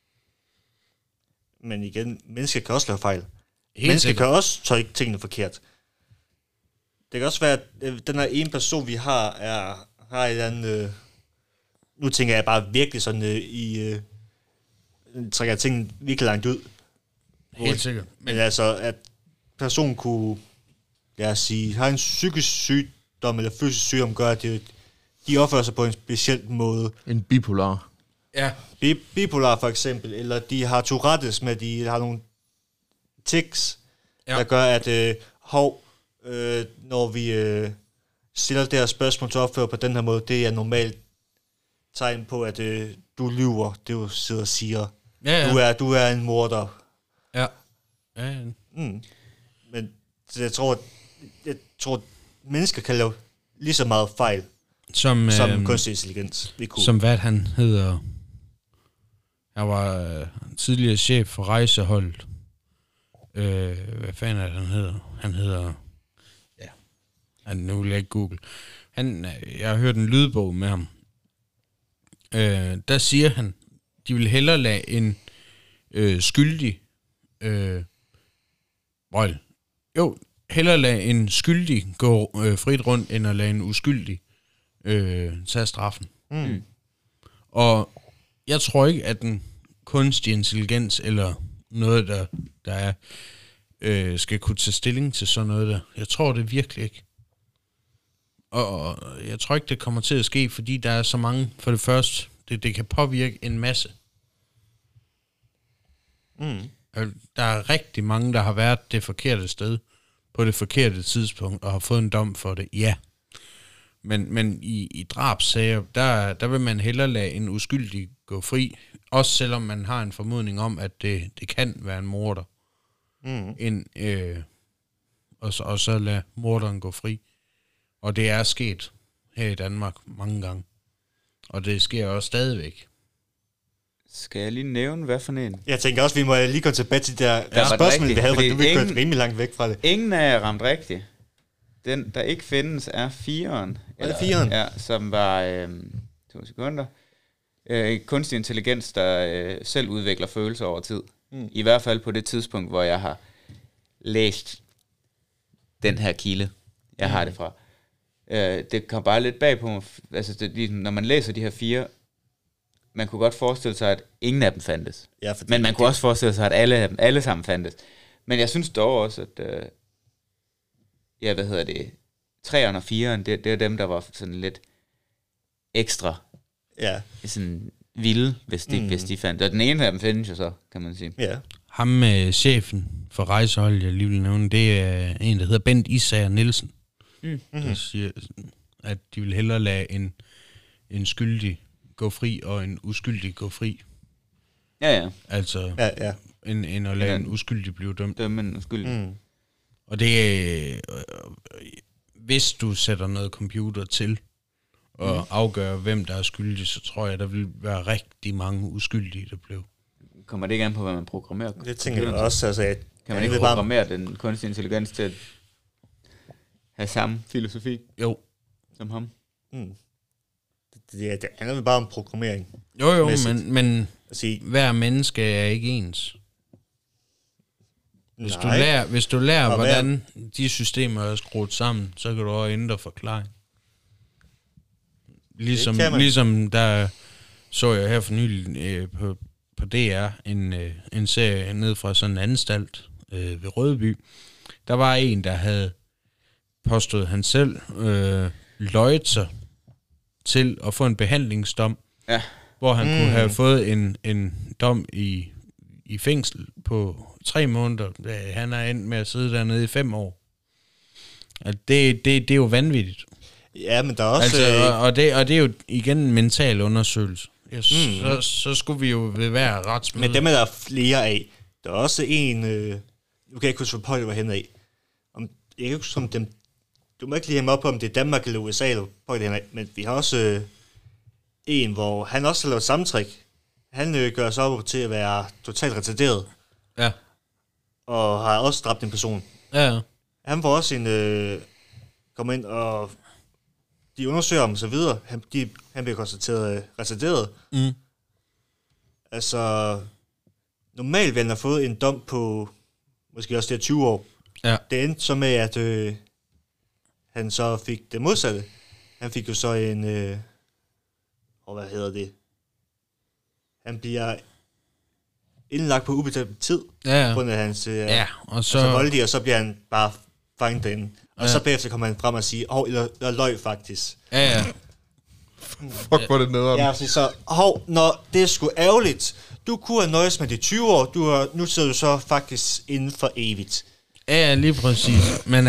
Speaker 1: Men igen, mennesker kan også lave fejl.
Speaker 3: Helt
Speaker 1: mennesker
Speaker 3: sikkert.
Speaker 1: kan også tolke tingene forkert. Det kan også være, at den her ene person, vi har et eller andet... nu tænker jeg bare virkelig sådan trækker tingene virkelig langt ud.
Speaker 3: Helt sikkert.
Speaker 1: Men altså, at personen kunne, lad os sige, har en psykisk sygdom eller fysisk sygdom, gør, at de opfører sig på en speciel måde.
Speaker 2: En bipolar.
Speaker 3: Ja.
Speaker 1: Bipolar for eksempel, eller de har Tourettes med, de har nogle tics, der gør, at når vi stiller det her spørgsmål til opfører på den her måde, det er normalt tegn på, at du lyver, det du sidder og siger. Ja. Du er en morder.
Speaker 3: Ja.
Speaker 1: Men jeg tror, mennesker kan lave lige så meget fejl, som kunstig intelligens.
Speaker 3: Som hvad han hedder. Han var tidligere chef for rejseholdet. Hvad fanden er det, han hedder? Han hedder... Ja. Nu vil jeg ikke google. Jeg har hørt en lydbog med ham. Der siger han, de vil hellere lade en skyldig... hellere lade en skyldig gå frit rundt, end at lade en uskyldig tage straffen. Og jeg tror ikke, at den kunstig intelligens, eller noget, der er, skal kunne tage stilling til sådan noget der. Jeg tror det virkelig ikke. Og jeg tror ikke, det kommer til at ske, fordi der er så mange, for det første, det kan påvirke en masse. Der er rigtig mange, der har været det forkerte sted, på det forkerte tidspunkt, og har fået en dom for det, ja. Men i drabssager, der vil man hellere lade en uskyldig gå fri, også selvom man har en formodning om, at det kan være en morder, og så lade morderen gå fri. Og det er sket her i Danmark mange gange. Og det sker også stadigvæk.
Speaker 4: Skal jeg lige nævne, hvad for en?
Speaker 1: Jeg tænker også, vi må lige gå tilbage til der spørgsmål, vi havde, for vi kørte rimelig langt væk fra det.
Speaker 4: Ingen af jer ramte rigtigt. Den, der ikke findes, er 4'eren.
Speaker 1: Eller 4'eren?
Speaker 4: Ja, som var 2 sekunder. Kunstig intelligens, der selv udvikler følelser over tid. I hvert fald på det tidspunkt, hvor jeg har læst den her kilde, jeg har det fra. Det kom bare lidt bag på mig. Altså, når man læser de her 4, man kunne godt forestille sig, at ingen af dem fandtes. Ja, men man kunne også forestille sig, at alle sammen fandtes. Men jeg synes dog også, at 3'eren og 4'eren, det er dem, der var sådan lidt ekstra sådan vilde, hvis de fandt. Og den ene af dem findes jo så, kan man sige.
Speaker 1: Ja.
Speaker 3: Ham med chefen for rejseholdet, jeg lige vil nævne, det er en, der hedder Bent Isager Nielsen. Der siger, at de vil hellere lade en skyldig gå fri, og en uskyldig gå fri.
Speaker 4: Ja.
Speaker 3: Altså, end at lade en uskyldig blive dømt.
Speaker 4: Dømme en uskyldig.
Speaker 3: Og det er, hvis du sætter noget computer til at afgøre, hvem der er skyldig, så tror jeg, der vil være rigtig mange uskyldige, der blev.
Speaker 4: Kommer det ikke an på, hvad man programmerer?
Speaker 1: Det tænker jeg også. Altså,
Speaker 4: kan man ikke programmere den kunstige intelligens til at have samme filosofi som ham?
Speaker 1: Det handler bare om programmering.
Speaker 3: Jo, men hver menneske er ikke ens. Hvis du lærer hvordan de systemer er skruet sammen, så kan du også ændre forklaring. Ligesom der så jeg her for nylig på DR en serie ned fra sådan en anstalt ved Rødby. Der var en, der havde påstået han selv løjet sig til at få en behandlingsdom, hvor han kunne have fået en dom i fængsel på 3 måneder. Han er endt med at sidde dernede i 5 år. Det er jo vanvittigt.
Speaker 1: Ja, men der er også...
Speaker 3: Altså, og det er jo igen en mental undersøgelse. Så skulle vi jo være retsmøde.
Speaker 1: Men dem er der flere af. Der er også en... nu kan jeg ikke huske, hvor Polly var henne af. Jeg kan ikke huske, om dem... Du må ikke lige have op på, om det er Danmark eller USA, eller Polly henne af. Men vi har også en, hvor han også har lavet samme trick. Han gør sig op til at være totalt retarderet.
Speaker 3: Ja.
Speaker 1: Og har også dræbt en person.
Speaker 3: Ja.
Speaker 1: Han får også kommer ind, og de undersøger ham og så videre. Han bliver konstateret retarderet. Altså, normalt vil han have fået en dom på, måske også det 20 år.
Speaker 3: Ja.
Speaker 1: Det endte så med, at han så fik det modsatte. Han fik jo så en, hvad hedder det? Han bliver indlagt på ubestemt tid, på grund af hans
Speaker 3: og så
Speaker 1: voldige, og så bliver han bare fanget derinde. Og så bagefter kommer han frem og siger, jeg løg faktisk.
Speaker 2: Ja. Fuck, hvor det nederen.
Speaker 1: Ja, så, det er sgu ærgerligt. Du kunne have nøjes med de 20 år, nu sidder du så faktisk inden for evigt.
Speaker 3: Ja, lige præcis. Men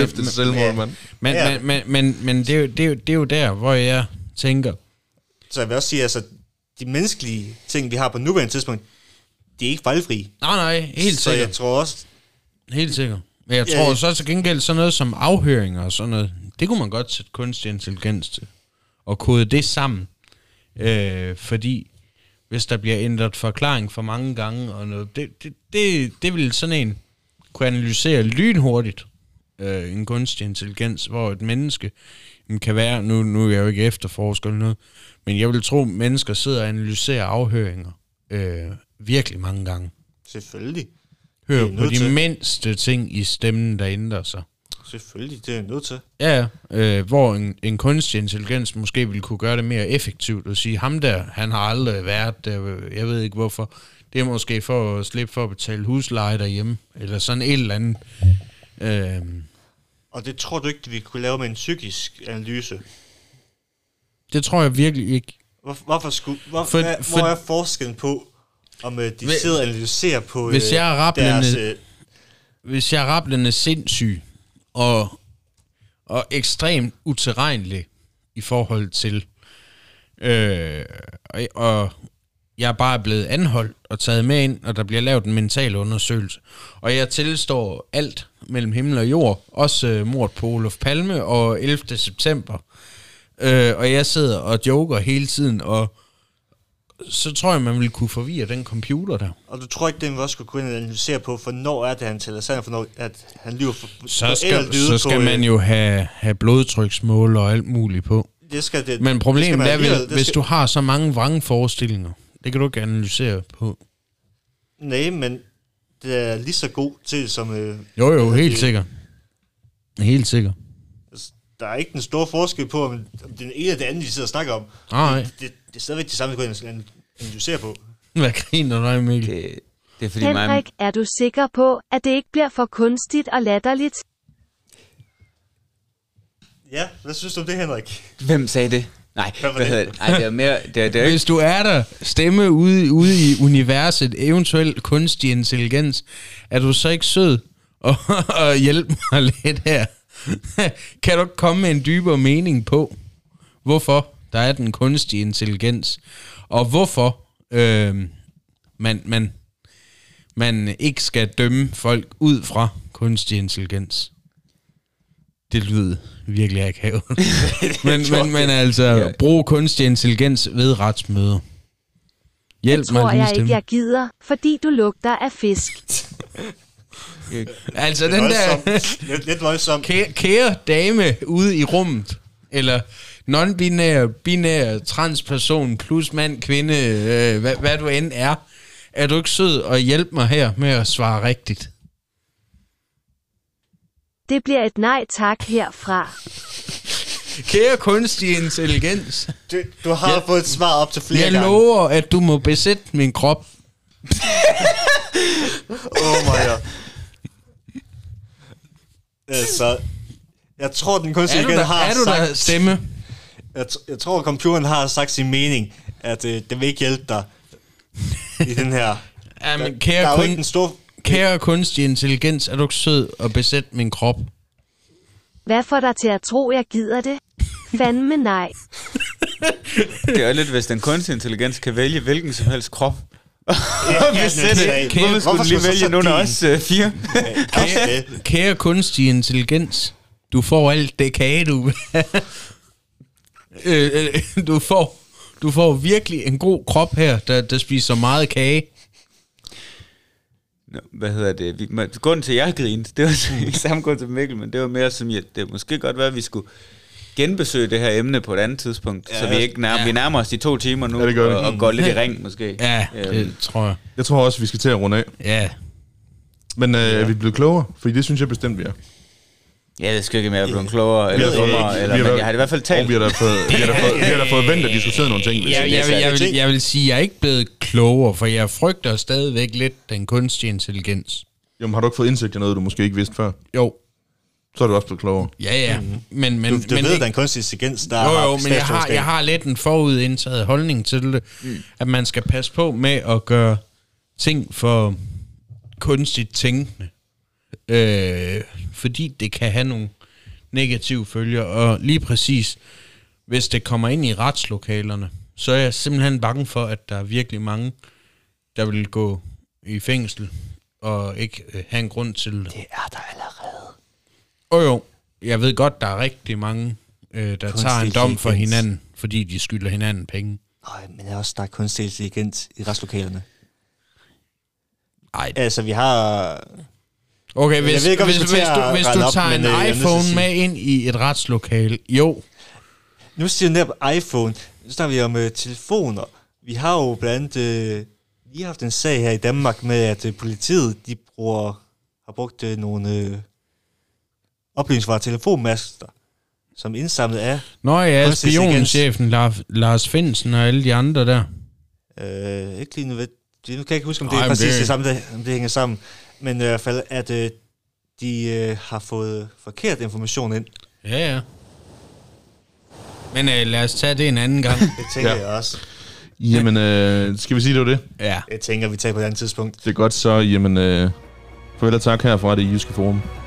Speaker 3: det er jo der, hvor jeg tænker.
Speaker 1: Så jeg vil også sige, altså, de menneskelige ting, vi har på nuværende tidspunkt, de er ikke fejlfrie.
Speaker 3: Nej, helt
Speaker 1: så
Speaker 3: sikkert.
Speaker 1: Jeg tror også...
Speaker 3: Helt sikkert. Men jeg tror så til gengæld sådan noget som afhøringer og sådan noget, det kunne man godt sætte kunstig intelligens til. Og kode det sammen. Fordi hvis der bliver ændret forklaring for mange gange og noget, det vil sådan en kunne analysere lynhurtigt en kunstig intelligens, hvor et menneske kan være, nu er jeg jo ikke efterforsker eller noget, men jeg vil tro, at mennesker sidder og analyserer afhøringer virkelig mange gange.
Speaker 1: Selvfølgelig.
Speaker 3: Hør på de mindste ting i stemmen, der ændrer sig.
Speaker 1: Selvfølgelig, det er nødt til.
Speaker 3: Ja, hvor en kunstig intelligens måske ville kunne gøre det mere effektivt og sige, ham der, han har aldrig været der, jeg ved ikke hvorfor. Det er måske for at slippe for at betale husleje derhjemme, eller sådan et eller andet.
Speaker 1: Og det tror du ikke, vi kunne lave med en psykisk analyse?
Speaker 3: Det tror jeg virkelig ikke.
Speaker 1: Hvor er forskellen på, om de sidder og analyserer på
Speaker 3: hvis jeg er rablende sindssyg og ekstremt utilregnelig i forhold til og jeg er bare blevet anholdt og taget med ind, og der bliver lavet en mental undersøgelse, og jeg tilstår alt mellem himmel og jord, også mord på Olof Palme og 11. september, og jeg sidder og joker hele tiden, og så tror jeg, man vil kunne forvirre den computer der.
Speaker 1: Og du tror ikke, den også skulle kunne analysere på, for når er det, han tæller sandt, for når at han lyver for...
Speaker 3: Så skal man jo have blodtryksmål og alt muligt på. Men problemet er vel, hvis du har så mange vrangforestillinger, det kan du ikke analysere på.
Speaker 1: Nej, men det er lige så god til som...
Speaker 3: Jo, helt sikkert. Helt sikkert.
Speaker 1: Der er ikke en stor forskel på, om det er en af det andet, de sidder og snakker om.
Speaker 3: Nej.
Speaker 1: Det er stadigvæk det samme, du kan analysere på.
Speaker 3: Hvad griner du af, Mikkel?
Speaker 4: Det er fordi
Speaker 6: Henrik, er du sikker på, at det ikke bliver for kunstigt og latterligt?
Speaker 1: Ja, hvad synes du om det, Henrik?
Speaker 4: Hvem sagde det? Nej, det er mere... Det er
Speaker 3: hvis du er der stemme ude i universet, eventuelt kunstig intelligens, er du så ikke sød og hjælpe mig lidt her? Kan du ikke komme med en dybere mening på, hvorfor der er den kunstige intelligens, og hvorfor man ikke skal dømme folk ud fra kunstig intelligens? Det lyder virkelig akavet. men altså, brug kunstig intelligens ved retsmøder. Hjælp
Speaker 6: Tror
Speaker 3: mig lige
Speaker 6: jeg ikke,
Speaker 3: stemme.
Speaker 6: jeg gider, fordi du lugter af fisk.
Speaker 3: Altså, den der
Speaker 1: Lidt voldsomt.
Speaker 3: kære dame ude i rummet, eller non-binær, binær, transperson, plus mand, kvinde, hvad du end er du ikke sød og hjælp mig her med at svare rigtigt?
Speaker 6: Det bliver et nej tak herfra.
Speaker 3: Kære kunstig intelligens,
Speaker 1: Du har fået et svar op til flere
Speaker 3: jeg
Speaker 1: gange.
Speaker 3: lover, at du må besætte min krop.
Speaker 1: Oh my god. Altså, jeg tror, den kunstige intelligens har
Speaker 3: Er du
Speaker 1: sagt...
Speaker 3: der stemme?
Speaker 1: Jeg tror, computeren har sagt sin mening, at det vil ikke hjælpe dig i den her...
Speaker 3: Ja, men
Speaker 1: der er jo ikke en stor...
Speaker 3: kære kunstig intelligens, er du ikke sød og besætte min krop?
Speaker 6: Hvad får dig til at tro, jeg gider det? Fandme nej.
Speaker 4: Det er lidt, hvis den kunstig intelligens kan vælge hvilken som helst krop. Hvorfor skulle den lige vælge nogle af os 4?
Speaker 3: Kære kunstig intelligens, du får alt det kage, du du får virkelig en god krop her, der spiser meget kage.
Speaker 4: Hvad hedder det? Grunden til, at jeg grinede, det var ikke samme grund til Mikkel, men det var mere som, at det måske godt være, at vi skulle genbesøge det her emne på et andet tidspunkt, så vi ikke vi nærmer os de 2 timer nu, og går lidt i ring måske.
Speaker 3: Ja, det tror jeg.
Speaker 2: Jeg tror også, vi skal til at runde af.
Speaker 3: Ja.
Speaker 2: Men er vi blevet klogere? Fordi det synes jeg bestemt, vi er.
Speaker 4: Ja, det skal ikke mere blive klogere, eller dummere, men jeg har i hvert fald talt.
Speaker 2: Og vi har da fået vendt og diskuteret nogle ting.
Speaker 3: Jeg vil sige, at jeg er ikke blevet klogere, for jeg frygter stadigvæk lidt den kunstige intelligens.
Speaker 2: Jamen, har du ikke fået indsigt i noget, du måske ikke vidste før?
Speaker 3: Jo.
Speaker 2: Så er du også blevet klogere.
Speaker 3: Ja. Men
Speaker 1: Du ved, der er en kunstig intelligens, der har
Speaker 3: men jeg har lidt en forudindtaget holdning til det, at man skal passe på med at gøre ting for kunstigt tænkende. Fordi det kan have nogle negative følger, og lige præcis, hvis det kommer ind i retslokalerne, så er jeg simpelthen bange for, at der er virkelig mange, der vil gå i fængsel, og ikke have en grund til det.
Speaker 1: Det er der allerede.
Speaker 3: Jo, jeg ved godt, der er rigtig mange, der tager en dom for hinanden, fordi de skylder hinanden penge.
Speaker 1: Nej, men der er også kunstig intelligens i retslokalerne.
Speaker 3: Ej.
Speaker 1: Altså, vi har...
Speaker 3: Okay, hvis du tager en iPhone med ind i et retslokale, jo.
Speaker 1: Nu siger du netop iPhone. Nu snakker vi om telefoner. Vi har jo blandt andet lige haft en sag her i Danmark med, at politiet har brugt nogle oplysninger fra telefonmaster, som indsamlet af...
Speaker 3: Nå ja, spionchefen Lars Findsen og alle de andre der.
Speaker 1: Ikke lige nu ved... Nu kan jeg ikke huske, om det er præcis det samme, om det hænger sammen. Men i hvert fald, at de har fået forkert information ind.
Speaker 3: Ja. Men lad os tage det en anden gang.
Speaker 1: Det tænker jeg også.
Speaker 2: Jamen, skal vi sige, det var det?
Speaker 3: Ja.
Speaker 1: Jeg tænker, vi tager på et andet tidspunkt.
Speaker 2: Det er godt så, jamen, farvel og tak herfra det Jyske Forum.